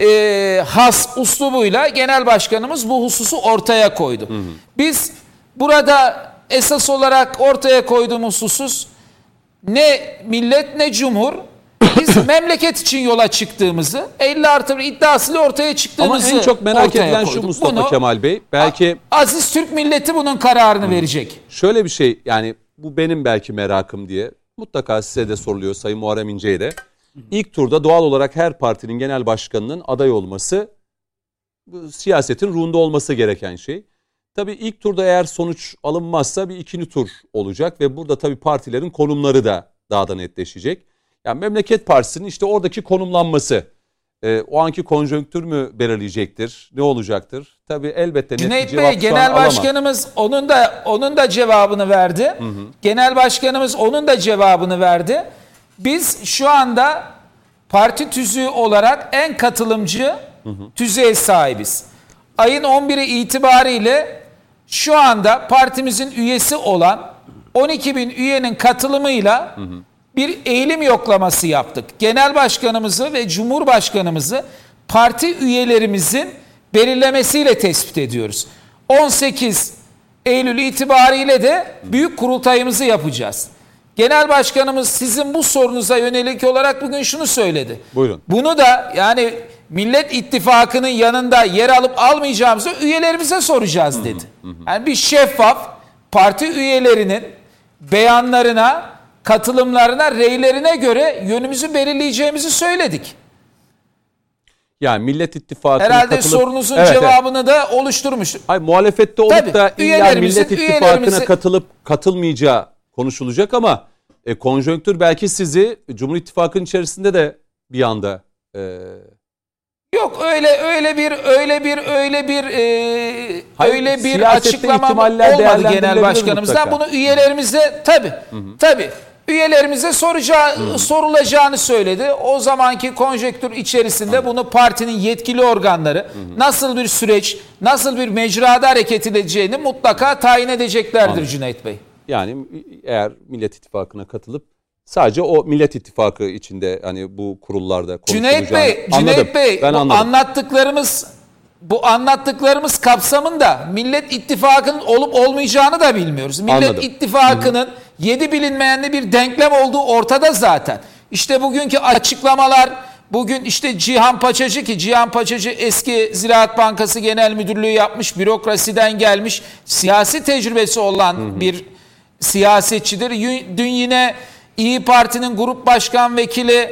[SPEAKER 4] has uslubuyla genel başkanımız bu hususu ortaya koydu. Biz burada esas olarak ortaya koyduğumuz husus ne millet ne cumhur. Biz memleket için yola çıktığımızı, 50+1 iddiasıyla ortaya çıktığımızı
[SPEAKER 1] ama en çok merak edilen
[SPEAKER 4] koyduk.
[SPEAKER 1] şu Mustafa
[SPEAKER 4] Bunu,
[SPEAKER 1] Kemal Bey. Belki
[SPEAKER 4] Aziz Türk milleti bunun kararını verecek.
[SPEAKER 1] şöyle bir şey, yani bu benim belki merakım diye mutlaka size de soruluyor, Sayın Muharrem İnce'ye de. İlk turda doğal olarak her partinin genel başkanının aday olması, bu siyasetin ruhunda olması gereken şey. Tabii ilk turda eğer sonuç alınmazsa bir ikinci tur olacak ve burada tabii partilerin konumları da daha da netleşecek. Yani Memleket Partisi'nin işte oradaki konumlanması, o anki konjonktür mü belirleyecektir, ne olacaktır? Tabii elbette net
[SPEAKER 4] Cüneyt
[SPEAKER 1] bir cevap
[SPEAKER 4] Bey,
[SPEAKER 1] şu
[SPEAKER 4] genel
[SPEAKER 1] an alamam.
[SPEAKER 4] başkanımız onun da cevabını verdi. Genel başkanımız onun da cevabını verdi. Biz şu anda parti tüzüğü olarak en katılımcı tüzüğe sahibiz. Ayın 11'i itibariyle şu anda partimizin üyesi olan 12.000 üyenin katılımıyla bir eğilim yoklaması yaptık. Genel başkanımızı ve cumhurbaşkanımızı parti üyelerimizin belirlemesiyle tespit ediyoruz. 18 Eylül itibariyle de büyük kurultayımızı yapacağız. Genel başkanımız sizin bu sorunuza yönelik olarak bugün şunu söyledi.
[SPEAKER 1] Buyurun.
[SPEAKER 4] Bunu da yani Millet İttifakı'nın yanında yer alıp almayacağımızı üyelerimize soracağız dedi. Yani bir şeffaf parti üyelerinin beyanlarına, katılımlarına, reylerine göre yönümüzü belirleyeceğimizi söyledik.
[SPEAKER 1] Yani Millet İttifakı'na
[SPEAKER 4] herhalde
[SPEAKER 1] katılıp,
[SPEAKER 4] sorunuzun cevabını da oluşturmuş.
[SPEAKER 1] Hayır, muhalefette olup
[SPEAKER 4] Tabii,
[SPEAKER 1] da illa Millet İttifakı'na
[SPEAKER 4] üyelerimizi
[SPEAKER 1] katılıp katılmayacağı konuşulacak ama konjonktür belki sizi Cumhur İttifakı'nın içerisinde de bir anda
[SPEAKER 4] yok öyle bir açıklama olmadı genel başkanımızdan. Bunu üyelerimize tabii üyelerimize sorulacağını söyledi. O zamanki konjonktür içerisinde bunu partinin yetkili organları nasıl bir süreç, nasıl bir mecrada hareket edeceğini mutlaka tayin edeceklerdir Cüneyt Bey. Yani
[SPEAKER 1] eğer Millet İttifakı'na katılıp sadece o Millet İttifakı içinde hani bu kurullarda konuşulacağını
[SPEAKER 4] Cüneyt Bey,
[SPEAKER 1] ben anladım.
[SPEAKER 4] Bu anlattıklarımız kapsamında Millet İttifakı'nın olup olmayacağını da bilmiyoruz. Millet İttifakı'nın 7 bilinmeyenli bir denklem olduğu ortada zaten. İşte bugünkü açıklamalar, bugün işte Cihan Paçacı eski Ziraat Bankası Genel Müdürlüğü yapmış, bürokrasiden gelmiş, siyasi tecrübesi olan bir siyasetçidir. Dün yine İyi Parti'nin Grup Başkan Vekili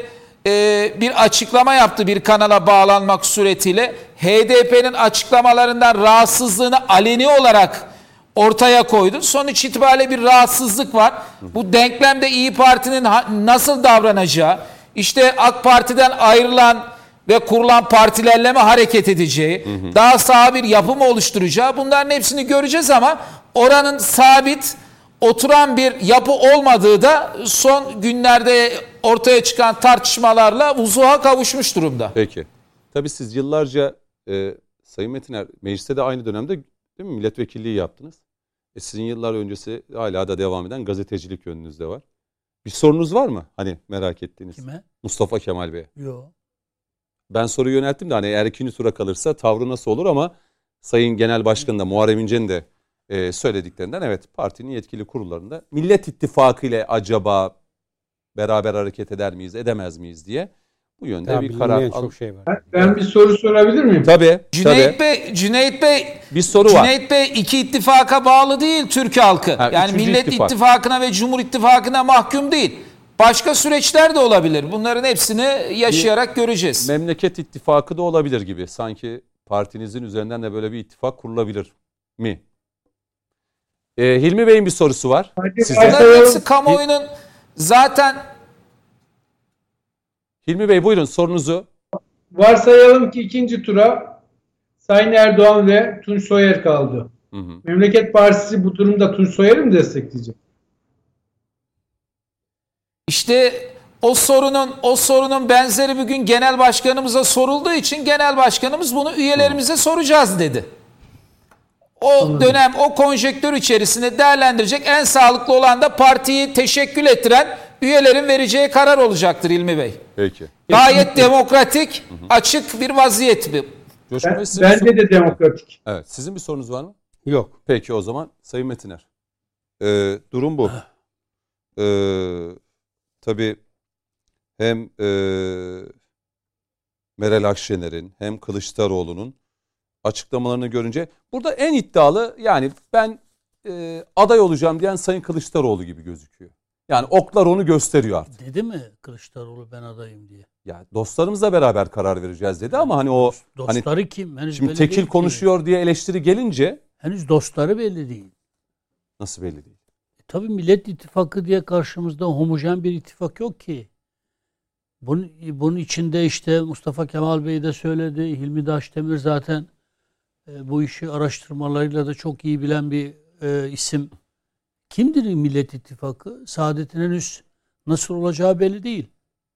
[SPEAKER 4] bir açıklama yaptı bir kanala bağlanmak suretiyle. HDP'nin açıklamalarından rahatsızlığını aleni olarak ortaya koydu. Sonuç itibariyle bir rahatsızlık var. Bu denklemde İyi Parti'nin nasıl davranacağı, işte AK Parti'den ayrılan ve kurulan partilerle mi hareket edeceği, daha sağ bir yapı mı oluşturacağı, bunların hepsini göreceğiz ama oranın sabit oturan bir yapı olmadığı da son günlerde ortaya çıkan tartışmalarla vuzuha kavuşmuş durumda.
[SPEAKER 1] Peki. Tabii siz yıllarca Sayın Metiner mecliste de aynı dönemde değil mi milletvekilliği yaptınız. Sizin yıllar öncesi hala da devam eden gazetecilik yönünüzde var. Bir sorunuz var mı? Hani merak ettiğiniz.
[SPEAKER 3] Kime?
[SPEAKER 1] Mustafa Kemal Bey'e.
[SPEAKER 3] Yok.
[SPEAKER 1] Ben soruyu yönelttim de hani eğer 2. tura kalırsa tavrı nasıl olur ama Sayın Genel Başkanı da Muharrem İnce'nin de söylediklerinden evet partinin yetkili kurullarında Millet İttifakı ile acaba beraber hareket eder miyiz edemez miyiz diye bu yönde
[SPEAKER 2] Ya
[SPEAKER 1] bir karar
[SPEAKER 2] çok şey var.
[SPEAKER 5] Ben bir soru sorabilir miyim?
[SPEAKER 1] Tabii.
[SPEAKER 4] Cüneyt Bey
[SPEAKER 1] Bir soru var.
[SPEAKER 4] Cüneyt Bey iki ittifaka bağlı değil Türk halkı.
[SPEAKER 1] Ha,
[SPEAKER 4] Yani
[SPEAKER 1] üçüncü
[SPEAKER 4] Millet
[SPEAKER 1] ittifak.
[SPEAKER 4] İttifakı'na ve Cumhur İttifakı'na mahkum değil. Başka süreçler de olabilir. Bunların hepsini yaşayarak göreceğiz.
[SPEAKER 1] Memleket İttifakı da olabilir gibi. Sanki partinizin üzerinden de böyle bir ittifak kurulabilir mi? Hilmi Bey'in bir sorusu var.
[SPEAKER 4] Bunların hepsi kamuoyunun zaten...
[SPEAKER 1] Hilmi Bey buyurun sorunuzu.
[SPEAKER 5] Varsayalım ki 2. tura Sayın Erdoğan ve Tunç Soyer kaldı. Memleket Partisi bu durumda Tunç Soyer'i mi destekleyecek?
[SPEAKER 4] İşte o sorunun benzeri bugün genel başkanımıza sorulduğu için genel başkanımız bunu üyelerimize soracağız dedi. O dönem, o konjektör içerisinde değerlendirecek en sağlıklı olan da partiyi teşekkül ettiren üyelerin vereceği karar olacaktır İlmi Bey.
[SPEAKER 1] Peki.
[SPEAKER 4] Gayet demokratik, açık bir vaziyet bu.
[SPEAKER 1] Coşkun Bey, sizin
[SPEAKER 5] Bence de demokratik.
[SPEAKER 1] Evet, sizin bir sorunuz var mı?
[SPEAKER 2] Yok.
[SPEAKER 1] Peki o zaman Sayın Metiner. Durum bu. Tabii hem Meral Akşener'in hem Kılıçdaroğlu'nun açıklamalarını görünce burada en iddialı yani ben aday olacağım diyen Sayın Kılıçdaroğlu gibi gözüküyor. Yani oklar onu gösteriyor artık.
[SPEAKER 3] Dedi mi Kılıçdaroğlu ben adayım diye?
[SPEAKER 1] Ya dostlarımızla beraber karar vereceğiz dedi ama hani o
[SPEAKER 3] Dostları
[SPEAKER 1] hani
[SPEAKER 3] kim? Henüz
[SPEAKER 1] şimdi
[SPEAKER 3] belli
[SPEAKER 1] tekil
[SPEAKER 3] değil ki.
[SPEAKER 1] konuşuyor diye eleştiri gelince
[SPEAKER 3] Henüz dostları belli değil.
[SPEAKER 1] nasıl belli değil.
[SPEAKER 3] Tabii Millet İttifakı diye karşımızda homojen bir ittifak yok ki. Bunun içinde işte Mustafa Kemal Bey de söyledi. Hilmi Daşdemir zaten bu işi araştırmalarıyla da çok iyi bilen bir isim. Kimdir Millet İttifakı? Saadetin henüz nasıl olacağı belli değil.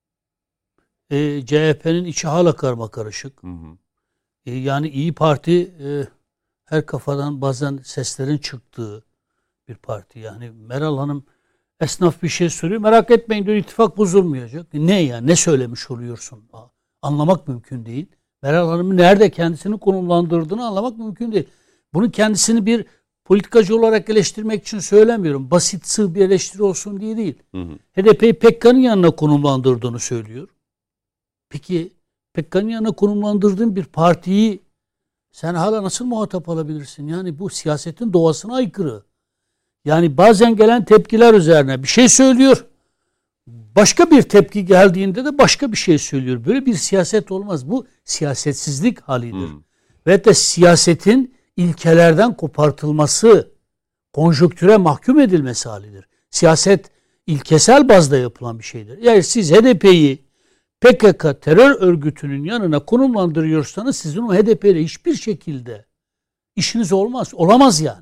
[SPEAKER 3] CHP'nin içi hala karmakarışık. Yani İyi Parti her kafadan bazen seslerin çıktığı bir parti. Yani Meral Hanım esnaf bir şey soruyor. Merak etmeyin diyor ittifak bozulmayacak. Ne ya? Ne söylemiş oluyorsun? Anlamak mümkün değil. Meral Hanım'ın nerede kendisini konumlandırdığını anlamak mümkün değil. Bunun kendisini bir politikacı olarak eleştirmek için söylemiyorum. Basit, sığ bir eleştiri olsun diye değil. HDP'yi PKK'nın yanına konumlandırdığını söylüyor. Peki PKK'nın yanına konumlandırdığın bir partiyi sen hala nasıl muhatap alabilirsin? Yani bu siyasetin doğasına aykırı. Yani bazen gelen tepkiler üzerine bir şey söylüyor. Başka bir tepki geldiğinde de başka bir şey söylüyor. Böyle bir siyaset olmaz. Bu siyasetsizlik halidir. Ve de siyasetin ilkelerden kopartılması, konjonktüre mahkum edilmesi halidir. Siyaset ilkesel bazda yapılan bir şeydir. Yani siz HDP'yi PKK terör örgütünün yanına konumlandırıyorsanız sizin o HDP ile hiçbir şekilde işiniz olmaz. Olamaz yani.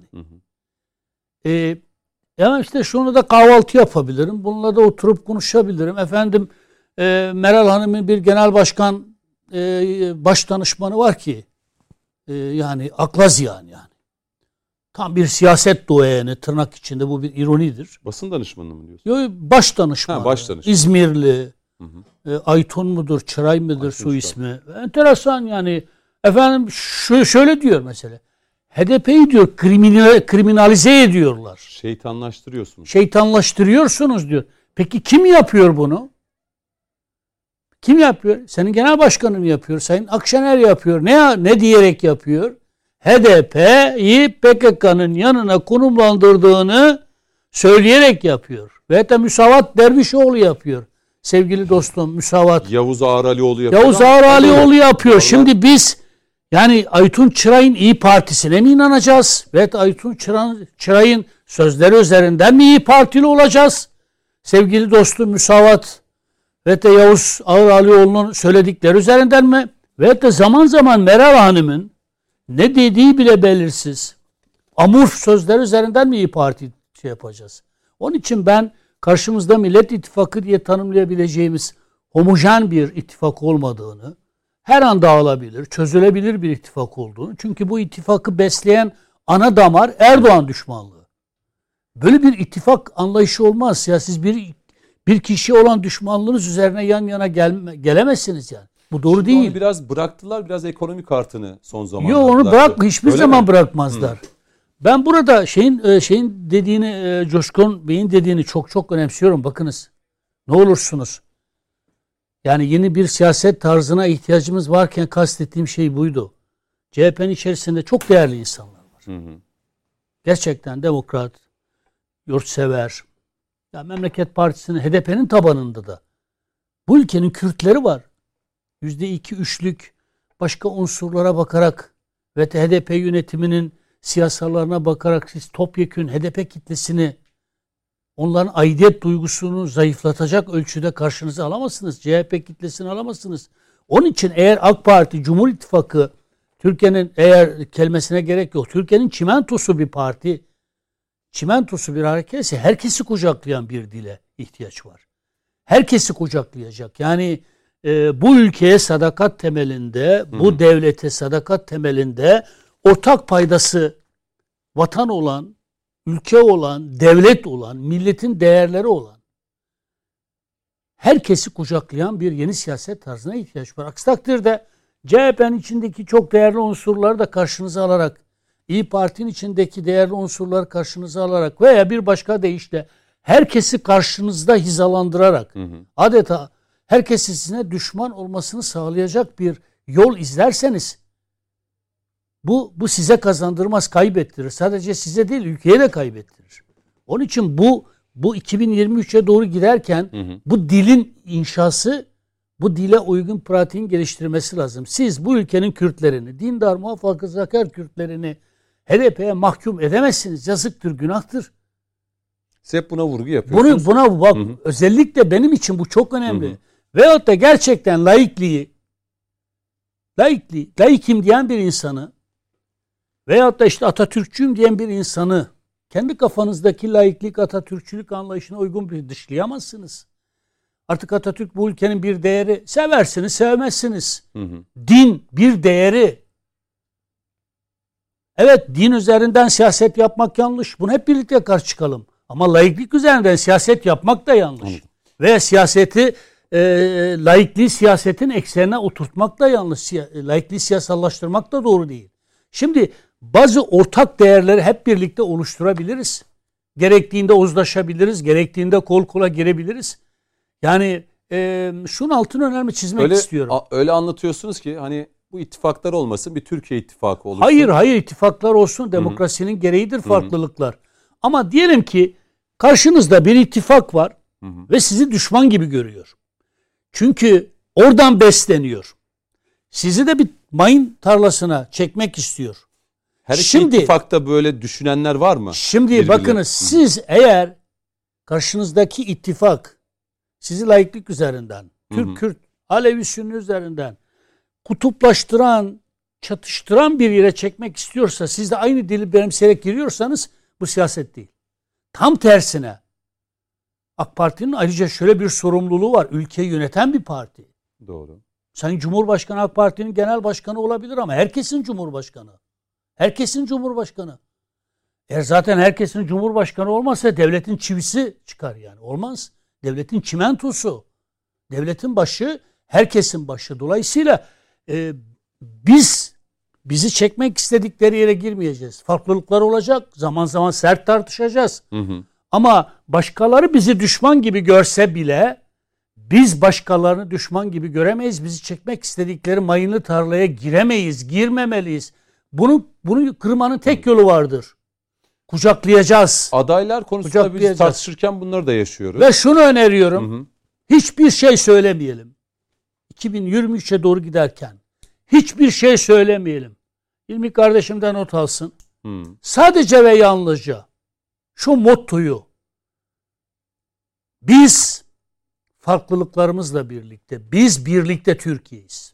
[SPEAKER 3] Yani işte şunu da kahvaltı yapabilirim. Bununla da oturup konuşabilirim. Efendim Meral Hanım'ın bir genel başkan baş danışmanı var ki yani akla ziyan yani. Tam bir siyaset duayeni tırnak içinde bu bir ironidir.
[SPEAKER 1] Basın danışmanı mı diyorsun?
[SPEAKER 3] Yo, baş danışmanı.
[SPEAKER 1] Baş danışmanı.
[SPEAKER 3] İzmirli. Aytun mudur, Çıray mıdır
[SPEAKER 1] Aytun
[SPEAKER 3] su ismi? Enteresan yani. Efendim şöyle diyor mesela. HDP'yi diyor kriminalize ediyorlar.
[SPEAKER 1] Şeytanlaştırıyorsunuz.
[SPEAKER 3] Şeytanlaştırıyorsunuz diyor. Peki kim yapıyor bunu? Kim yapıyor? Senin genel başkanın yapıyor. Sayın Akşener yapıyor. Ne diyerek yapıyor? HDP'yi PKK'nın yanına konumlandırdığını söyleyerek yapıyor. Ve de Müsavat Dervişoğlu yapıyor. sevgili dostum müsavat.
[SPEAKER 1] Yavuz Ağralioğlu yapıyor.
[SPEAKER 3] Yavuz Ağralioğlu yapıyor. Şimdi biz yani Aytun Çıray'ın İyi Partisi'ne mi inanacağız? Ve Aytun Çıray'ın sözleri üzerinden mi İyi Partili olacağız? Sevgili dostum müsavat ve de Yavuz Ağralioğlu'nun söyledikleri üzerinden mi? Ve de zaman zaman Meral Hanım'ın ne dediği bile belirsiz. Amurf sözler üzerinden mi İyi Parti yapacağız? Onun için ben karşımızda Millet İttifakı diye tanımlayabileceğimiz homojen bir ittifak olmadığını, her an dağılabilir, çözülebilir bir ittifak olduğunu. Çünkü bu ittifakı besleyen ana damar Erdoğan düşmanlığı. Böyle bir ittifak anlayışı olmaz. Ya siz bir kişiye olan düşmanlığınız üzerine yan yana gelemezsiniz yani. Bu doğru
[SPEAKER 1] Şimdi
[SPEAKER 3] değil.
[SPEAKER 1] onu biraz bıraktılar, biraz ekonomi kartını son zamanlarda.
[SPEAKER 3] Yok onu hiçbir
[SPEAKER 1] Öyle
[SPEAKER 3] zaman
[SPEAKER 1] mi?
[SPEAKER 3] bırakmazlar. Ben burada şeyin dediğini, Coşkun Bey'in dediğini çok önemsiyorum. Bakınız, ne olursunuz. Yani yeni bir siyaset tarzına ihtiyacımız varken kastettiğim şey buydu. CHP'nin içerisinde çok değerli insanlar var. Gerçekten demokrat, yurtsever. Ya Memleket Partisi'nin, HDP'nin tabanında da bu ülkenin Kürtleri var. %2-3'lük başka unsurlara bakarak ve HDP yönetiminin siyasalarına bakarak siz topyekün HDP kitlesini, onların aidiyet duygusunu zayıflatacak ölçüde karşınıza alamazsınız. CHP kitlesini alamazsınız. Onun için eğer AK Parti, Cumhur İttifakı, Türkiye'nin eğer kelimesine gerek yok, Türkiye'nin çimentosu bir parti, çimentosu bir hareketse herkesi kucaklayan bir dile ihtiyaç var. Herkesi kucaklayacak. Yani bu ülkeye sadakat temelinde, bu devlete sadakat temelinde ortak paydası vatan olan, ülke olan, devlet olan, milletin değerleri olan herkesi kucaklayan bir yeni siyaset tarzına ihtiyaç var. Aksi takdirde CHP'nin içindeki çok değerli unsurları da karşınıza alarak, İyi Parti'nin içindeki değerli unsurları karşınıza alarak veya bir başka deyişle herkesi karşınızda hizalandırarak adeta herkesin size düşman olmasını sağlayacak bir yol izlerseniz bu size kazandırmaz, kaybettirir. Sadece size değil, ülkeye de kaybettirir. Onun için bu 2023'e doğru giderken bu dilin inşası, bu dile uygun pratiğin geliştirmesi lazım. Siz bu ülkenin Kürtlerini, dindar, muhafazakar Kürtlerini HDP'ye mahkum edemezsiniz. Yazıktır, günahtır.
[SPEAKER 1] Siz hep buna vurgu yapıyorsunuz.
[SPEAKER 3] Buna bak, özellikle benim için bu çok önemli. Veyahut da gerçekten laikim diyen bir insanı veyahut da işte Atatürkçüyüm diyen bir insanı kendi kafanızdaki laiklik, Atatürkçülük anlayışına uygun bir dışlayamazsınız. Artık Atatürk bu ülkenin bir değeri. Seversiniz, sevmezsiniz. Din bir değeri. Evet, din üzerinden siyaset yapmak yanlış. Bunu hep birlikte karşı çıkalım. Ama laiklik üzerinden siyaset yapmak da yanlış. Ve siyaseti laikliği siyasetin eksenine oturtmak da yanlış. Laikliği siyasallaştırmak da doğru değil. Şimdi bazı ortak değerleri hep birlikte oluşturabiliriz. Gerektiğinde uzlaşabiliriz. Gerektiğinde kol kola girebiliriz. Yani şunun altını önemli çizmek istiyorum.
[SPEAKER 1] Öyle anlatıyorsunuz ki hani bu ittifaklar olmasın, bir Türkiye ittifakı olsun.
[SPEAKER 3] Hayır ittifaklar olsun. Demokrasinin gereğidir farklılıklar. Ama diyelim ki karşınızda bir ittifak var ve sizi düşman gibi görüyor. Çünkü oradan besleniyor. Sizi de bir mayın tarlasına çekmek istiyor.
[SPEAKER 1] Her iki ittifakta böyle düşünenler var mı?
[SPEAKER 3] Şimdi bakınız, siz eğer karşınızdaki ittifak sizi laiklik üzerinden, Türk, Kürt, Alevi, Sünni üzerinden kutuplaştıran, çatıştıran bir yere çekmek istiyorsa, siz de aynı dili benimseyerek giriyorsanız bu siyaset değil. Tam tersine AK Parti'nin ayrıca şöyle bir sorumluluğu var. Ülkeyi yöneten bir parti.
[SPEAKER 1] Doğru.
[SPEAKER 3] Sayın Cumhurbaşkanı AK Parti'nin genel başkanı olabilir ama herkesin Cumhurbaşkanı. Herkesin Cumhurbaşkanı. Eğer zaten herkesin Cumhurbaşkanı olmazsa devletin çivisi çıkar yani. Olmaz. Devletin çimentosu. Devletin başı, herkesin başı. Dolayısıyla bizi çekmek istedikleri yere girmeyeceğiz. Farklılıklar olacak. Zaman zaman sert tartışacağız. Ama başkaları bizi düşman gibi görse bile biz başkalarını düşman gibi göremeyiz. Bizi çekmek istedikleri mayınlı tarlaya giremeyiz, girmemeliyiz. Bunu kırmanın tek yolu vardır. Kucaklayacağız.
[SPEAKER 1] Adaylar konusunda biz tartışırken bunları da yaşıyoruz.
[SPEAKER 3] Ve şunu öneriyorum. hiçbir şey söylemeyelim. 2023'e doğru giderken hiçbir şey söylemeyelim. İlmi kardeşimden not alsın. Sadece ve yalnızca şu mottoyu, biz farklılıklarımızla birlikte, biz birlikte Türkiye'yiz.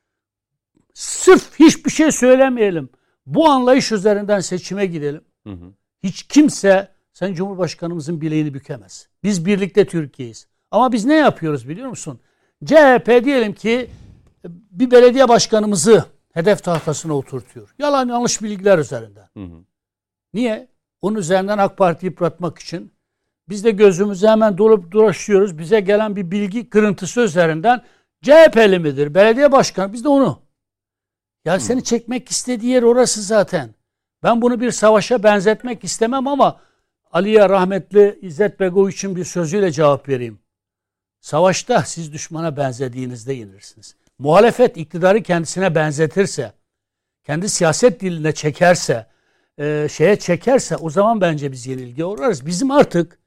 [SPEAKER 3] Sırf hiçbir şey söylemeyelim. Bu anlayış üzerinden seçime gidelim. Hiç kimse Sayın Cumhurbaşkanımızın bileğini bükemez. Biz birlikte Türkiye'yiz. Ama biz ne yapıyoruz biliyor musun? CHP diyelim ki bir belediye başkanımızı hedef tahtasına oturtuyor. Yalan yanlış bilgiler üzerinden. Niye? Onun üzerinden AK Parti'yi yıpratmak için. Biz de gözümüzü hemen dolup dolaşıyoruz. Bize gelen bir bilgi kırıntısı üzerinden CHP'li midir? Belediye başkanı. Biz de onu. Ya seni çekmek istediği yer orası zaten. Ben bunu bir savaşa benzetmek istemem ama Ali'ye rahmetli İzzet Begoviç'in bir sözüyle cevap vereyim. Savaşta siz düşmana benzediğinizde yenilirsiniz. Muhalefet iktidarı kendisine benzetirse, kendi siyaset diline çekerse, çekerse o zaman bence biz yenilgiye uğrarız. Bizim artık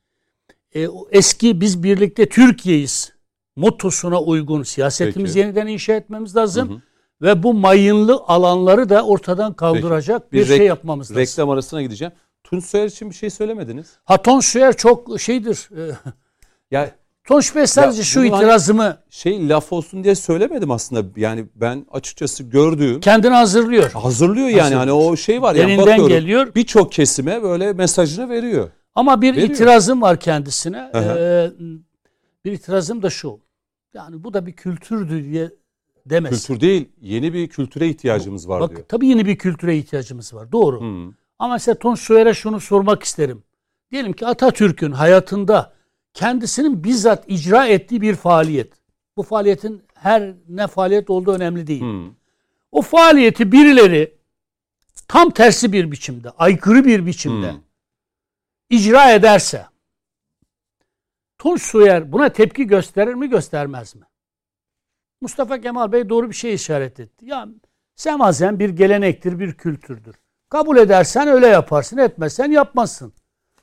[SPEAKER 3] eski biz birlikte Türkiye'yiz mottosuna uygun siyasetimizi yeniden inşa etmemiz lazım. Ve bu mayınlı alanları da ortadan kaldıracak bir şey yapmamız lazım.
[SPEAKER 1] Reklam arasına gideceğim. Tunç Soyer için bir şey söylemediniz.
[SPEAKER 3] Tunç Soyer çok şeydir.
[SPEAKER 1] Ya
[SPEAKER 3] Tunç Bey sadece şu itirazımı...
[SPEAKER 1] laf olsun diye söylemedim aslında. Yani ben açıkçası gördüğüm...
[SPEAKER 3] Kendini hazırlıyor.
[SPEAKER 1] Hazırlıyor yani. Hani o şey var. Yani
[SPEAKER 3] bakıyorum, geliyor.
[SPEAKER 1] Birçok kesime böyle mesajını veriyor.
[SPEAKER 3] Ama bir itirazım var kendisine. Bir itirazım da şu. Yani bu da bir kültürdür diye demez.
[SPEAKER 1] Kültür değil. Yeni bir kültüre ihtiyacımız var diyor.
[SPEAKER 3] Tabii yeni bir kültüre ihtiyacımız var. Doğru. Ama mesela Tunç Soyer'e şunu sormak isterim. Diyelim ki Atatürk'ün hayatında kendisinin bizzat icra ettiği bir faaliyet. Bu faaliyetin her ne faaliyet olduğu önemli değil. O faaliyeti birileri tam tersi bir biçimde, aykırı bir biçimde icra ederse Tunç Soyer buna tepki gösterir mi, göstermez mi? Mustafa Kemal Bey doğru bir şey işaret etti. Ya semazen bir gelenektir, bir kültürdür. Kabul edersen öyle yaparsın, etmezsen yapmazsın.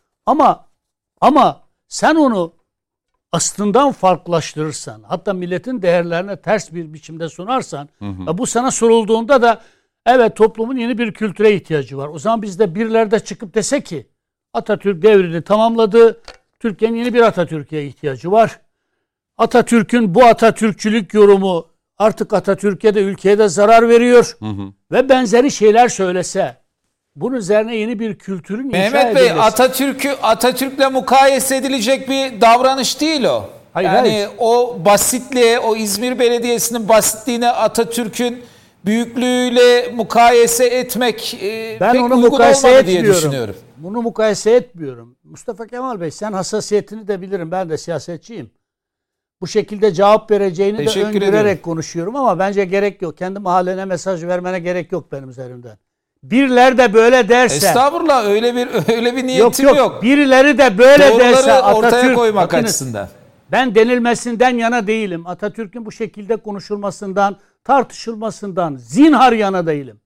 [SPEAKER 3] Ama sen onu aslından farklılaştırırsan, hatta milletin değerlerine ters bir biçimde sunarsan, bu sana sorulduğunda da evet toplumun yeni bir kültüre ihtiyacı var. O zaman biz de birileri de çıkıp dese ki Atatürk devrini tamamladı, Türkiye'nin yeni bir Atatürk'e ihtiyacı var. Atatürk'ün bu Atatürkçülük yorumu artık Atatürk'e de ülkeye de zarar veriyor ve benzeri şeyler söylese, bunun üzerine yeni bir kültürün inşa edilmesi.
[SPEAKER 4] Mehmet Bey, Atatürk'le mukayese edilecek bir davranış değil o. Hayır. O basitliğe, o İzmir Belediyesi'nin basitliğine Atatürk'ün büyüklüğüyle mukayese etmek
[SPEAKER 3] ben
[SPEAKER 4] pek
[SPEAKER 3] onu
[SPEAKER 4] uygun
[SPEAKER 3] mukayese
[SPEAKER 4] olmadı diye
[SPEAKER 3] etmiyorum.
[SPEAKER 4] düşünüyorum.
[SPEAKER 3] Bunu mukayese etmiyorum. Mustafa Kemal Bey, sen hassasiyetini de bilirim. Ben de siyasetçiyim. Bu şekilde cevap vereceğini de öngörerek konuşuyorum ama bence gerek yok. Kendi mahallene mesaj vermene gerek yok benim üzerimden. Birileri de böyle derse...
[SPEAKER 4] Estağfurullah, öyle bir niyetim yok.
[SPEAKER 3] Birileri de böyle
[SPEAKER 4] doğruları
[SPEAKER 3] derse
[SPEAKER 4] ortaya koymak açısından.
[SPEAKER 3] Ben denilmesinden yana değilim. Atatürk'ün bu şekilde konuşulmasından, tartışılmasından zinhar yana değilim.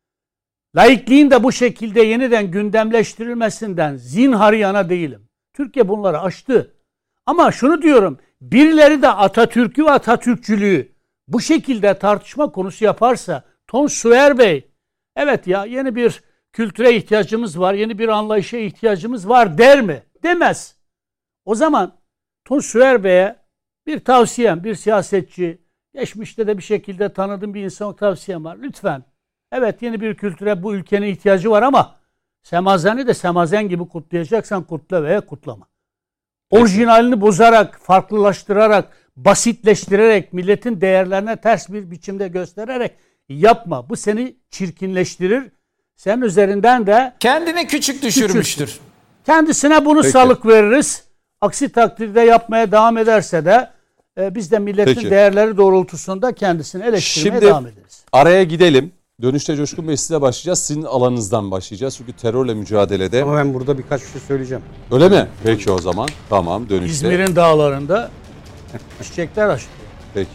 [SPEAKER 3] Laikliğin de bu şekilde yeniden gündemleştirilmesinden zinhar yana değilim. Türkiye bunları aştı. Ama şunu diyorum, birileri de Atatürk'ü ve Atatürkçülüğü bu şekilde tartışma konusu yaparsa, Tunç Soyer Bey, evet ya yeni bir kültüre ihtiyacımız var, yeni bir anlayışa ihtiyacımız var der mi? Demez. O zaman Tunç Soyer Bey'e bir tavsiyem, bir siyasetçi, geçmişte de bir şekilde tanıdığım bir insan tavsiyem var. Lütfen, evet yeni bir kültüre bu ülkenin ihtiyacı var ama semazeni de semazen gibi kutlayacaksan kutla veya kutlama. Orijinalini bozarak, farklılaştırarak, basitleştirerek, milletin değerlerine ters bir biçimde göstererek yapma. Bu seni çirkinleştirir. Senin üzerinden de
[SPEAKER 4] kendini küçük düşürmüştür.
[SPEAKER 3] Kendisine bunu salık veririz. Aksi takdirde yapmaya devam ederse de biz de milletin değerleri doğrultusunda kendisini eleştirmeye devam ederiz.
[SPEAKER 1] Araya gidelim. Dönüşte Coşkun Bey size başlayacağız. Sizin alanınızdan başlayacağız. Çünkü terörle mücadelede...
[SPEAKER 2] Ama ben burada birkaç şey söyleyeceğim.
[SPEAKER 1] Öyle mi? Peki o zaman. Tamam, dönüşte.
[SPEAKER 3] İzmir'in dağlarında çiçekler açtı.
[SPEAKER 1] Peki.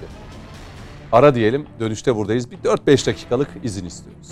[SPEAKER 1] Ara diyelim. Dönüşte buradayız. Bir 4-5 dakikalık izin istiyoruz.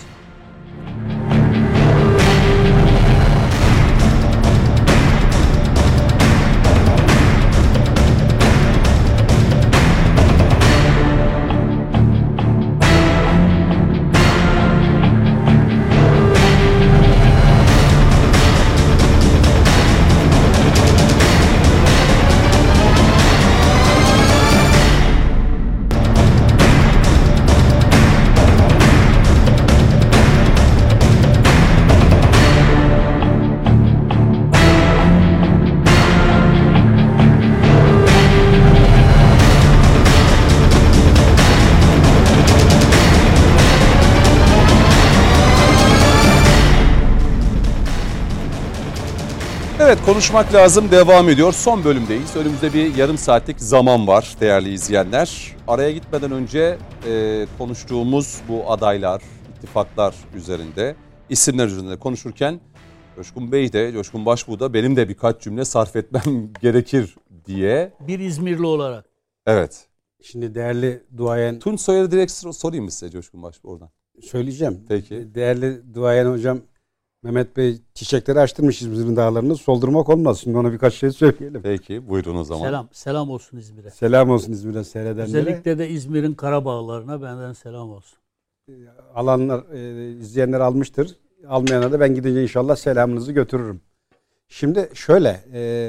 [SPEAKER 1] Evet, konuşmak lazım devam ediyor. Son bölümdeyiz. Önümüzde bir yarım saatlik zaman var değerli izleyenler. Araya gitmeden önce konuştuğumuz bu adaylar, ittifaklar üzerinde, isimler üzerinde konuşurken Coşkun Bey de, Coşkun Başbuğ da benim de birkaç cümle sarf etmem gerekir diye.
[SPEAKER 3] Bir İzmirli olarak.
[SPEAKER 1] Evet.
[SPEAKER 2] Şimdi değerli duayen...
[SPEAKER 1] Tunç Soyer'i direkt sorayım mı size Coşkun Başbuğ oradan?
[SPEAKER 2] Söyleyeceğim.
[SPEAKER 1] Peki.
[SPEAKER 2] Değerli duayen hocam Mehmet Bey çiçekleri açtırmış İzmir'in dağlarını. Soldurmak olmaz. Şimdi ona birkaç şey söyleyelim.
[SPEAKER 1] Peki, buyurun o zaman.
[SPEAKER 3] Selam olsun İzmir'e.
[SPEAKER 2] Selam olsun İzmir'den seyredenlere.
[SPEAKER 3] Özellikle de İzmir'in Karabağlarına benden selam olsun.
[SPEAKER 2] Alanlar, izleyenler almıştır. Almayana da ben gidince inşallah selamınızı götürürüm. Şimdi şöyle,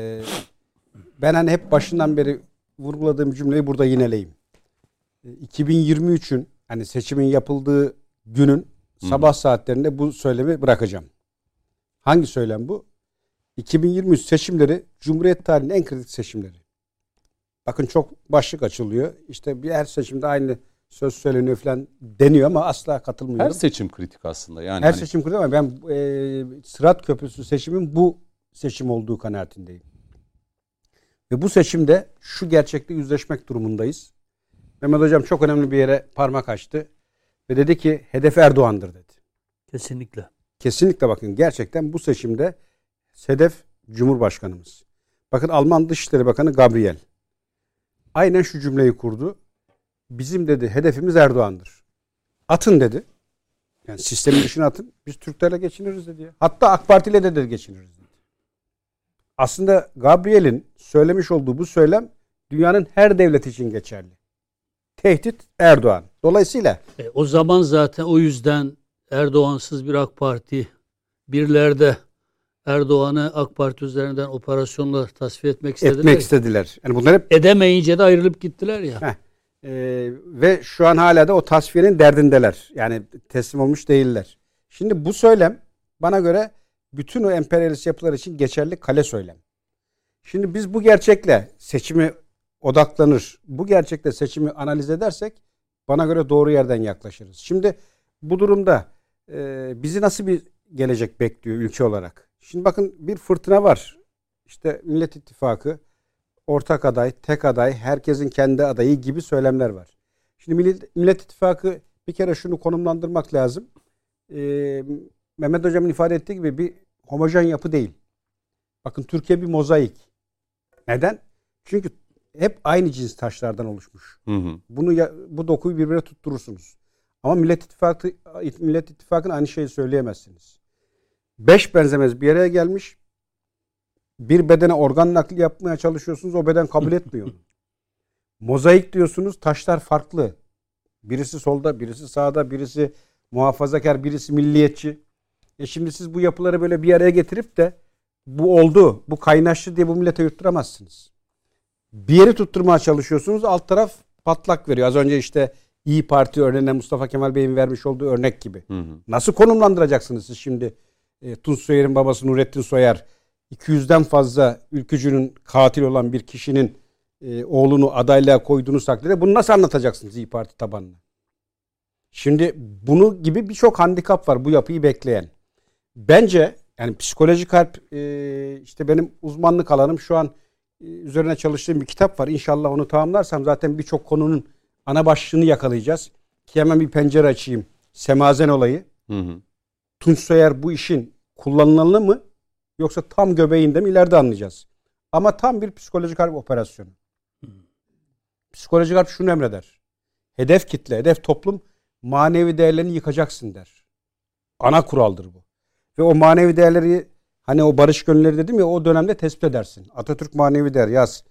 [SPEAKER 2] ben hani hep başından beri vurguladığım cümleyi burada yineleyeyim. 2023'ün hani seçimin yapıldığı günün sabah saatlerinde bu söylemi bırakacağım. Hangi söylem bu? 2023 seçimleri Cumhuriyet tarihinin en kritik seçimleri. Bakın çok başlık açılıyor. İşte bir her seçimde aynı söz söyleniyor falan deniyor ama asla katılmıyorum.
[SPEAKER 1] Her seçim kritik aslında. Yani
[SPEAKER 2] her seçim kritik ama ben Sırat Köprüsü seçimin bu seçim olduğu kanaatindeyim. Ve bu seçimde şu gerçekle yüzleşmek durumundayız. Mehmet Hocam çok önemli bir yere parmak açtı. Ve dedi ki hedef Erdoğan'dır dedi.
[SPEAKER 3] Kesinlikle.
[SPEAKER 2] Kesinlikle bakın gerçekten bu seçimde hedef Cumhurbaşkanımız. Bakın Alman Dışişleri Bakanı Gabriel aynen şu cümleyi kurdu. Bizim dedi hedefimiz Erdoğan'dır. Atın dedi. Yani sistemin dışına atın. Biz Türklerle geçiniriz dedi. Hatta AK Parti ile de geçiniriz dedi. Aslında Gabriel'in söylemiş olduğu bu söylem dünyanın her devleti için geçerli. Tehdit Erdoğan. Dolayısıyla
[SPEAKER 3] O zaman zaten o yüzden Erdoğansız bir AK Parti, birlerde Erdoğan'ı AK Parti üzerinden operasyonla tasfiye etmek istediler.
[SPEAKER 2] Yani bunlar hep
[SPEAKER 3] edemeyince de ayrılıp gittiler ya.
[SPEAKER 2] Ve şu an hala da o tasfiyenin derdindeler. Yani teslim olmuş değiller. Şimdi bu söylem bana göre bütün o emperyalist yapılar için geçerli kale söylem. Şimdi biz bu gerçekle seçimi odaklanır, bu gerçekle seçimi analiz edersek bana göre doğru yerden yaklaşırız. Şimdi bu durumda bizi nasıl bir gelecek bekliyor ülke olarak? Şimdi bakın bir fırtına var. İşte Millet İttifakı, ortak aday, tek aday, herkesin kendi adayı gibi söylemler var. Şimdi Millet İttifakı bir kere şunu konumlandırmak lazım. Mehmet Hocam'ın ifade ettiği gibi bir homojen yapı değil. Bakın Türkiye bir mozaik. Neden? Çünkü hep aynı cins taşlardan oluşmuş. Bu dokuyu birbirine tutturursunuz. Ama Millet İttifakı'nın aynı şeyi söyleyemezsiniz. 5 benzemez bir araya gelmiş. Bir bedene organ nakli yapmaya çalışıyorsunuz. O beden kabul etmiyor. Mozaik diyorsunuz. Taşlar farklı. Birisi solda, birisi sağda, birisi muhafazakar, birisi milliyetçi. Şimdi siz bu yapıları böyle bir araya getirip de bu oldu, bu kaynaştı diye bu millete yutturamazsınız. Bir yeri tutturmaya çalışıyorsunuz. Alt taraf patlak veriyor. Az önce işte İYİ Parti örneğine Mustafa Kemal Bey'in vermiş olduğu örnek gibi. Nasıl konumlandıracaksınız siz şimdi? Tunç Soyer'in babası Nurettin Soyer 200'den fazla ülkücünün katil olan bir kişinin oğlunu adaylığa koyduğunuz takdirde bunu nasıl anlatacaksınız İYİ Parti tabanına? Şimdi bunu gibi birçok handikap var bu yapıyı bekleyen. Bence yani psikolojik harp işte benim uzmanlık alanım şu an üzerine çalıştığım bir kitap var. İnşallah onu tamamlarsam zaten birçok konunun ana başlığını yakalayacağız. Ki hemen bir pencere açayım. Semazen olayı. Tunç Soyer bu işin kullanılanı mı yoksa tam göbeğinde mi ileride anlayacağız. Ama tam bir psikolojik harp operasyonu. Psikolojik harp şunu emreder. Hedef kitle, hedef toplum manevi değerlerini yıkacaksın der. Ana kuraldır bu. Ve o manevi değerleri hani o barış gönülleri dedim ya o dönemde tespit edersin. Atatürk manevi değer yaz.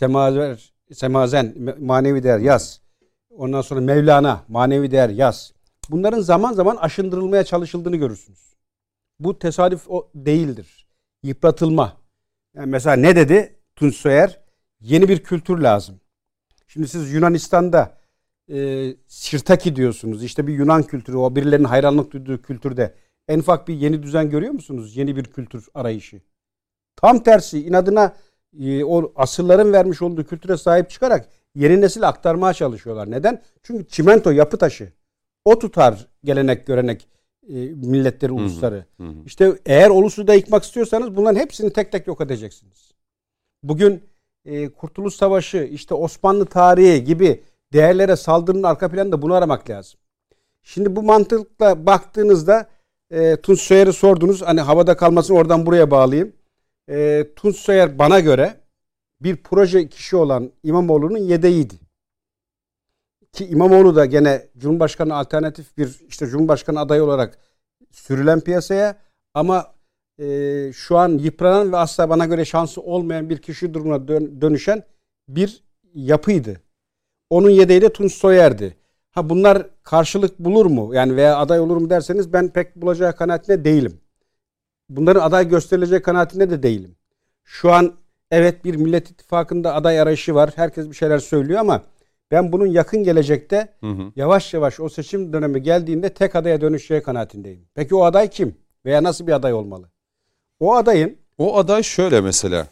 [SPEAKER 2] Semazen manevi değer yaz. Ondan sonra Mevlana manevi değer yaz. Bunların zaman zaman aşındırılmaya çalışıldığını görürsünüz. Bu tesadüf değildir. Yıpratılma. Yani mesela ne dedi Tunç Soyer? Yeni bir kültür lazım. Şimdi siz Yunanistan'da Sirtaki diyorsunuz. İşte bir Yunan kültürü, o birilerinin hayranlık duyduğu kültürde en ufak bir yeni düzen görüyor musunuz? Yeni bir kültür arayışı. Tam tersi inadına o asırların vermiş olduğu kültüre sahip çıkarak yeni nesil aktarmaya çalışıyorlar. Neden? Çünkü çimento yapı taşı. O tutar gelenek görenek milletleri, ulusları. İşte eğer ulusu da yıkmak istiyorsanız bunların hepsini tek tek yok edeceksiniz. Bugün Kurtuluş Savaşı, işte Osmanlı tarihi gibi değerlere saldırının arka planında bunu aramak lazım. Şimdi bu mantıkla baktığınızda Tunç Soyer'i sordunuz. Hani havada kalmasın, oradan buraya bağlayayım. Tunç Soyer bana göre bir proje kişi olan İmamoğlu'nun yedeğiydi. Ki İmamoğlu da gene Cumhurbaşkanı alternatif bir Cumhurbaşkanı adayı olarak sürülen piyasaya, ama şu an yıpranan ve asla bana göre şansı olmayan bir kişi durumuna dönüşen bir yapıydı. Onun yedeği de Tunç Soyer'di. Bunlar karşılık bulur mu? Yani veya aday olur mu derseniz ben pek bulacağı kanaatinde değilim. Bunların aday gösterilecek kanaatinde de değilim. Şu an evet bir Millet İttifakı'nda aday arayışı var. Herkes bir şeyler söylüyor ama ben bunun yakın gelecekte yavaş yavaş o seçim dönemi geldiğinde tek adaya dönüşeceği kanaatindeyim. Peki o aday kim? Veya nasıl bir aday olmalı? O
[SPEAKER 1] aday şöyle mesela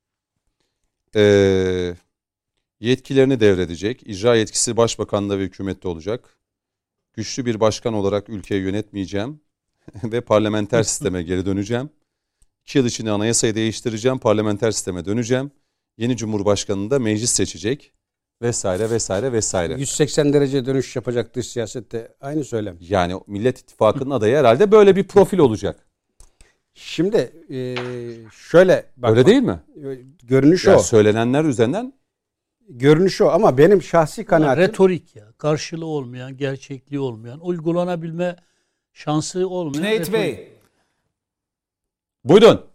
[SPEAKER 1] yetkilerini devredecek. İcra yetkisi başbakanlığı ve hükümette olacak. Güçlü bir başkan olarak ülkeyi yönetmeyeceğim ve parlamenter sisteme geri döneceğim. 2 yıl içinde anayasayı değiştireceğim, parlamenter sisteme döneceğim. Yeni cumhurbaşkanını da meclis seçecek. Vesaire vesaire vesaire.
[SPEAKER 2] 180 derece dönüş yapacak dış siyasette, aynı söylem.
[SPEAKER 1] Yani Millet İttifakı'nın adayı herhalde böyle bir profil olacak.
[SPEAKER 2] Şimdi şöyle bak.
[SPEAKER 1] Öyle değil mi?
[SPEAKER 2] Görünüş
[SPEAKER 1] yani
[SPEAKER 2] o.
[SPEAKER 1] Söylenenler üzerinden.
[SPEAKER 2] Görünüş o ama benim şahsi kanaatim.
[SPEAKER 3] Retorik ya. Karşılığı olmayan, gerçekliği olmayan, uygulanabilme şansı olmayan.
[SPEAKER 4] Cüneyt Bey.
[SPEAKER 1] Buyurun.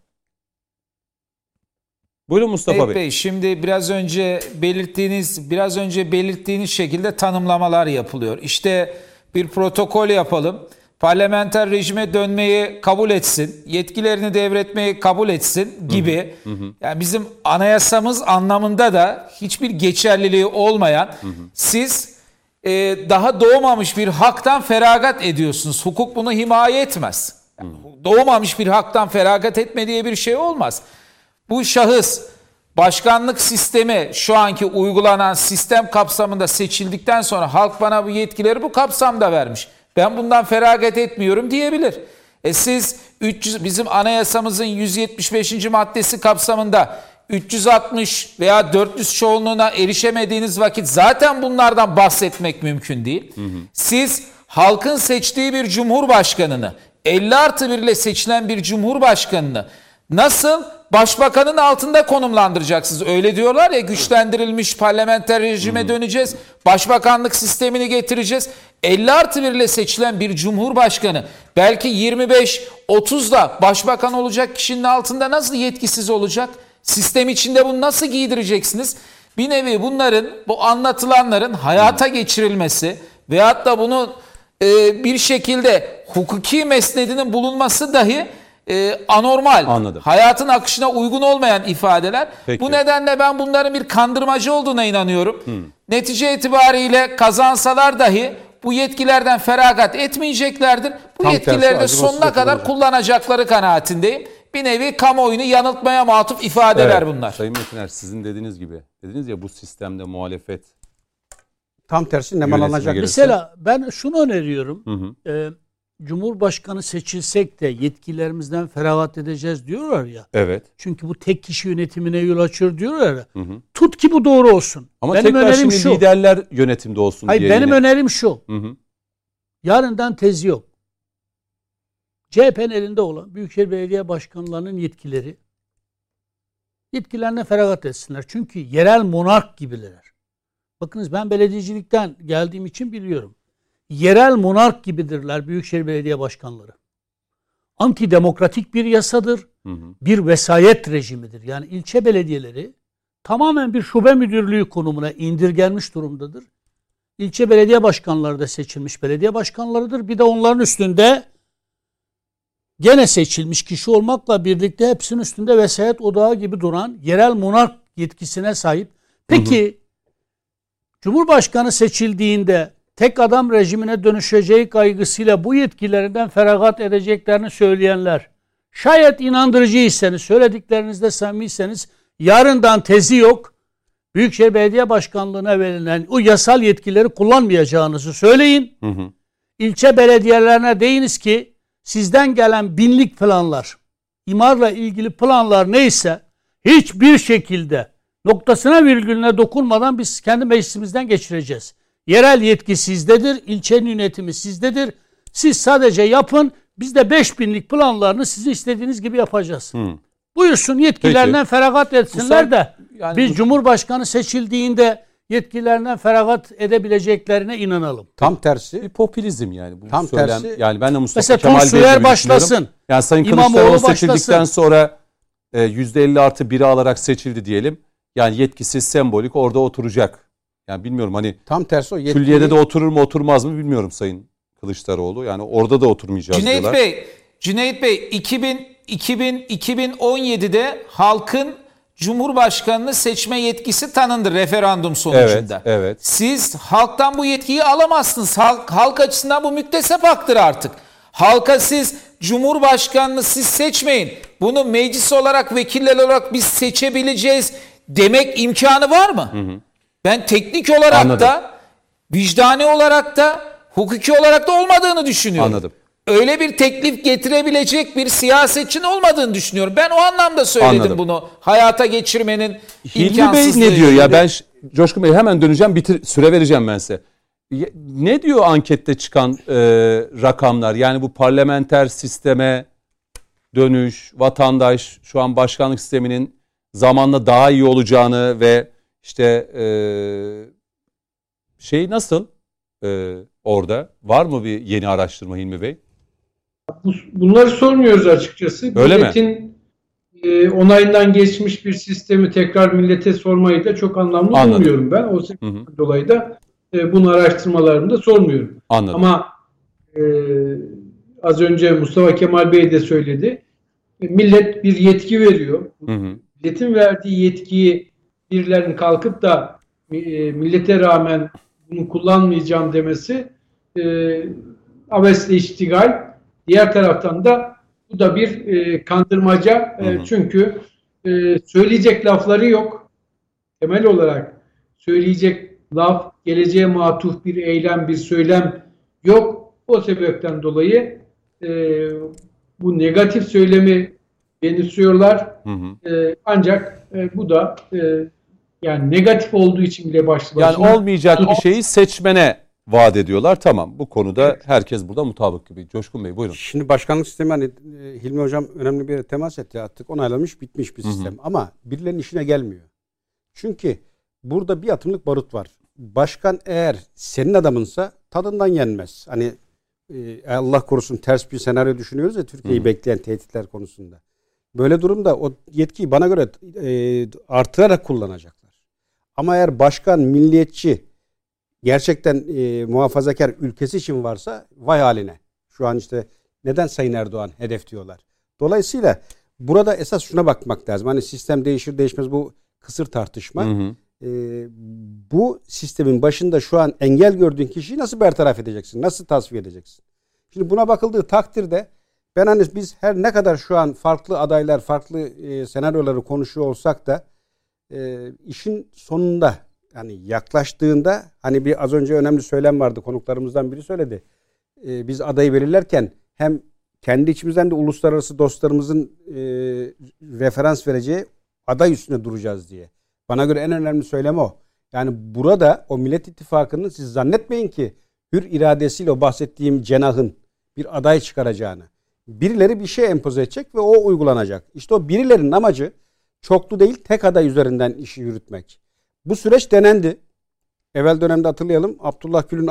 [SPEAKER 1] Buyurun Mustafa Bey.
[SPEAKER 4] Şimdi biraz önce belirttiğiniz şekilde tanımlamalar yapılıyor. İşte bir protokol yapalım. Parlamenter rejime dönmeyi kabul etsin, yetkilerini devretmeyi kabul etsin gibi. Yani bizim anayasamız anlamında da hiçbir geçerliliği olmayan, siz daha doğmamış bir haktan feragat ediyorsunuz. Hukuk bunu himaye etmez. Yani doğmamış bir haktan feragat etme diye bir şey olmaz. Bu şahıs başkanlık sistemi, şu anki uygulanan sistem kapsamında seçildikten sonra halk bana bu yetkileri bu kapsamda vermiş, ben bundan feragat etmiyorum diyebilir. Siz bizim anayasamızın 175. maddesi kapsamında 360 veya 400 çoğunluğuna erişemediğiniz vakit zaten bunlardan bahsetmek mümkün değil. Siz halkın seçtiği bir cumhurbaşkanını, 50+1 ile seçilen bir cumhurbaşkanını nasıl başbakanın altında konumlandıracaksınız? Öyle diyorlar ya, güçlendirilmiş parlamenter rejime döneceğiz, başbakanlık sistemini getireceğiz. 50+1 ile seçilen bir cumhurbaşkanı belki 25-30'da başbakan olacak kişinin altında nasıl yetkisiz olacak? Sistem içinde bunu nasıl giydireceksiniz? Bir nevi bunların, bu anlatılanların hayata geçirilmesi veyahut da bunun bir şekilde hukuki mesnedinin bulunması dahi anormal.
[SPEAKER 1] Anladım.
[SPEAKER 4] Hayatın akışına uygun olmayan ifadeler.
[SPEAKER 1] Peki.
[SPEAKER 4] Bu nedenle ben bunların bir kandırmacı olduğuna inanıyorum. Netice itibariyle kazansalar dahi bu yetkilerden feragat etmeyeceklerdir. Bu
[SPEAKER 2] Tam
[SPEAKER 4] yetkileri
[SPEAKER 2] tersi,
[SPEAKER 4] de
[SPEAKER 2] acımasız
[SPEAKER 4] sonuna kadar
[SPEAKER 2] olacak.
[SPEAKER 4] kullanacakları kanaatindeyim. Bir nevi kamuoyunu yanıltmaya matuf ifadeler bunlar.
[SPEAKER 1] Sayın Metiner, sizin dediğiniz gibi. Dediniz ya, bu sistemde muhalefet
[SPEAKER 2] Tam tersi nemalanacak.
[SPEAKER 1] gelirse-
[SPEAKER 3] Mesela ben şunu öneriyorum. Cumhurbaşkanı seçilsek de yetkilerimizden feragat edeceğiz diyorlar ya.
[SPEAKER 1] Evet.
[SPEAKER 3] Çünkü bu tek kişi yönetimine yol açıyor diyorlar ya. Tut ki bu doğru olsun.
[SPEAKER 1] Ama
[SPEAKER 3] benim
[SPEAKER 1] tekrar
[SPEAKER 3] önerim
[SPEAKER 1] şimdi
[SPEAKER 3] şu.
[SPEAKER 1] liderler yönetimde olsun
[SPEAKER 3] Hayır,
[SPEAKER 1] diye.
[SPEAKER 3] benim
[SPEAKER 1] yine.
[SPEAKER 3] önerim şu. Yarından tezi yok. CHP'nin elinde olan Büyükşehir Belediye Başkanlarının yetkilerine feragat etsinler. Çünkü yerel monark gibiler. Bakınız, ben belediyecilikten geldiğim için biliyorum. Yerel monark gibidirler Büyükşehir Belediye Başkanları. Antidemokratik bir yasadır. Bir vesayet rejimidir. Yani ilçe belediyeleri tamamen bir şube müdürlüğü konumuna indirgenmiş durumdadır. İlçe belediye başkanları da seçilmiş belediye başkanlarıdır. Bir de onların üstünde gene seçilmiş kişi olmakla birlikte hepsinin üstünde vesayet odağı gibi duran yerel monark yetkisine sahip. Peki Cumhurbaşkanı seçildiğinde tek adam rejimine dönüşeceği kaygısıyla bu yetkilerinden feragat edeceklerini söyleyenler, şayet inandırıcıysanız, söylediklerinizde samimiyseniz, yarından tezi yok, Büyükşehir Belediye Başkanlığı'na verilen o yasal yetkileri kullanmayacağınızı söyleyin. İlçe belediyelerine deyiniz ki sizden gelen binlik planlar, imarla ilgili planlar neyse hiçbir şekilde noktasına virgülüne dokunmadan biz kendi meclisimizden geçireceğiz. Yerel yetki sizdedir, ilçenin yönetimi sizdedir. Siz sadece yapın, biz de 5000'lik planlarını sizin istediğiniz gibi yapacağız. Buyursun yetkilerinden feragat etsinler de yani biz Cumhurbaşkanı seçildiğinde yetkilerinden feragat edebileceklerine inanalım.
[SPEAKER 2] Tam tersi.
[SPEAKER 1] Bir popülizm yani. Bu
[SPEAKER 2] Tam
[SPEAKER 1] söylem,
[SPEAKER 2] tersi.
[SPEAKER 1] yani ben de Mustafa
[SPEAKER 3] Mesela
[SPEAKER 1] Kemal Bey'le
[SPEAKER 3] Tunçer başlasın.
[SPEAKER 1] Yani Sayın
[SPEAKER 3] İmamoğlu
[SPEAKER 1] Kılıçdaroğlu seçildikten
[SPEAKER 3] başlasın.
[SPEAKER 1] sonra %50+1'i alarak seçildi diyelim. Yani yetkisiz, sembolik orada oturacak. Yani bilmiyorum hani
[SPEAKER 2] tam tersi o yetkili.
[SPEAKER 1] Külliye'de de oturur mu oturmaz mı bilmiyorum Sayın Kılıçdaroğlu. Yani orada da oturmayacağız diyorlar.
[SPEAKER 4] Cüneyt Bey 2017'de halkın Cumhurbaşkanını seçme yetkisi tanındı referandum sonucunda.
[SPEAKER 1] Evet.
[SPEAKER 4] Siz halktan bu yetkiyi alamazsınız. Halk açısından bu müktesep haktır artık. Halka siz Cumhurbaşkanını siz seçmeyin, bunu meclis olarak, vekiller olarak biz seçebileceğiz demek imkanı var mı? Ben teknik olarak da, vicdani olarak da, hukuki olarak da olmadığını düşünüyorum.
[SPEAKER 1] Anladım.
[SPEAKER 4] Öyle bir teklif getirebilecek bir siyasetçinin olmadığını düşünüyorum. Ben o anlamda söyledim bunu. Hayata geçirmenin imkansızlığı.
[SPEAKER 1] Hilmi Bey ne diyor ya? Ben Coşkun Bey hemen döneceğim. Süre vereceğim ben size. Ne diyor ankette çıkan rakamlar? Yani bu parlamenter sisteme dönüş, vatandaş şu an başkanlık sisteminin zamanla daha iyi olacağını ve işte şey nasıl orada? Var mı bir yeni araştırma Hilmi Bey?
[SPEAKER 5] Bunları sormuyoruz açıkçası.
[SPEAKER 1] Öyle
[SPEAKER 5] Milletin onayından geçmiş bir sistemi tekrar millete sormayı da çok anlamlı bulmuyorum ben. O sebepten dolayı da bunun araştırmalarını da sormuyorum.
[SPEAKER 1] Anladım.
[SPEAKER 5] Ama az önce Mustafa Kemal Bey de söyledi. Millet bir yetki veriyor. Milletin verdiği yetkiyi birilerinin kalkıp da millete rağmen bunu kullanmayacağım demesi abesle iştigal. Diğer taraftan da bu da bir kandırmaca. Çünkü söyleyecek lafları yok. Temel olarak söyleyecek laf, geleceğe matuf bir eylem, bir söylem yok. O sebepten dolayı bu negatif söylemi benimsiyorlar. Ancak bu da yani negatif olduğu için bile başlı başına.
[SPEAKER 1] Yani olmayacak bir şeyi seçmene vaat ediyorlar. Tamam, bu konuda herkes burada mutabık gibi. Coşkun Bey buyurun.
[SPEAKER 2] Şimdi başkanlık sistemi hani Hilmi Hocam önemli bir yere temas etti. Artık onaylanmış bitmiş bir sistem. Ama birilerinin işine gelmiyor. Çünkü burada bir atımlık barut var. Başkan eğer senin adamınsa tadından yenmez. Hani Allah korusun ters bir senaryo düşünüyoruz ya Türkiye'yi bekleyen tehditler konusunda. Böyle durumda o yetkiyi bana göre artırarak kullanacaklar. Ama eğer başkan milliyetçi gerçekten muhafazakar ülkesi için varsa vay haline. Şu an işte neden Sayın Erdoğan hedef diyorlar. Dolayısıyla burada esas şuna bakmak lazım. Hani sistem değişir değişmez bu kısır tartışma. Bu sistemin başında şu an engel gördüğün kişiyi nasıl bertaraf edeceksin? Nasıl tasfiye edeceksin? Şimdi buna bakıldığı takdirde ben hani biz her ne kadar şu an farklı adaylar, farklı senaryoları konuşuyor olsak da işin sonunda yani yaklaştığında hani bir az önce önemli söylem vardı. Konuklarımızdan biri söyledi. Biz adayı belirlerken hem kendi içimizden de uluslararası dostlarımızın referans vereceği aday üstüne duracağız diye. Bana göre en önemli söylem o. Yani burada o Millet İttifakı'nın siz zannetmeyin ki hür iradesiyle o bahsettiğim cenahın bir aday çıkaracağını. Birileri bir şey empoze edecek ve o uygulanacak. İşte o birilerinin amacı çoklu değil tek aday üzerinden işi yürütmek. Bu süreç denendi. Evvel dönemde hatırlayalım Abdullah Gül'ün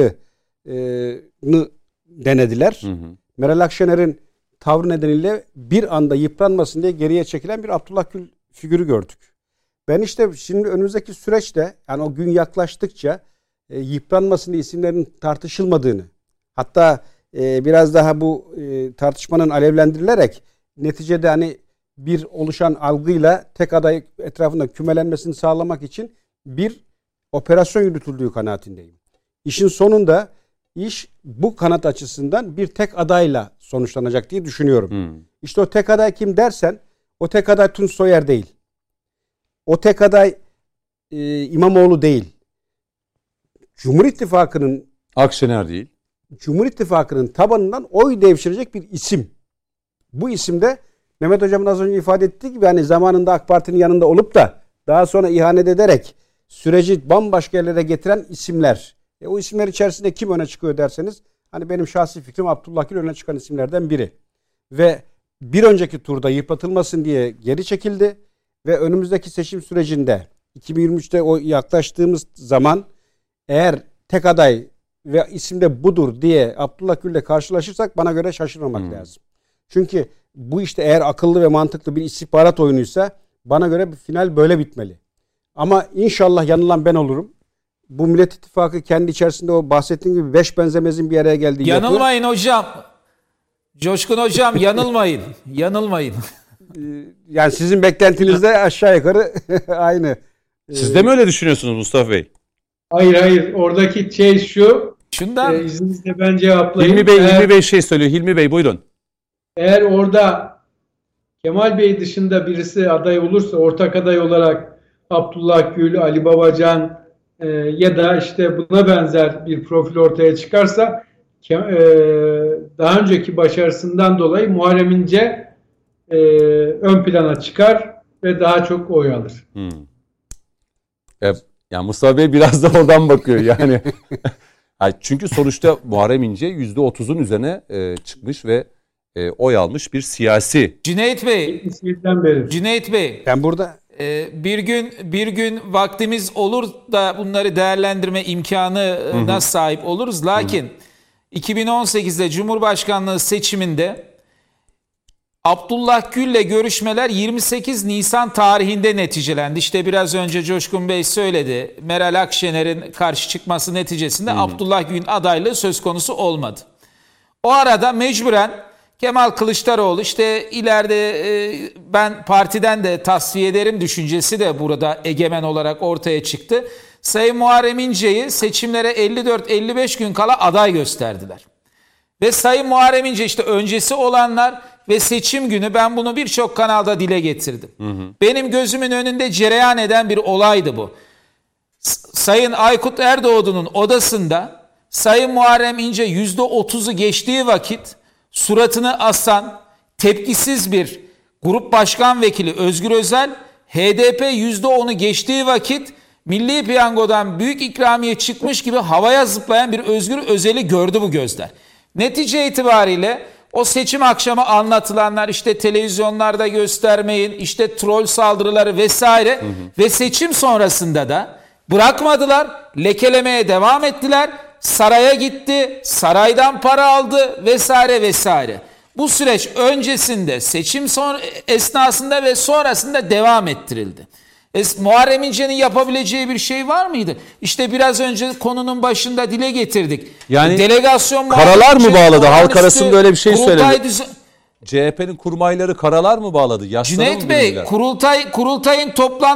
[SPEAKER 2] adaylığını denediler. Meral Akşener'in tavrı nedeniyle bir anda yıpranmasın diye geriye çekilen bir Abdullah Gül figürü gördük. Ben işte şimdi önümüzdeki süreçte yani o gün yaklaştıkça yıpranmasın diye isimlerin tartışılmadığını hatta biraz daha bu tartışmanın alevlendirilerek neticede hani bir oluşan algıyla tek aday etrafında kümelenmesini sağlamak için bir operasyon yürütüldüğü kanaatindeyim. İşin sonunda iş bu kanat açısından bir tek adayla sonuçlanacak diye düşünüyorum. İşte o tek aday kim dersen o tek aday Tunç Soyer değil. O tek aday İmamoğlu değil. Cumhur İttifakı'nın
[SPEAKER 1] Akşener değil.
[SPEAKER 2] Cumhur İttifakı'nın tabanından oy devşirecek bir isim. Bu isim de Mehmet Hocam'ın az önce ifade ettiği gibi hani zamanında AK Parti'nin yanında olup da daha sonra ihanet ederek süreci bambaşka yerlere getiren isimler. O isimler içerisinde kim öne çıkıyor derseniz hani benim şahsi fikrim Abdullah Gül öne çıkan isimlerden biri. Ve bir önceki turda yıpratılmasın diye geri çekildi ve önümüzdeki seçim sürecinde 2023'te o yaklaştığımız zaman eğer tek aday ve isim de budur diye Abdullah Gül'le karşılaşırsak bana göre şaşırmamak lazım. Çünkü bu işte eğer akıllı ve mantıklı bir istihbarat oyunuysa bana göre bir final böyle bitmeli. Ama inşallah yanılan ben olurum. Bu Millet İttifakı kendi içerisinde o bahsettiğim gibi 5 benzemezin bir araya geldiği
[SPEAKER 4] yanılmayın hocam. Coşkun hocam yanılmayın. Yanılmayın.
[SPEAKER 2] Yani sizin beklentinizde aşağı yukarı aynı.
[SPEAKER 1] Siz de mi öyle düşünüyorsunuz Mustafa Bey?
[SPEAKER 5] Hayır. Oradaki şey şu.
[SPEAKER 4] Şundan
[SPEAKER 5] İzninizle ben cevaplayayım.
[SPEAKER 1] Hilmi Bey şey söylüyor. Hilmi Bey buyurun.
[SPEAKER 5] Eğer orada Kemal Bey dışında birisi aday olursa ortak aday olarak Abdullah Gül, Ali Babacan ya da işte buna benzer bir profil ortaya çıkarsa daha önceki başarısından dolayı Muharrem İnce ön plana çıkar ve daha çok oy alır.
[SPEAKER 1] Yani Mustafa Bey biraz da oradan bakıyor yani. Çünkü sonuçta Muharrem İnce %30'un üzerine çıkmış ve oy almış bir siyasi.
[SPEAKER 4] Cüneyt Bey.
[SPEAKER 2] Ben burada
[SPEAKER 4] bir gün vaktimiz olur da bunları değerlendirme imkanına sahip oluruz. Lakin 2018'de Cumhurbaşkanlığı seçiminde Abdullah Gül'le görüşmeler 28 Nisan tarihinde neticelendi. İşte biraz önce Coşkun Bey söyledi. Meral Akşener'in karşı çıkması neticesinde Abdullah Gül'ün adaylığı söz konusu olmadı. O arada mecburen Kemal Kılıçdaroğlu işte ileride ben partiden de tasfiye ederim düşüncesi de burada egemen olarak ortaya çıktı. Sayın Muharrem İnce'yi seçimlere 54-55 gün kala aday gösterdiler. Ve Sayın Muharrem İnce işte öncesi olanlar ve seçim günü ben bunu birçok kanalda dile getirdim. Benim gözümün önünde cereyan eden bir olaydı bu. Sayın Aykut Erdoğdu'nun odasında Sayın Muharrem İnce %30'u geçtiği vakit suratını asan tepkisiz bir grup başkan vekili Özgür Özel, HDP %10'u geçtiği vakit Milli Piyango'dan büyük ikramiye çıkmış gibi havaya zıplayan bir Özgür Özel'i gördü bu gözler. Netice itibariyle o seçim akşamı anlatılanlar işte televizyonlarda göstermeyin, işte troll saldırıları vesaire ve seçim sonrasında da bırakmadılar, lekelemeye devam ettiler. Saraya gitti, saraydan para aldı vesaire vesaire. Bu süreç öncesinde, seçim esnasında ve sonrasında devam ettirildi. Muharrem İnce'nin yapabileceği bir şey var mıydı? İşte biraz önce konunun başında dile getirdik.
[SPEAKER 1] Yani
[SPEAKER 4] delegasyon
[SPEAKER 1] karalar mı bağladı? Halk arasında öyle bir şey söyledi. CHP'nin kurmayları karalar mı bağladı?
[SPEAKER 4] Cüneyt Bey, kurultayın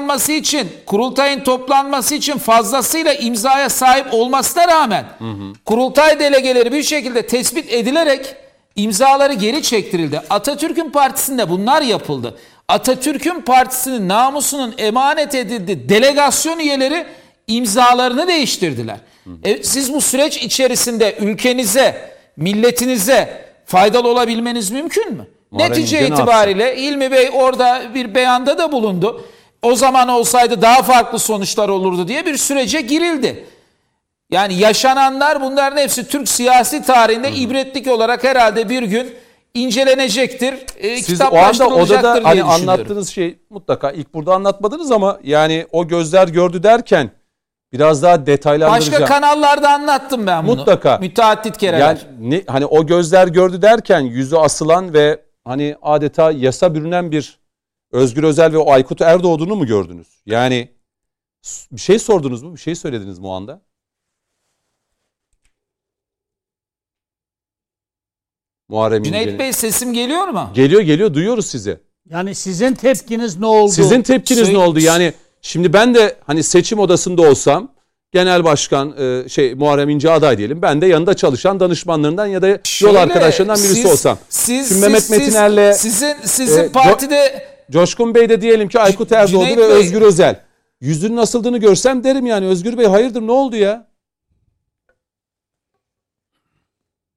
[SPEAKER 4] toplanması için fazlasıyla imzaya sahip olmasına rağmen kurultay delegeleri bir şekilde tespit edilerek imzaları geri çektirildi. Atatürk'ün partisinde bunlar yapıldı. Atatürk'ün partisinin namusunun emanet edildi. Delegasyon üyeleri imzalarını değiştirdiler. Siz bu süreç içerisinde ülkenize, milletinize faydalı olabilmeniz mümkün mü? Netice itibariyle Hilmi Bey orada bir beyanda da bulundu. O zaman olsaydı daha farklı sonuçlar olurdu diye bir sürece girildi. Yani yaşananlar bunların hepsi Türk siyasi tarihinde ibretlik olarak herhalde bir gün incelenecektir.
[SPEAKER 1] Siz o anda odada hani anlattığınız şey mutlaka ilk burada anlatmadınız ama yani o gözler gördü derken biraz daha detaylandıracağım.
[SPEAKER 4] Başka kanallarda anlattım ben bunu.
[SPEAKER 1] Mutlaka.
[SPEAKER 4] Müteaddit kereler.
[SPEAKER 1] Yani hani o gözler gördü derken yüzü asılan ve hani adeta yasa bürünen bir Özgür Özel ve o Aykut Erdoğdu'nu mu gördünüz? Yani bir şey sordunuz mu? Bir şey söylediniz mi o anda? Muharrem
[SPEAKER 4] Cüneyt Bey sesim geliyor mu?
[SPEAKER 1] Geliyor duyuyoruz sizi.
[SPEAKER 3] Yani sizin tepkiniz ne oldu?
[SPEAKER 1] Sizin tepkiniz ne oldu? Yani şimdi ben de hani seçim odasında olsam genel başkan Muharrem İnce aday diyelim. Ben de yanında çalışan danışmanlarından ya da yol arkadaşlarından birisi olsam. Şimdi Mehmet Metiner'le
[SPEAKER 4] sizin partide
[SPEAKER 1] Coşkun Bey de diyelim ki Aykut Erdoğdu ve Özgür Özel. Yüzünün asıldığını görsem derim yani Özgür Bey hayırdır ne oldu ya?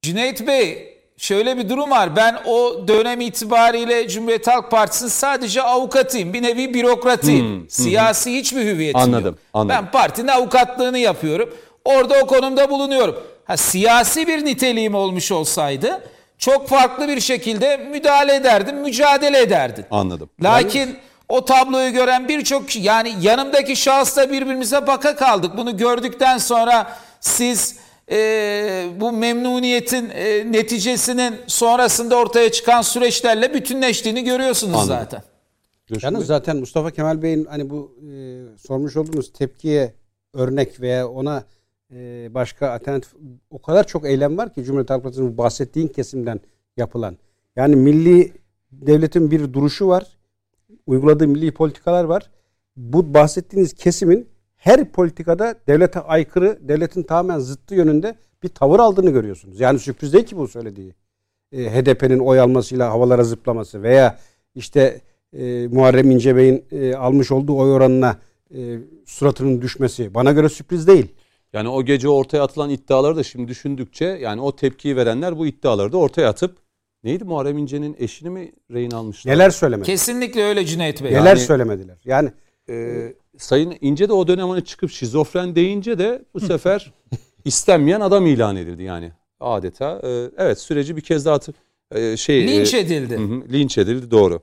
[SPEAKER 4] Cüneyt Bey, şöyle bir durum var. Ben o dönem itibariyle Cumhuriyet Halk Partisi'nin sadece avukatıyım. Bir nevi bürokratıyım. Siyasi hiçbir hüviyetim yok.
[SPEAKER 1] Anladım.
[SPEAKER 4] Ben partinin avukatlığını yapıyorum. Orada o konumda bulunuyorum. Siyasi bir niteliğim olmuş olsaydı çok farklı bir şekilde müdahale ederdim, mücadele ederdim.
[SPEAKER 1] Anladım.
[SPEAKER 4] Lakin o tabloyu gören birçok kişi, yani yanımdaki şahısla birbirimize baka kaldık. Bunu gördükten sonra siz bu memnuniyetin neticesinin sonrasında ortaya çıkan süreçlerle bütünleştiğini görüyorsunuz.
[SPEAKER 1] Anladım.
[SPEAKER 4] Zaten.
[SPEAKER 2] Yalnız zaten Mustafa Kemal Bey'in hani bu sormuş olduğumuz tepkiye örnek veya ona başka alternatif o kadar çok eylem var ki Cumhuriyet Halk Partisi'nin bahsettiğin kesimden yapılan. Yani milli devletin bir duruşu var. Uyguladığı milli politikalar var. Bu bahsettiğiniz kesimin her politikada devlete aykırı, devletin tamamen zıttı yönünde bir tavır aldığını görüyorsunuz. Yani sürpriz değil ki bu söylediği. HDP'nin oy almasıyla havalara zıplaması veya işte Muharrem İnce Bey'in almış olduğu oy oranına suratının düşmesi bana göre sürpriz değil.
[SPEAKER 1] Yani o gece ortaya atılan iddiaları da şimdi düşündükçe, yani o tepkiyi verenler bu iddiaları da ortaya atıp, neydi, Muharrem İnce'nin eşini mi rehin almışlar?
[SPEAKER 2] Neler söylemediler?
[SPEAKER 4] Kesinlikle öyle Cüneyt Bey.
[SPEAKER 2] Neler söylemediler? Yani
[SPEAKER 1] Sayın İnce de o dönem hani çıkıp şizofren deyince de bu sefer istenmeyen adam ilan edildi yani adeta. Evet, süreci bir kez daha
[SPEAKER 4] linç edildi.
[SPEAKER 1] Linç edildi, doğru.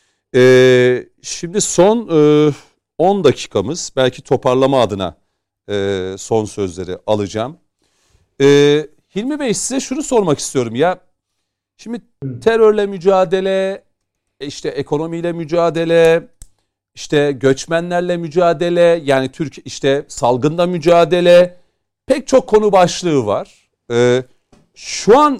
[SPEAKER 1] Şimdi son 10 dakikamız, belki toparlama adına son sözleri alacağım. Hilmi Bey, size şunu sormak istiyorum ya. Şimdi terörle mücadele, işte ekonomiyle mücadele, işte göçmenlerle mücadele, yani işte salgında mücadele, pek çok konu başlığı var. Şu an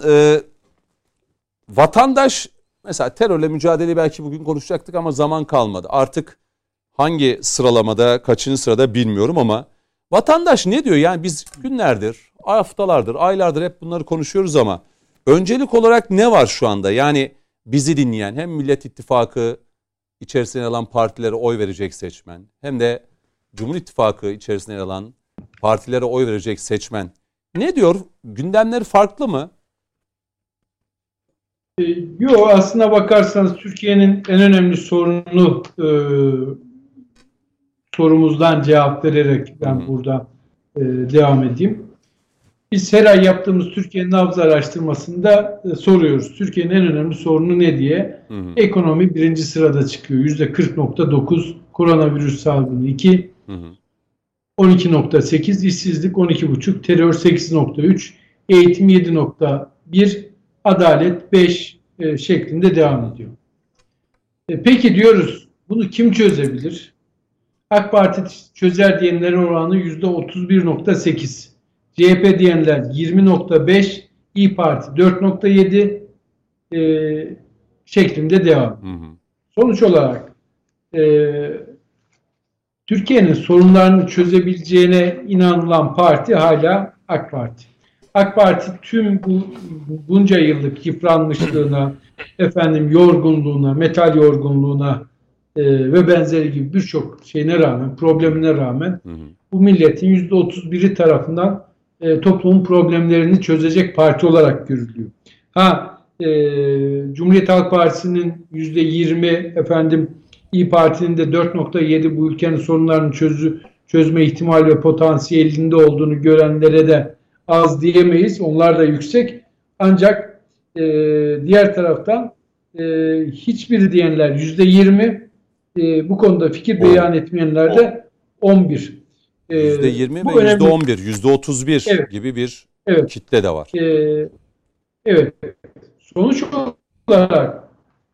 [SPEAKER 1] vatandaş, mesela terörle mücadeleyi belki bugün konuşacaktık ama zaman kalmadı. Artık hangi sıralamada, kaçıncı sırada bilmiyorum ama vatandaş ne diyor? Yani biz günlerdir, haftalardır, aylardır hep bunları konuşuyoruz ama öncelik olarak ne var şu anda? Yani bizi dinleyen, hem Millet İttifakı içerisine yer alan partilere oy verecek seçmen, hem de Cumhur İttifakı içerisine yer alan partilere oy verecek seçmen ne diyor? Gündemleri farklı mı?
[SPEAKER 5] Yok, aslına bakarsanız Türkiye'nin en önemli sorunu, sorumuzdan cevap vererek ben burada devam edeyim. Biz her ay yaptığımız Türkiye'nin nabzı araştırmasında soruyoruz. Türkiye'nin en önemli sorunu ne diye. Ekonomi birinci sırada çıkıyor. %40.9, koronavirüs salgını 2, 12.8, işsizlik 12.5, terör 8.3, eğitim 7.1, adalet 5 şeklinde devam ediyor. Peki diyoruz, bunu kim çözebilir? AK Parti çözer diyenlerin oranı %31.8. CHP diyenler 20.5, İYİ Parti 4.7 şeklinde devam. Sonuç olarak Türkiye'nin sorunlarını çözebileceğine inanılan parti hala AK Parti. AK Parti tüm bunca yıllık yıpranmışlığına, yorgunluğuna, metal yorgunluğuna ve benzeri gibi birçok şeyine rağmen, problemine rağmen bu milletin %31'i tarafından toplumun problemlerini çözecek parti olarak görülüyor. Cumhuriyet Halk Partisi'nin %20, İYİ Parti'nin de 4.7 bu ülkenin sorunlarını çözme ihtimali ve potansiyelinde olduğunu görenlere de az diyemeyiz. Onlar da yüksek. Ancak diğer taraftan hiçbiri diyenler %20, bu konuda fikir beyan etmeyenler de 11.
[SPEAKER 1] %20 ve %11, %31
[SPEAKER 5] evet,
[SPEAKER 1] gibi bir
[SPEAKER 5] evet,
[SPEAKER 1] kitle de var.
[SPEAKER 5] Evet. Sonuç olarak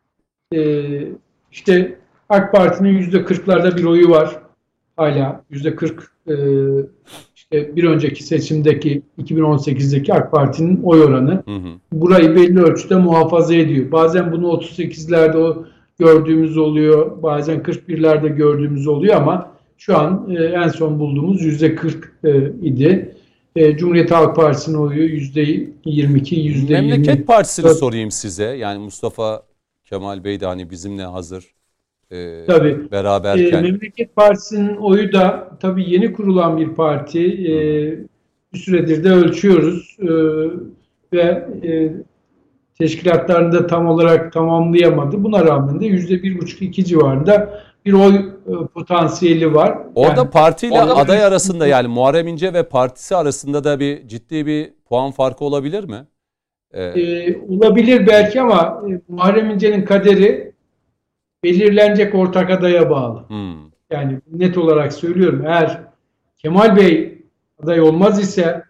[SPEAKER 5] işte AK Parti'nin %40'larda bir oyu var. Hala %40 işte bir önceki seçimdeki 2018'deki AK Parti'nin oy oranı burayı belli ölçüde muhafaza ediyor. Bazen bunu 38'lerde gördüğümüz oluyor. Bazen 41'lerde gördüğümüz oluyor ama şu an en son bulduğumuz %40 idi. Cumhuriyet Halk Partisi'nin oyu %22, %20.
[SPEAKER 1] Memleket Partisi'ni sorayım size. Yani Mustafa Kemal Bey de hani bizimle hazır beraberken.
[SPEAKER 5] Memleket Partisi'nin oyu da tabii yeni kurulan bir parti. Bir süredir de ölçüyoruz. ve teşkilatlarını da tam olarak tamamlayamadı. Buna rağmen de %1,5-2 civarında bir oy potansiyeli var.
[SPEAKER 1] Orada
[SPEAKER 5] yani,
[SPEAKER 1] partiyle aday arasında, yani Muharrem İnce ve partisi arasında da bir ciddi bir puan farkı olabilir mi?
[SPEAKER 5] Olabilir belki ama Muharrem İnce'nin kaderi belirlenecek ortak adaya bağlı. Yani net olarak söylüyorum, eğer Kemal Bey aday olmaz ise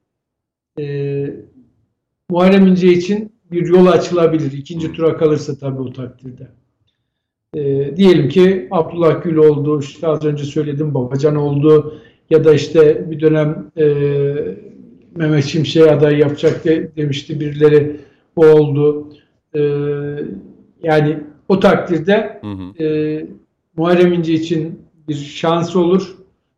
[SPEAKER 5] Muharrem İnce için bir yol açılabilir. İkinci tura kalırsa tabii o takdirde. Diyelim ki Abdullah Gül oldu, işte az önce söyledim Babacan oldu ya da işte bir dönem Mehmet Şimşek aday yapacak demişti birileri, o oldu. Yani o takdirde Muharrem İnce için bir şans olur.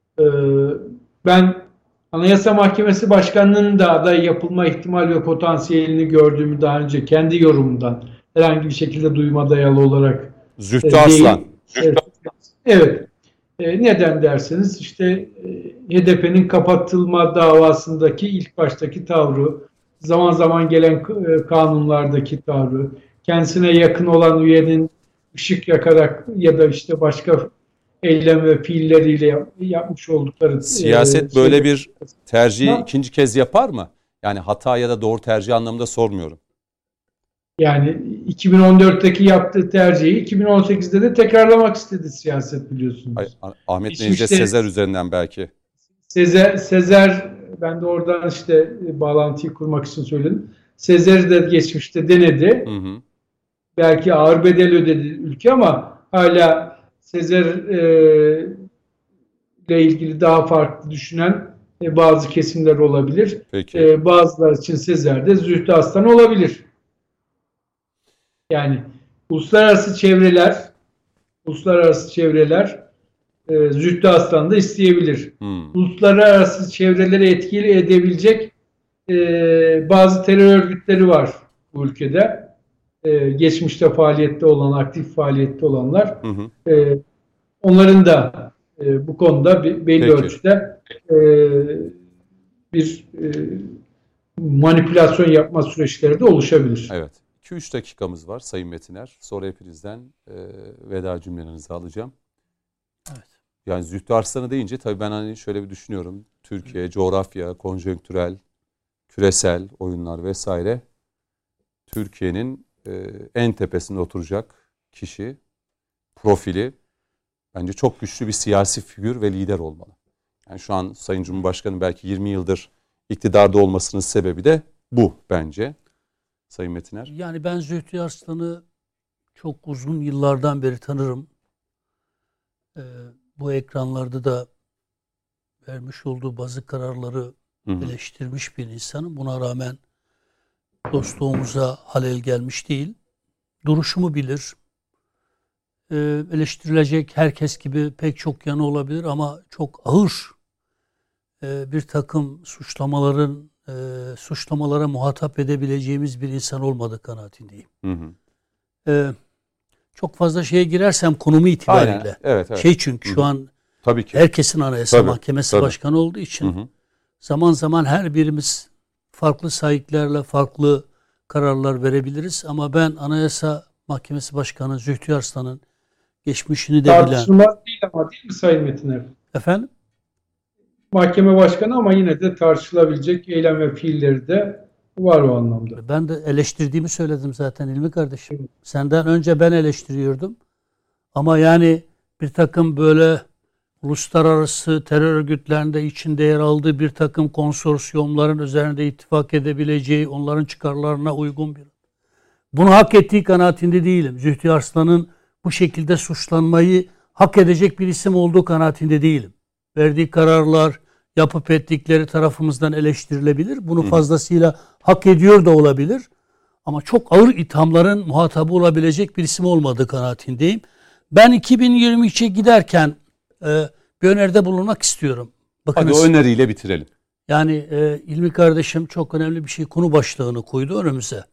[SPEAKER 5] Ben Anayasa Mahkemesi Başkanlığı'nın da aday yapılma ihtimal ve potansiyelini gördüğümü daha önce kendi yorumumdan, herhangi bir şekilde duyuma dayalı olarak
[SPEAKER 1] Zühtü Arslan.
[SPEAKER 5] Evet. Neden derseniz işte HDP'nin kapatılma davasındaki ilk baştaki tavrı, zaman zaman gelen kanunlardaki tavrı, kendisine yakın olan üyenin ışık yakarak ya da işte başka eylem ve fiilleriyle yapmış oldukları
[SPEAKER 1] siyaset böyle bir tercihi ikinci kez yapar mı? Yani hata ya da doğru tercih anlamında sormuyorum.
[SPEAKER 5] Yani 2014'teki yaptığı tercihi 2018'de de tekrarlamak istedi siyaset, biliyorsunuz.
[SPEAKER 1] Ahmet Necdet Sezer üzerinden belki.
[SPEAKER 5] Sezer, ben de oradan işte bağlantıyı kurmak için söyledim. Sezer de geçmişte denedi. Belki ağır bedel ödedi ülke ama hala Sezer ile ilgili daha farklı düşünen bazı kesimler olabilir. Bazıları için Sezer de Zühtü Aslan olabilir. Yani uluslararası çevreler Zühtü Aslan'ı da isteyebilir. Uluslararası çevreleri etkili edebilecek bazı terör örgütleri var bu ülkede. Geçmişte faaliyette olan, aktif faaliyette olanlar. Onların da bu konuda belli ölçüde bir manipülasyon yapma süreçleri de oluşabilir.
[SPEAKER 1] Evet. 2-3 dakikamız var Sayın Metiner. Sonra hepinizden veda cümlelerinizi alacağım.
[SPEAKER 3] Evet.
[SPEAKER 1] Yani Zühtü Arslan'ı deyince tabii ben hani şöyle bir düşünüyorum. Türkiye, coğrafya, konjonktürel, küresel oyunlar vesaire. Türkiye'nin en tepesinde oturacak kişi, profili bence çok güçlü bir siyasi figür ve lider olmalı. Yani şu an Sayın Cumhurbaşkanı belki 20 yıldır iktidarda olmasının sebebi de bu bence. Sayın Metiner.
[SPEAKER 3] Yani ben Zühtü Arslan'ı çok uzun yıllardan beri tanırım. Bu ekranlarda da vermiş olduğu bazı kararları eleştirmiş bir insanım. Buna rağmen dostluğumuza halel gelmiş değil. Duruşumu bilir. Eleştirilecek herkes gibi pek çok yanı olabilir ama çok ağır bir takım suçlamalara muhatap edebileceğimiz bir insan olmadı kanaatindeyim. Çok fazla şeye girersem konumu itibariyle.
[SPEAKER 1] Evet.
[SPEAKER 3] Çünkü şu an
[SPEAKER 1] tabii ki
[SPEAKER 3] herkesin Anayasa Mahkemesi Başkanı olduğu için zaman zaman her birimiz farklı sahiplerle farklı kararlar verebiliriz ama ben Anayasa Mahkemesi Başkanı Zühtü Arslan'ın geçmişini de bilen.
[SPEAKER 5] Tartışılmaz değil ama, değil mi Sayın Metiner?
[SPEAKER 3] Efendim?
[SPEAKER 5] Mahkeme başkanı ama yine de tartışılabilecek eylem ve fiilleri de var o anlamda.
[SPEAKER 3] Ben de eleştirdiğimi söyledim zaten İlmi kardeşim. Evet. Senden önce ben eleştiriyordum. Ama yani bir takım böyle uluslararası terör örgütlerinde içinde yer aldığı bir takım konsorsiyumların üzerinde ittifak edebileceği, onların çıkarlarına uygun bir. Bunu hak ettiği kanaatinde değilim. Zühtü Arslan'ın bu şekilde suçlanmayı hak edecek bir isim olduğu kanaatinde değilim. Verdiği kararlar, yapıp ettikleri tarafımızdan eleştirilebilir. Bunu fazlasıyla hak ediyor da olabilir. Ama çok ağır ithamların muhatabı olabilecek bir isim olmadığı kanaatindeyim. Ben 2023'e giderken bir öneride bulunmak istiyorum.
[SPEAKER 1] Bakınız, hadi o öneriyle bitirelim.
[SPEAKER 3] Yani İlmi kardeşim çok önemli bir şey, konu başlığını koydu önümüze.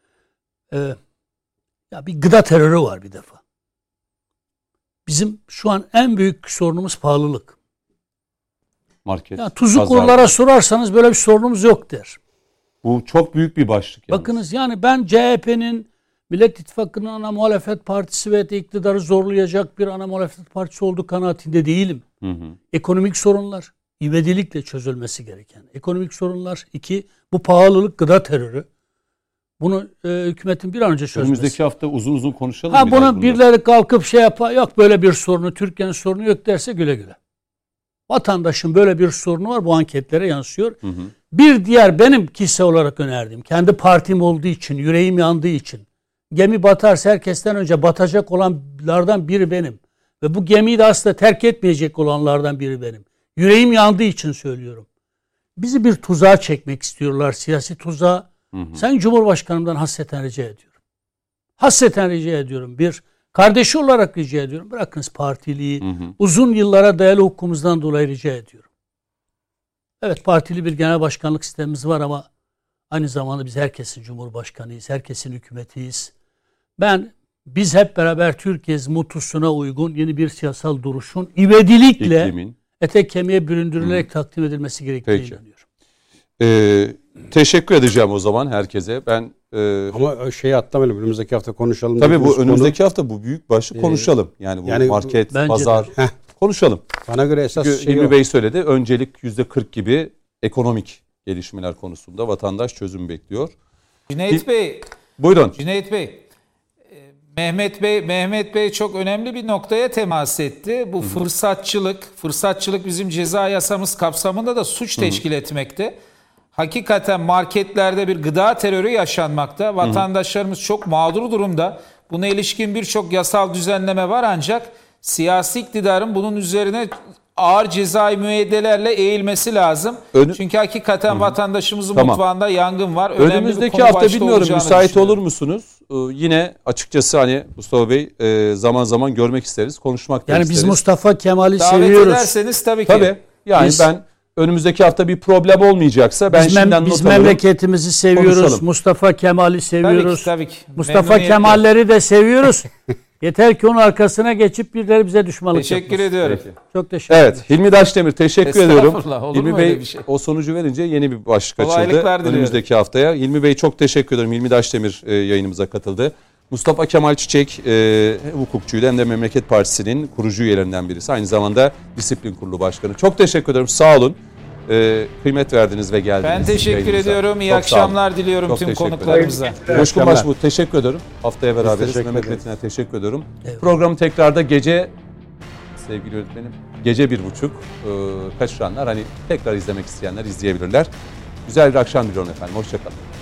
[SPEAKER 3] Ya bir gıda terörü var bir defa. Bizim şu an en büyük sorunumuz pahalılık.
[SPEAKER 1] Market,
[SPEAKER 3] yani tuzu kurlara sorarsanız böyle bir sorunumuz yok der.
[SPEAKER 1] Bu çok büyük bir başlık. Yalnız.
[SPEAKER 3] Bakınız yani ben CHP'nin Millet İttifakı'nın ana muhalefet partisi ve iktidarı zorlayacak bir ana muhalefet partisi olduğu kanaatinde değilim. Ekonomik sorunlar ivedilikle çözülmesi gereken. Ekonomik sorunlar. 2. Bu pahalılık, gıda terörü. Bunu hükümetin bir an önce çözmesi.
[SPEAKER 1] Önümüzdeki hafta uzun uzun konuşalım.
[SPEAKER 3] Bunu birileri kalkıp şey yapar, yok böyle bir sorunu, Türkiye'nin sorunu yok derse güle güle. Vatandaşın böyle bir sorunu var, bu anketlere yansıyor. Bir diğer benim kişisel olarak önerdiğim, kendi partim olduğu için, yüreğim yandığı için, gemi batarsa herkesten önce batacak olanlardan biri benim. Ve bu gemiyi de aslında terk etmeyecek olanlardan biri benim. Yüreğim yandığı için söylüyorum. Bizi bir tuzağa çekmek istiyorlar, siyasi tuzağa. Sen Cumhurbaşkanımdan hasreten rica ediyorum. Hasreten rica ediyorum. Bir kardeşi olarak rica ediyorum. Bırakınız partiliği. Uzun yıllara dayalı hukukumuzdan dolayı rica ediyorum. Evet, partili bir genel başkanlık sistemimiz var ama aynı zamanda biz herkesin cumhurbaşkanıyız. Herkesin hükümetiyiz. Biz hep beraber Türkiye mutusuna uygun yeni bir siyasal duruşun ivedilikle etek kemiğe büründürülerek takdim edilmesi gerektiğine inanıyorum.
[SPEAKER 1] Teşekkür edeceğim o zaman herkese.
[SPEAKER 2] Ama şeyi atlamayalım. Önümüzdeki hafta konuşalım.
[SPEAKER 1] Tabii bu önümüzdeki hafta bu büyük başlık konuşalım. Yani bu market, pazar konuşalım.
[SPEAKER 2] Bana göre esas
[SPEAKER 1] çünkü Hilmi Bey söyledi. Öncelik %40 gibi ekonomik gelişmeler konusunda vatandaş çözüm bekliyor.
[SPEAKER 4] Cüneyt Bey.
[SPEAKER 1] Buyurun.
[SPEAKER 4] Cüneyt Bey. Mehmet Bey çok önemli bir noktaya temas etti. Bu fırsatçılık bizim ceza yasamız kapsamında da suç teşkil etmekte. Hakikaten marketlerde bir gıda terörü yaşanmakta. Vatandaşlarımız çok mağdur durumda. Buna ilişkin birçok yasal düzenleme var ancak siyasi iktidarın bunun üzerine ağır cezai müeyyidelerle eğilmesi lazım. Çünkü hakikaten vatandaşımızın mutfağında yangın var.
[SPEAKER 1] Önümüzdeki hafta bilmiyorum müsait olur musunuz? Yine açıkçası hani Mustafa Bey zaman zaman görmek isteriz, konuşmak da isteriz.
[SPEAKER 3] Yani biz Mustafa Kemal'i
[SPEAKER 4] davet
[SPEAKER 3] seviyoruz.
[SPEAKER 4] Davet ederseniz tabii ki.
[SPEAKER 1] Tabii. Yani ben önümüzdeki hafta bir problem olmayacaksa ben şimdiden not alırım.
[SPEAKER 3] Biz memleketimizi seviyoruz. Konuşalım. Mustafa Kemal'i seviyoruz.
[SPEAKER 4] Tabii ki.
[SPEAKER 3] Mustafa Kemal'leri de seviyoruz. Yeter ki onun arkasına geçip birileri bize düşmanlık
[SPEAKER 4] teşekkür ediyorum.
[SPEAKER 1] Peki.
[SPEAKER 3] Çok teşekkür ederim.
[SPEAKER 1] Evet, Hilmi Daşdemir teşekkür ediyorum.
[SPEAKER 4] Hilmi
[SPEAKER 1] Bey o sonucu verince yeni bir başlık açıldı önümüzdeki haftaya. Hilmi Bey çok teşekkür ederim. Hilmi Daşdemir yayınımıza katıldı. Mustafa Kemal Çiçek hem hukukçuydu hem de Memleket Partisi'nin kurucu üyelerinden birisi. Aynı zamanda Disiplin Kurulu Başkanı. Çok teşekkür ederim. Sağ olun. Kıymet verdiniz ve geldiniz.
[SPEAKER 4] Ben teşekkür ediyorum. İyi akşamlar diliyorum tüm konuklarımıza.
[SPEAKER 1] Coşkun Başbuğ teşekkür ederim. Haftaya beraberiz. Mehmet Metin'e teşekkür ediyorum. Evet. Programı tekrarda sevgili yönetmenim, gece 1.30 kaçıranlar tekrar izlemek isteyenler izleyebilirler. Güzel bir akşam diliyorum efendim. Hoşçakalın.